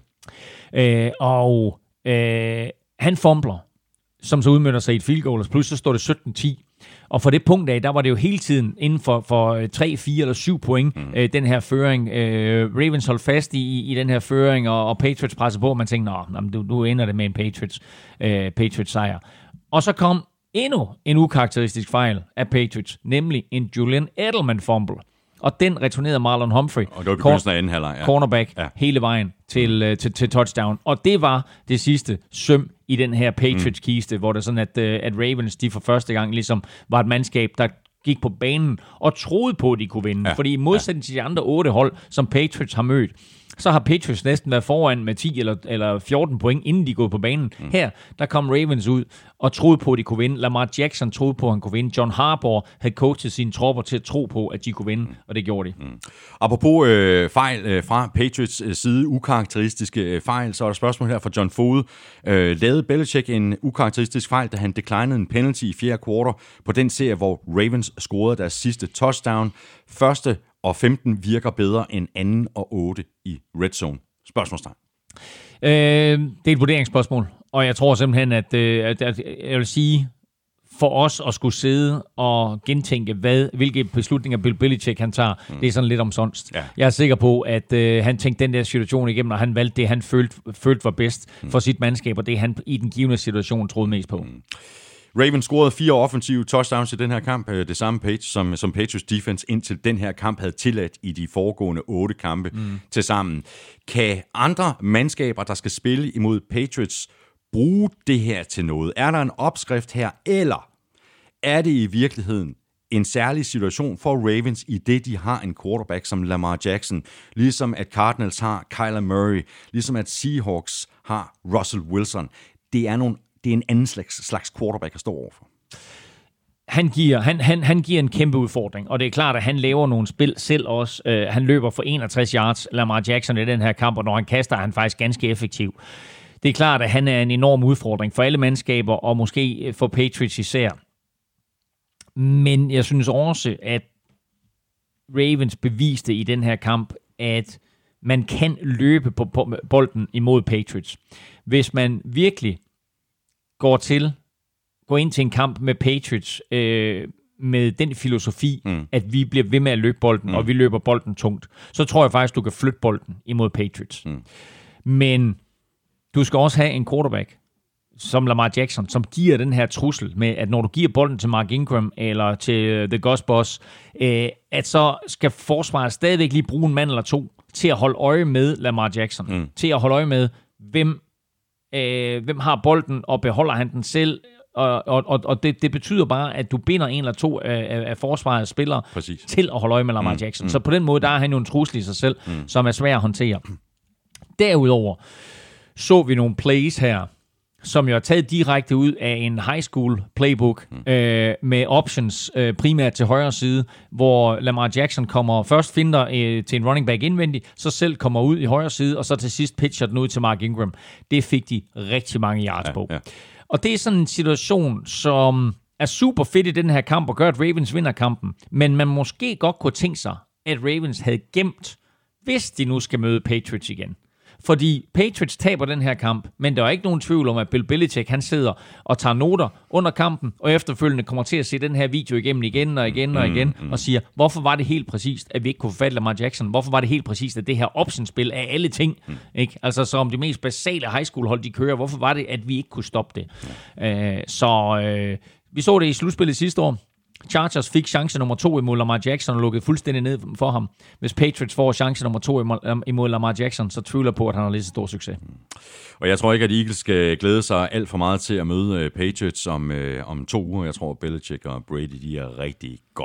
Øh, og øh, han fumbler, som så udmønter sig i et field goal, og plus så står det sytten ti. Og for det punkt af, der var det jo hele tiden inden for, for tre, fire eller syv point, mm. øh, den her føring. Øh, Ravens holdt fast i, i den her føring, og, og Patriots pressede på, og man tænkte, nå, nu, nu ender det med en Patriots, øh, Patriots sejr. Og så kom endnu en ukarakteristisk fejl af Patriots, nemlig en Julian Edelman fumble. Og den returnerede Marlon Humphrey, og det var begyndelsen af anden halvleg, ja. cornerback, ja. hele vejen til, uh, til, til touchdown. Og det var det sidste søm i den her Patriots-kiste, mm. hvor det sådan, at, uh, at Ravens, de for første gang ligesom var et mandskab, der gik på banen og troede på, at de kunne vinde. Ja. Fordi i modsætning ja. til de andre otte hold, som Patriots har mødt, så har Patriots næsten været foran med ti eller, eller fjorten point, inden de går på banen. Mm. Her, der kom Ravens ud og troede på, at de kunne vinde. Lamar Jackson troede på, at han kunne vinde. John Harbaugh havde coachet sine tropper til at tro på, at de kunne vinde, mm. og det gjorde de. Mm. Apropos øh, fejl øh, fra Patriots øh, side, ukarakteristiske øh, fejl, så er der spørgsmål her fra John Fode. Øh, lavede Belichick en ukarakteristisk fejl, da han declinede en penalty i fjerde kvartal på den serie, hvor Ravens scorede deres sidste touchdown. Første og femten virker bedre end anden og otte i red zone. Spørgsmålstegn. Øh, det er et vurderingsspørgsmål, og jeg tror simpelthen, at, øh, at, at jeg vil sige, for os at skulle sidde og gentænke, hvad, hvilke beslutninger Bill Belichick han tager, mm. det er sådan lidt omsonst. Ja. Jeg er sikker på, at øh, han tænkte den der situation igennem, og han valgte det, han følte, følte var bedst mm. for sit mandskab, og det han i den givne situation troede mest på. Mm. Ravens scorede fire offensive touchdowns i den her kamp, det samme page, som, som Patriots defense indtil den her kamp havde tilladt i de foregående otte kampe mm. til sammen. Kan andre mandskaber, der skal spille imod Patriots, bruge det her til noget? Er der en opskrift her, eller er det i virkeligheden en særlig situation for Ravens, i det de har en quarterback som Lamar Jackson, ligesom at Cardinals har Kyler Murray, ligesom at Seahawks har Russell Wilson? Det er nogle Det er en anden slags, slags quarterback, der står overfor. Han giver, han, han, han giver en kæmpe udfordring, og det er klart, at han laver nogle spil selv også. Uh, han løber for enogtres yards, Lamar Jackson, i den her kamp, og når han kaster, er han faktisk ganske effektiv. Det er klart, at han er en enorm udfordring for alle mandskaber, og måske for Patriots især. Men jeg synes også, at Ravens beviste i den her kamp, at man kan løbe på bolden imod Patriots. Hvis man virkelig går til, går ind til en kamp med Patriots øh, med den filosofi, mm. at vi bliver ved med at løbe bolden, mm. og vi løber bolden tungt, så tror jeg faktisk, du kan flytte bolden imod Patriots. Mm. Men du skal også have en quarterback, som Lamar Jackson, som giver den her trussel med, at når du giver bolden til Mark Ingram eller til The Gus Boss, øh, at så skal forsvaret stadigvæk lige bruge en mand eller to til at holde øje med Lamar Jackson. Mm. Til at holde øje med, hvem Øh, hvem har bolden, og beholder han den selv, og, og, og det, det betyder bare, at du binder en eller to af, af forsvarets spillere Præcis. til at holde øje med Lamar mm, Jackson. Mm. Så på den måde, der er han jo en trussel i sig selv, mm. som er svær at håndtere. Derudover så vi nogle plays her, som jo er taget direkte ud af en high school playbook, mm. øh, med options øh, primært til højre side, hvor Lamar Jackson kommer først finder øh, til en running back indvendigt, så selv kommer ud i højre side, og så til sidst pitcher den ud til Mark Ingram. Det fik de rigtig mange yards ja, på. Ja. Og det er sådan en situation, som er super fedt i den her kamp, og gør, at Ravens vinder kampen. Men man måske godt kunne tænke sig, at Ravens havde gemt, hvis de nu skal møde Patriots igen. Fordi Patriots taber den her kamp, men der er ikke nogen tvivl om, at Bill Belichick, han sidder og tager noter under kampen, og efterfølgende kommer til at se den her video igennem igen og igen og igen, mm, mm. og siger, hvorfor var det helt præcist, at vi ikke kunne få fat i Lamar Jackson? Hvorfor var det helt præcist, at det her optionspil af alle ting, mm. ikke? Altså som de mest basale high school hold, de kører, hvorfor var det, at vi ikke kunne stoppe det? Mm. Øh, så øh, vi så det i slutspillet sidste år. Chargers fik chance nummer to imod Lamar Jackson og lukkede fuldstændig ned for ham. Hvis Patriots får chance nummer to imod Lamar Jackson, så tvivler på, at han har lige så stor succes. Og jeg tror ikke, at Eagles skal glæde sig alt for meget til at møde Patriots om, øh, om to uger. Jeg tror, at Belichick og Brady, de er rigtig godt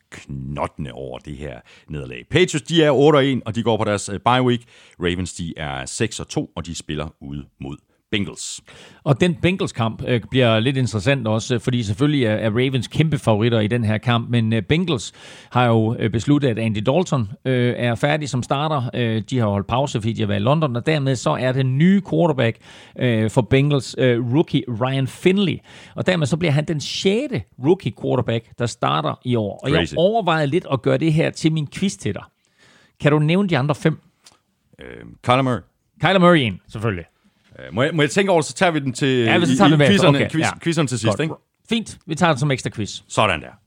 knottende over det her nederlag. Patriots, de er otte og en, og de går på deres bye week. Ravens, de er seks og to, og de spiller ude mod Bengals. Og den Bengals-kamp øh, bliver lidt interessant også, fordi selvfølgelig er, er Ravens kæmpe favoritter i den her kamp, men øh, Bengals har jo øh, besluttet, at Andy Dalton øh, er færdig som starter. Øh, de har holdt pause, fordi de har været i London, og dermed så er den nye quarterback øh, for Bengals øh, rookie Ryan Finley. Og dermed så bliver han den sjette rookie quarterback, der starter i år. Og Crazy. jeg overvejede lidt at gøre det her til min quiz til dig. Kan du nævne de andre fem? Øh, Kyler Murray. Kyler Murray ind, selvfølgelig. Må jeg, må jeg tænke over, så tager vi den til Ja, så i, tager vi i med. quizzerne, Okay, quiz, ja. quizzerne til sidst, Godt. ikke? Fint, vi tager det som ekstra quiz. Sådan der.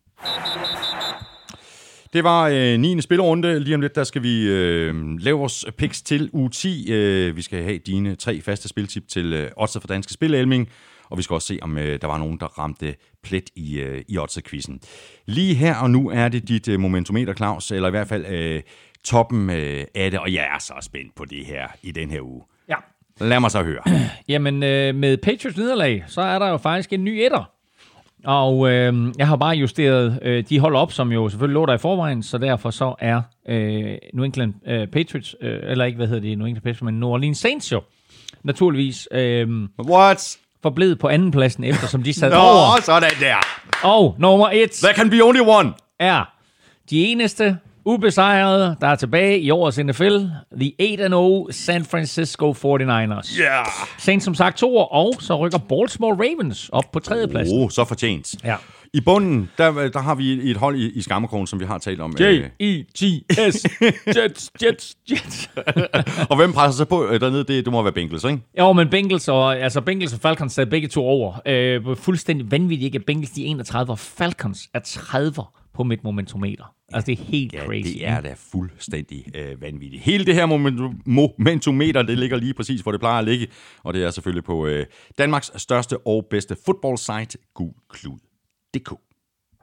Det var øh, niende spillerunde. Lige om lidt, der skal vi øh, lave vores picks til uge ti. Øh, vi skal have dine tre faste spiltip til øh, Odds for Danske Spil, Elming. Og vi skal også se, om øh, der var nogen, der ramte plet i, øh, i Odds-quizzen. Lige her og nu er det dit øh, momentometer, Claus, eller i hvert fald øh, toppen øh, af det. Og jeg er så spændt på det her i den her uge. Ja. Lad mig så høre. Jamen, øh, med Patriots nederlag, så er der jo faktisk en ny etter. Og øh, jeg har bare justeret øh, de hold op, som jo selvfølgelig lå der i forvejen, så derfor så er øh, New England øh, Patriots, øh, eller ikke, hvad hedder det, New England Patriots, men New Orleans Saints jo, naturligvis øh, What? forblevet på andenpladsen, eftersom de sad Nå, over. sådan der. Og nummer et There can be only one. er de eneste ubesejrede, der er tilbage i årets N F L, the otte and oh San Francisco forty-niners. Yeah. Saints som sagt toer, og så rykker Baltimore Ravens op på tredjepladsen. Oh, så fortjent. Ja. I bunden, der, der har vi et hold i, i Skammerkrogen, som vi har talt om. J E T S Jets, Jets, Jets. Og hvem presser sig på øh, dernede? Det, det må være Bengals, ikke? Jo, men Bengals og, altså Bengals og Falcons er begge to over. Øh, fuldstændig vanvittigt ikke, at Bengals de er enogtredive, og Falcons er tredive på mit momentometer. Altså, det er helt Ja, crazy. det er da fuldstændig øh, vanvittigt. Hele det her momentum- momentometer, det ligger lige præcis, hvor det plejer at ligge. Og det er selvfølgelig på øh, Danmarks største og bedste fodboldsite, gulklud punktum d k.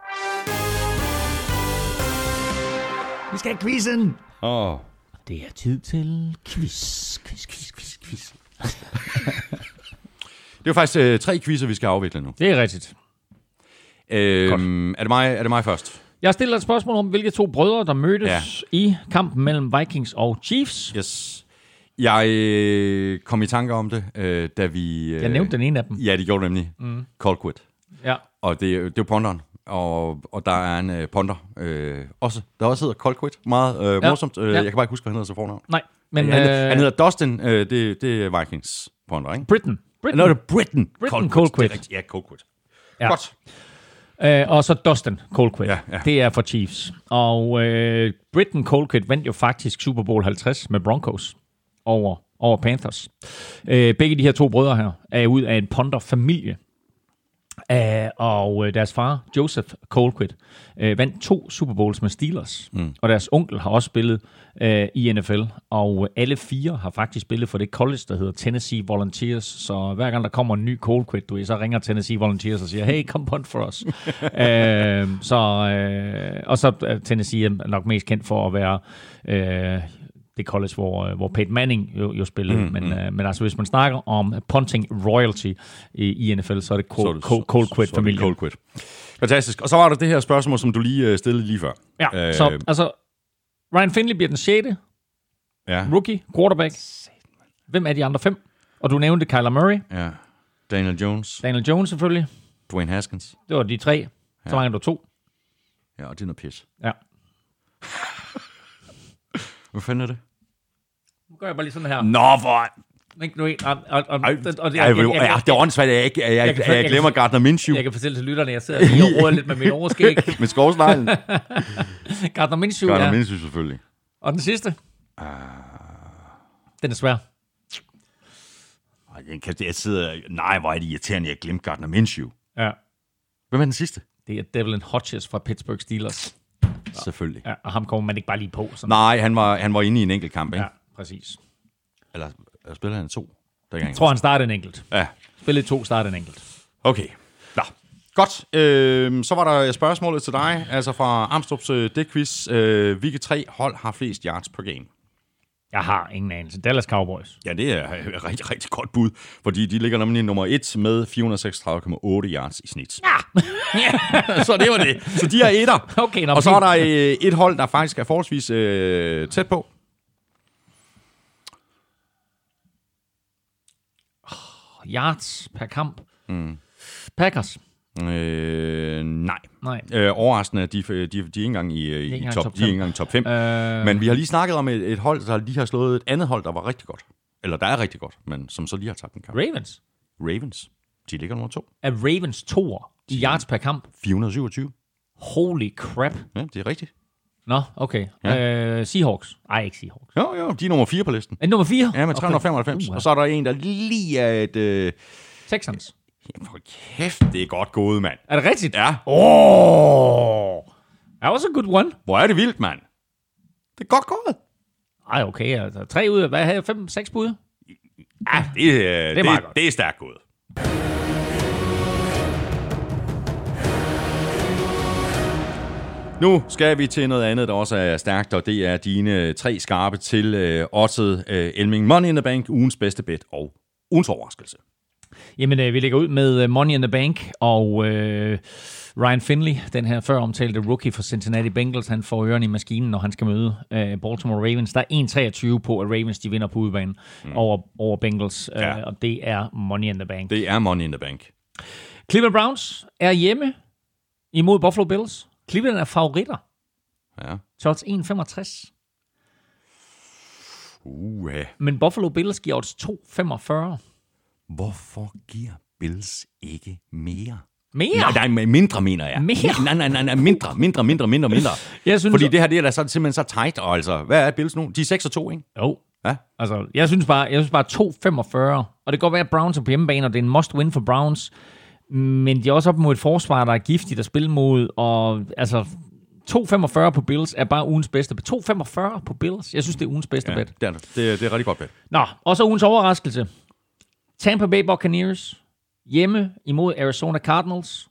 Vi skal have quizzen. Åh. Oh. Det er tid til quiz, quiz, quiz, quiz, quiz. Det er jo faktisk øh, tre quizzer, vi skal afvikle nu. Det er rigtigt. Øhm, er, det mig, er det mig først? Jeg stiller et spørgsmål om, hvilke to brødre, der mødtes Ja. i kampen mellem Vikings og Chiefs. Yes. Jeg øh, kom i tanke om det, øh, da vi... Øh, Jeg nævnte den ene af dem. Ja, det gjorde nemlig. Mm. Colquitt. Ja. Og det, det er jo ponderen. Og, og der er en øh, ponder øh, også, der også hedder Colquitt. Meget øh, Ja. morsomt. Øh, Ja. Jeg kan bare ikke huske, hvad han hedder så fornavn. Nej, men... Men, han, øh, han hedder Dustin. Øh, det, det er Vikings ponder, ikke? Britain. Britain. Nå, det er Britain. Britain Colquitt. Colquitt. Det er rigtigt. Ja, Colquitt. Ja. Godt. Øh, og så Dustin Colquitt. Ja, ja. Det er for Chiefs. Og øh, Britain Colquitt vandt jo faktisk Super Bowl halvtreds med Broncos over, over Panthers. Øh, begge de her to brødre her er ud af en ponder-familie. Uh, og uh, deres far, Joseph Colquitt, uh, vandt to Super Bowls med Steelers. Mm. Og deres onkel har også spillet uh, i N F L. Og uh, alle fire har faktisk spillet for det college, der hedder Tennessee Volunteers. Så hver gang der kommer en ny Colquitt, du ved, så ringer Tennessee Volunteers og siger, hey, come punt for os. uh, så, uh, og så uh, Tennessee er nok mest kendt for at være... Uh, det college, hvor, hvor Peyton Manning jo, jo spillede. Mm, men, mm. Øh, men altså, hvis man snakker om punting royalty i, i N F L, så er det Col- Col- Colquitt-familien. Colquitt. Fantastisk. Og så var der det her spørgsmål, som du lige øh, stillede lige før. Ja, øh, så altså, Ryan Finley bliver den sjette ja. rookie quarterback. Hvem er de andre fem? Og du nævnte Kyler Murray. Ja. Daniel Jones. Daniel Jones selvfølgelig. Dwayne Haskins. Det var de tre. Så Ja. mangler du to. Ja, og det er noget pis. Ja. Hvad fanden er det? Nu gør jeg bare lige sådan her. Nå, hvor... Ikke, nu, og, og, og, og, Ej, og, og, ej, jeg, hvor- jeg, jeg, ja, det er åndssvagt, at jeg, ikke- at jeg, jeg jeg, kan- jeg, jeg jeg- glemmer Gardner Minshew jeg kan fortælle til lytterne, jeg sidder lige og roder lidt med min overskæg. med skovsneglen. Gardner Minshew, Gardner ja. Minshew selvfølgelig. Og den sidste? Uh... Den er svær. Ej, Jeg, kan, jeg sidder... Nej, hvor er det irriterende, jeg glemte Gardner Minshew. Ja. Hvem er den sidste? Det er Devlin Hodges fra Pittsburgh Steelers. Selvfølgelig. Ja, og ham kommer man ikke bare lige på. Sådan. Nej, han var, han var inde i en enkelt kamp, ikke? Ja, præcis. Eller, eller spiller han to? Jeg tror, han startede en enkelt. Ja, Spillet to, startede en enkelt. okay. Nå. Godt. Øh, så var der spørgsmålet til dig, altså fra Amstrup's øh, dækquiz. Øh, hvilke tre hold har flest yards per game? Jeg har ingen anelse. Dallas Cowboys. Ja, det er et rigtig, rigtig godt bud, fordi de ligger nemlig nummer et med fire hundrede seksogtredive komma otte yards i snit. Ja. Så det var det. Så de er etter. Okay, nå, og så er der øh, et hold, der faktisk er forholdsvis øh, tæt på. Oh, yards per kamp. Mm. Packers. Øh, nej. Nej. Øh, overraskende, de, de, de er ikke engang i, i, i top, top de er ikke engang i top fem. Øh... Men vi har lige snakket om et, et hold, der lige har slået et andet hold, der var rigtig godt. Eller der er rigtig godt, men som så lige har tabt en kamp. Ravens. Ravens. De ligger nummer to. Er Ravens toer i yards per kamp? fire hundrede syvogtyve. Holy crap. Ja, det er rigtigt. Nå, okay. Ja. Øh, Seahawks. Ej, ikke Seahawks. Jo, jo, de er nummer fire på listen. Er nummer fire? Ja, med tre hundrede femoghalvfems. Okay. Uh-huh. Og så er der en, der lige er et... Øh... Texans. Jamen, for kæft, det er godt gået, mand. Er det rigtigt? Ja. Oh, that was a good one. Hvor er det vildt, mand. Det er godt gået. Ej, okay. Altså, tre ud af, hvad havde jeg? Fem, seks bud? Ja, det, øh, det, er, det, det, det er stærkt gået. Nu skal vi til noget andet, der også er stærkt, og det er dine tre skarpe til øh, oddset øh, Elming Money in the Bank, ugens bedste bet og ugens overraskelse. Jamen, øh, vi lægger ud med Money in the Bank, og øh, Ryan Finley, den her før omtalte rookie for Cincinnati Bengals, han får ørerne i maskinen, når han skal møde øh, Baltimore Ravens. Der er en komma treogtyve på, at Ravens de vinder på udbanen mm. over, over Bengals, øh, ja. Og det er Money in the Bank. Det er Money in the Bank. Cleveland Browns er hjemme imod Buffalo Bills. Cleveland er favoritter. Ja. Så odds en komma femogtres. Uh. Men Buffalo Bills giver odds to komma femogfyrre. Hvorfor giver Bills ikke mere? Mere? Nej, nej, mindre, mener jeg. Mere? Nej, nej, nej, nej, mindre, mindre, mindre, mindre, mindre. Jeg synes, Fordi så... det her, det er da så, simpelthen så tight, og altså, hvad er Bills nu? De er seks og to, ikke? Jo. Ja. Altså, jeg synes bare, jeg synes bare to komma femogfyrre, og det kan godt være, at Browns er på hjemmebane, og det er en must-win for Browns, men de er også op mod et forsvar, der er giftigt at spille mod, og altså, to komma femogfyrre på Bills er bare ugens bedste bet. to komma femogfyrre på Bills, jeg synes, det er ugens bedste ja, bet. det er det. Det er, det er rigtig godt bet. Nå, og så ugens overraskelse. Tampa Bay Buccaneers hjemme imod Arizona Cardinals.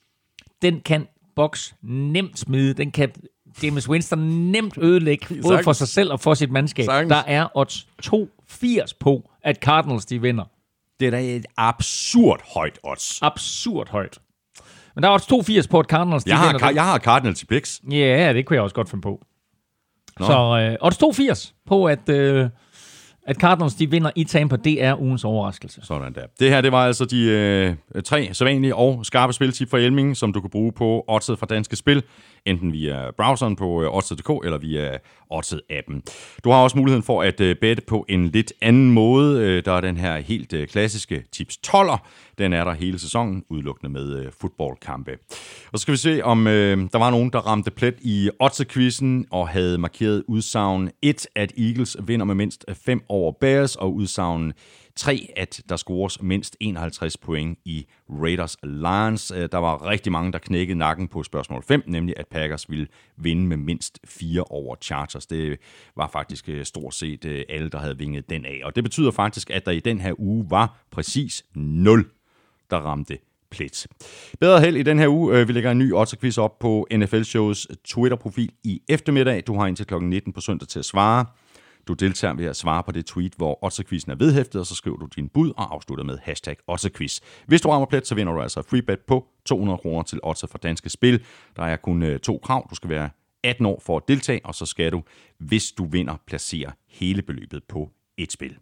Den kan Bucs nemt smide. Den kan Jameis Winston nemt ødelægge, både Sagtens. for sig selv og for sit mandskab. Sagtens. Der er odds to komma firs på, at Cardinals de vinder. Det er da et absurd højt odds. Absurd højt. Men der er odds to komma firs på, at Cardinals de Jeg har, vinder. ka- jeg har Cardinals i picks. Ja, det kunne jeg også godt finde på. Nå. Så øh, odds to komma firs på, at... Øh, At Cardinals de vinder i Tampa, det er ugens overraskelse. Sådan der. Det her, det var altså de øh, tre sædvanlige og skarpe spiltip for Elming, som du kan bruge på Oddset fra Danske Spil, enten via browseren på øh, oddset punktum d k eller via Oddset-appen. Du har også muligheden for at øh, bette på en lidt anden måde. Øh, der er den her helt øh, klassiske tips tolver. Den er der hele sæsonen, udelukkende med øh, fodboldkampe. Og så skal vi se, om øh, der var nogen, der ramte plet i Oddset-quizzen og havde markeret udsagn et, at Eagles vinder med mindst fem over Bears, og udsagn tre, at der scores mindst enoghalvtreds point i Raiders Lions. Der var rigtig mange, der knækkede nakken på spørgsmål fem, nemlig at Packers ville vinde med mindst fire over Chargers. Det var faktisk stort set alle, der havde vinget den af. Og det betyder faktisk, at der i den her uge var præcis nul, der ramte plet. Bedre held i den her uge. Vi lægger en ny Oddset-quiz op på N F L-shows Twitter-profil i eftermiddag. Du har indtil klokken nitten på søndag til at svare. Du deltager ved at svare på det tweet, hvor Oddset-quizzen er vedhæftet, og så skriver du din bud og afslutter med hashtag Oddset-quiz. Hvis du rammer plet, så vinder du altså free bet på to hundrede kroner til Oddset for Danske Spil. Der er kun uh, to krav. Du skal være atten år for at deltage, og så skal du, hvis du vinder, placere hele beløbet på et spil.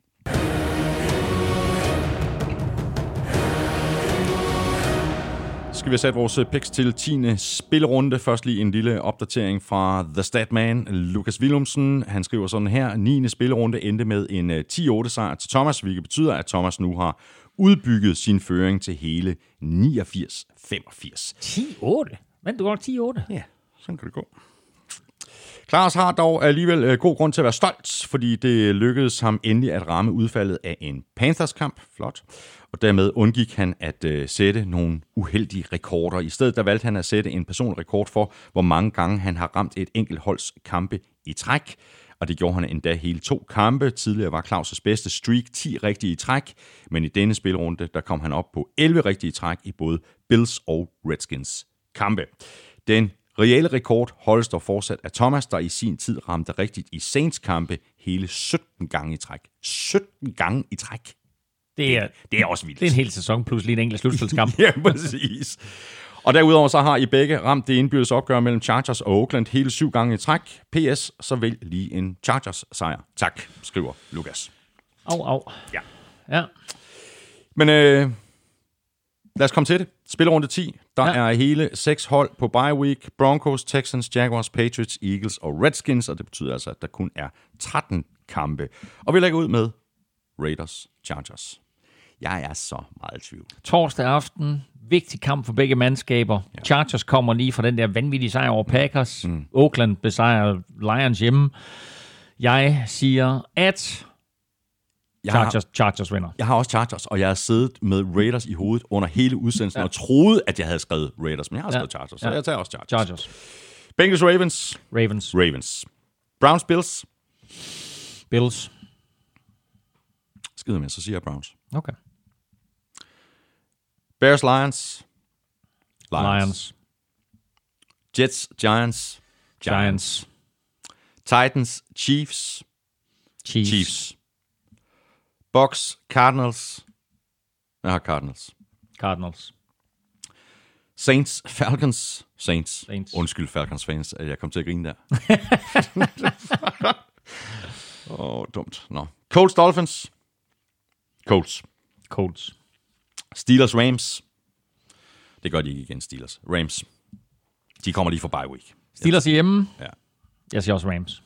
Så skal vi have sat vores picks til tiende spillerunde. Først lige en lille opdatering fra The Statman, Lukas Willumsen. Han skriver sådan her: niende spillerunde endte med en ti otte sejr til Thomas, hvilket betyder, at Thomas nu har udbygget sin føring til hele niogfirs femogfirs. ti otte? Men du går ti otte? Ja, sådan kan det gå. Klaus har dog alligevel øh, god grund til at være stolt, fordi det lykkedes ham endelig at ramme udfaldet af en Panthers-kamp. Flot. Og dermed undgik han at øh, sætte nogle uheldige rekorder. I stedet der valgte han at sætte en personlig rekord for, hvor mange gange han har ramt et enkelt holds kampe i træk. Og det gjorde han endda hele to kampe. Tidligere var Claus' bedste streak ti rigtige i træk, men i denne spilrunde der kom han op på elleve rigtige træk i både Bills og Redskins kampe. Den reelle rekord holdes dog fortsat af Thomas, der i sin tid ramte rigtigt i Saints kampe hele sytten gange i træk. sytten gange i træk. Det er, det er også vildt. Det er en hel sæson, plus lige en enkelt slutspilskamp. Ja, præcis. Og derudover så har I begge ramt det indbyrdes opgør mellem Chargers og Oakland hele syv gange i træk. P S, så vælg lige en Chargers-sejr. Tak, skriver Lukas. Au, au. Ja. Ja. Men øh, lad os komme til det. Spillerunde ti. Der Ja. er hele seks hold på bye week. Broncos, Texans, Jaguars, Patriots, Eagles og Redskins. Og det betyder altså, at der kun er tretten kampe. Og vi lægger ud med Raiders, Chargers. Jeg er så meget i tvivl. Torsdag aften. Vigtig kamp for begge mandskaber. Ja. Chargers kommer lige fra den der vanvittige sejr over Packers. Mm. Oakland besejrer Lions hjemme. Jeg siger, at Jeg Chargers, har, Chargers vinder. jeg har også Chargers, og jeg har siddet med Raiders i hovedet under hele udsendelsen, ja. og troede, at jeg havde skrevet Raiders, men jeg har Ja. skrevet Chargers, så Ja. jeg tager også Chargers. Chargers. Bengals, Ravens. Ravens. Ravens. Browns, Bills. Bills. Skide med, så siger jeg Browns. Okay. Bears, Lions. Lions. Jets, Giants. Giants. Titans, Chiefs. Chiefs. Chiefs. Bucks, Cardinals. Jeg har Cardinals. Cardinals. Saints, Falcons. Saints. Saints. Undskyld, Falcons fans, at jeg kom til at grine der. Åh, oh, dumt. Nå. Colts, Dolphins. Colts. Colts. Steelers, Rams. Det gør de ikke igen, Steelers. Rams. De kommer lige fra bye week. Steelers hjemme. Ja. Jeg siger også Rams.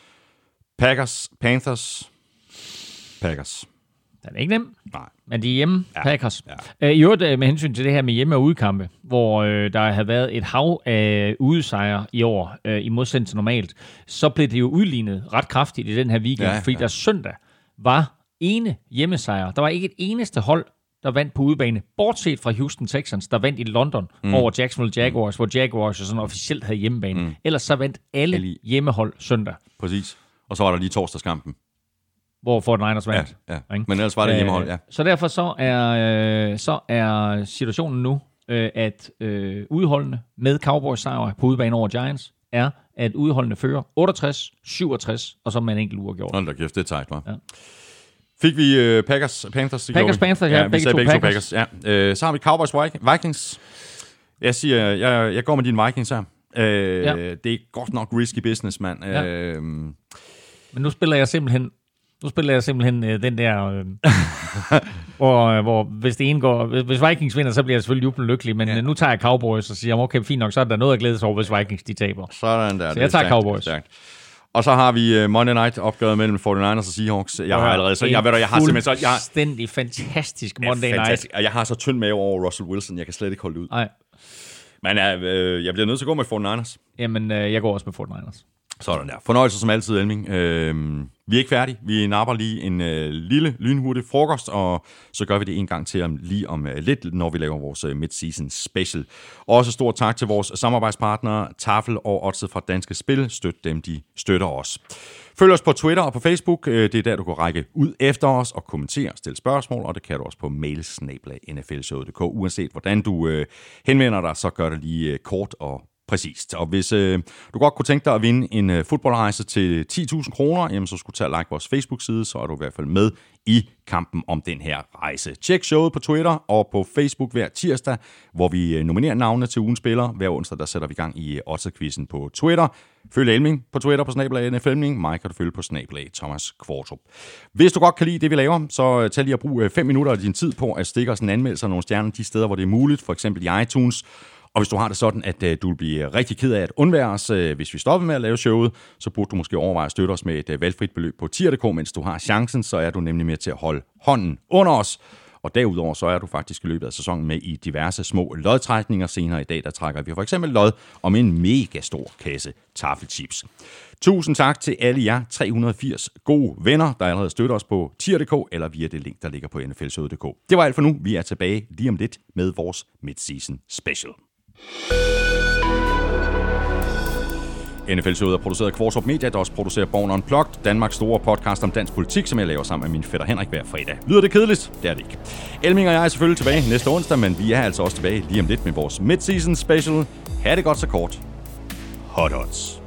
Packers, Panthers. Packers. Den er ikke nem, Nej. men de er hjemme. Ja. Packers. Ja. Øh, I øvrigt øh, med hensyn til det her med hjemme- og udekampe, hvor øh, der havde været et hav af udesejre i år, øh, i modsætning til normalt, så blev det jo udlignet ret kraftigt i den her weekend, Ja, fordi ja. der søndag var ene hjemmesejr. Der var ikke et eneste hold, der vandt på udebane, bortset fra Houston Texans, der vandt i London mm. over Jacksonville Jaguars, mm. hvor Jaguars jo sådan officielt havde hjemmebane. Mm. Ellers så vandt alle Alle- hjemmehold søndag, Præcis. Og så var der lige torsdagskampen. hvor forty-niners Ja, vandt. ja. Ikke? Men ellers var det hjemmehold, ja. Øh, Så derfor så er, øh, så er situationen nu, øh, at øh, udholdende med Cowboys sejr på udebane over Giants, er, at udholdende fører otteogtres syvogtres, og så med en enkelt uafgjort. Hold da kæft, det er tight, hva'? Ja. Fik vi uh, Packers, Panthers? Det Packers, gjorde vi. Panthers, ja, vi begge sagde to begge to Packers. Packers. Ja. Uh, så har vi Cowboys, Vik- Vikings. Jeg siger, jeg, jeg går med din Vikings her. Uh, Ja. Det er godt nok risky business, mand. Ja. Uh, Men nu spiller jeg simpelthen Nu spiller jeg simpelthen øh, den der, øh, hvor, øh, hvor hvis det ene går, hvis Vikings vinder, så bliver jeg selvfølgelig jublende lykkelig, men ja. nu tager jeg Cowboys og siger, okay, fint nok, så er der noget at glæde sig over, hvis Vikings de taber. Sådan der. Så det jeg er tager stærkt, Cowboys. stærkt. Og så har vi uh, Monday Night opgøret mellem forty-niners og Seahawks. Jeg har allerede så jeg ved du, jeg har simpelthen så jeg har fuldstændig fantastisk Monday ja, Night. fantastisk. Og jeg har så tynd mave over Russell Wilson, jeg kan slet ikke holde det ud. Nej, Men uh, jeg bliver nødt til at gå med forty-niners. jamen øh, jeg går også med forty-niners. Sådan der. Fornøjelse som altid, Elming. Øh, vi er ikke færdige. Vi napper lige en øh, lille, lynhurtig frokost, og så gør vi det en gang til om, lige om øh, lidt, når vi laver vores øh, mid-season special. Også stor tak til vores samarbejdspartnere, Tafel og Odset fra Danske Spil. Støt dem, de støtter os. Følg os på Twitter og på Facebook. Det er der, du kan række ud efter os og kommentere og stille spørgsmål, og det kan du også på mail snabel-a n f l showet punktum d k. Uanset hvordan du øh, henvender dig, så gør det lige øh, kort og præcist. Og hvis øh, du godt kunne tænke dig at vinde en øh, fodboldrejse til ti tusind kroner, jamen så skulle du tage og like vores Facebook-side, så er du i hvert fald med i kampen om den her rejse. Tjek showet på Twitter og på Facebook hver tirsdag, hvor vi øh, nominerer navne til ugens spillere. Hver onsdag, der sætter vi gang i øh, Odds-quizzen på Twitter. Følg Elming på Twitter på snabel-a N F L Elming. Mig kan du følge på snabel-a Thomas Kvartrup. Hvis du godt kan lide det, vi laver, så tag lige at bruge fem minutter af din tid på at stikke os en anmeldelse af nogle stjerner de steder, hvor det er muligt, for eksempel i iTunes. Og hvis du har det sådan, at øh, du vil blive rigtig ked af at undvære os, øh, hvis vi stopper med at lave showet, så burde du måske overveje at støtte os med et øh, valgfrit beløb på tier punktum d k, mens du har chancen, så er du nemlig med til at holde hånden under os. Og derudover så er du faktisk i løbet af sæsonen med i diverse små lodtrækninger. Senere i dag, der trækker vi for eksempel lod om en mega stor kasse taffelchips. Tusind tak til alle jer tre hundrede og firs gode venner, der allerede støtter os på tier punktum d k eller via det link, der ligger på n f l showet punktum d k. Det var alt for nu. Vi er tilbage lige om lidt med vores mid-season special. N F L-showet er produceret af Kvartrup Media, der også producerer Born Unplugged, Danmarks store podcast om dansk politik, som jeg laver sammen med min fætter Henrik hver fredag. Lyder det kedeligt? Det er det ikke. Elming og jeg er selvfølgelig tilbage næste onsdag, men vi er altså også tilbage lige om lidt med vores mid-season special. Ha' det godt så kort. Hot odds.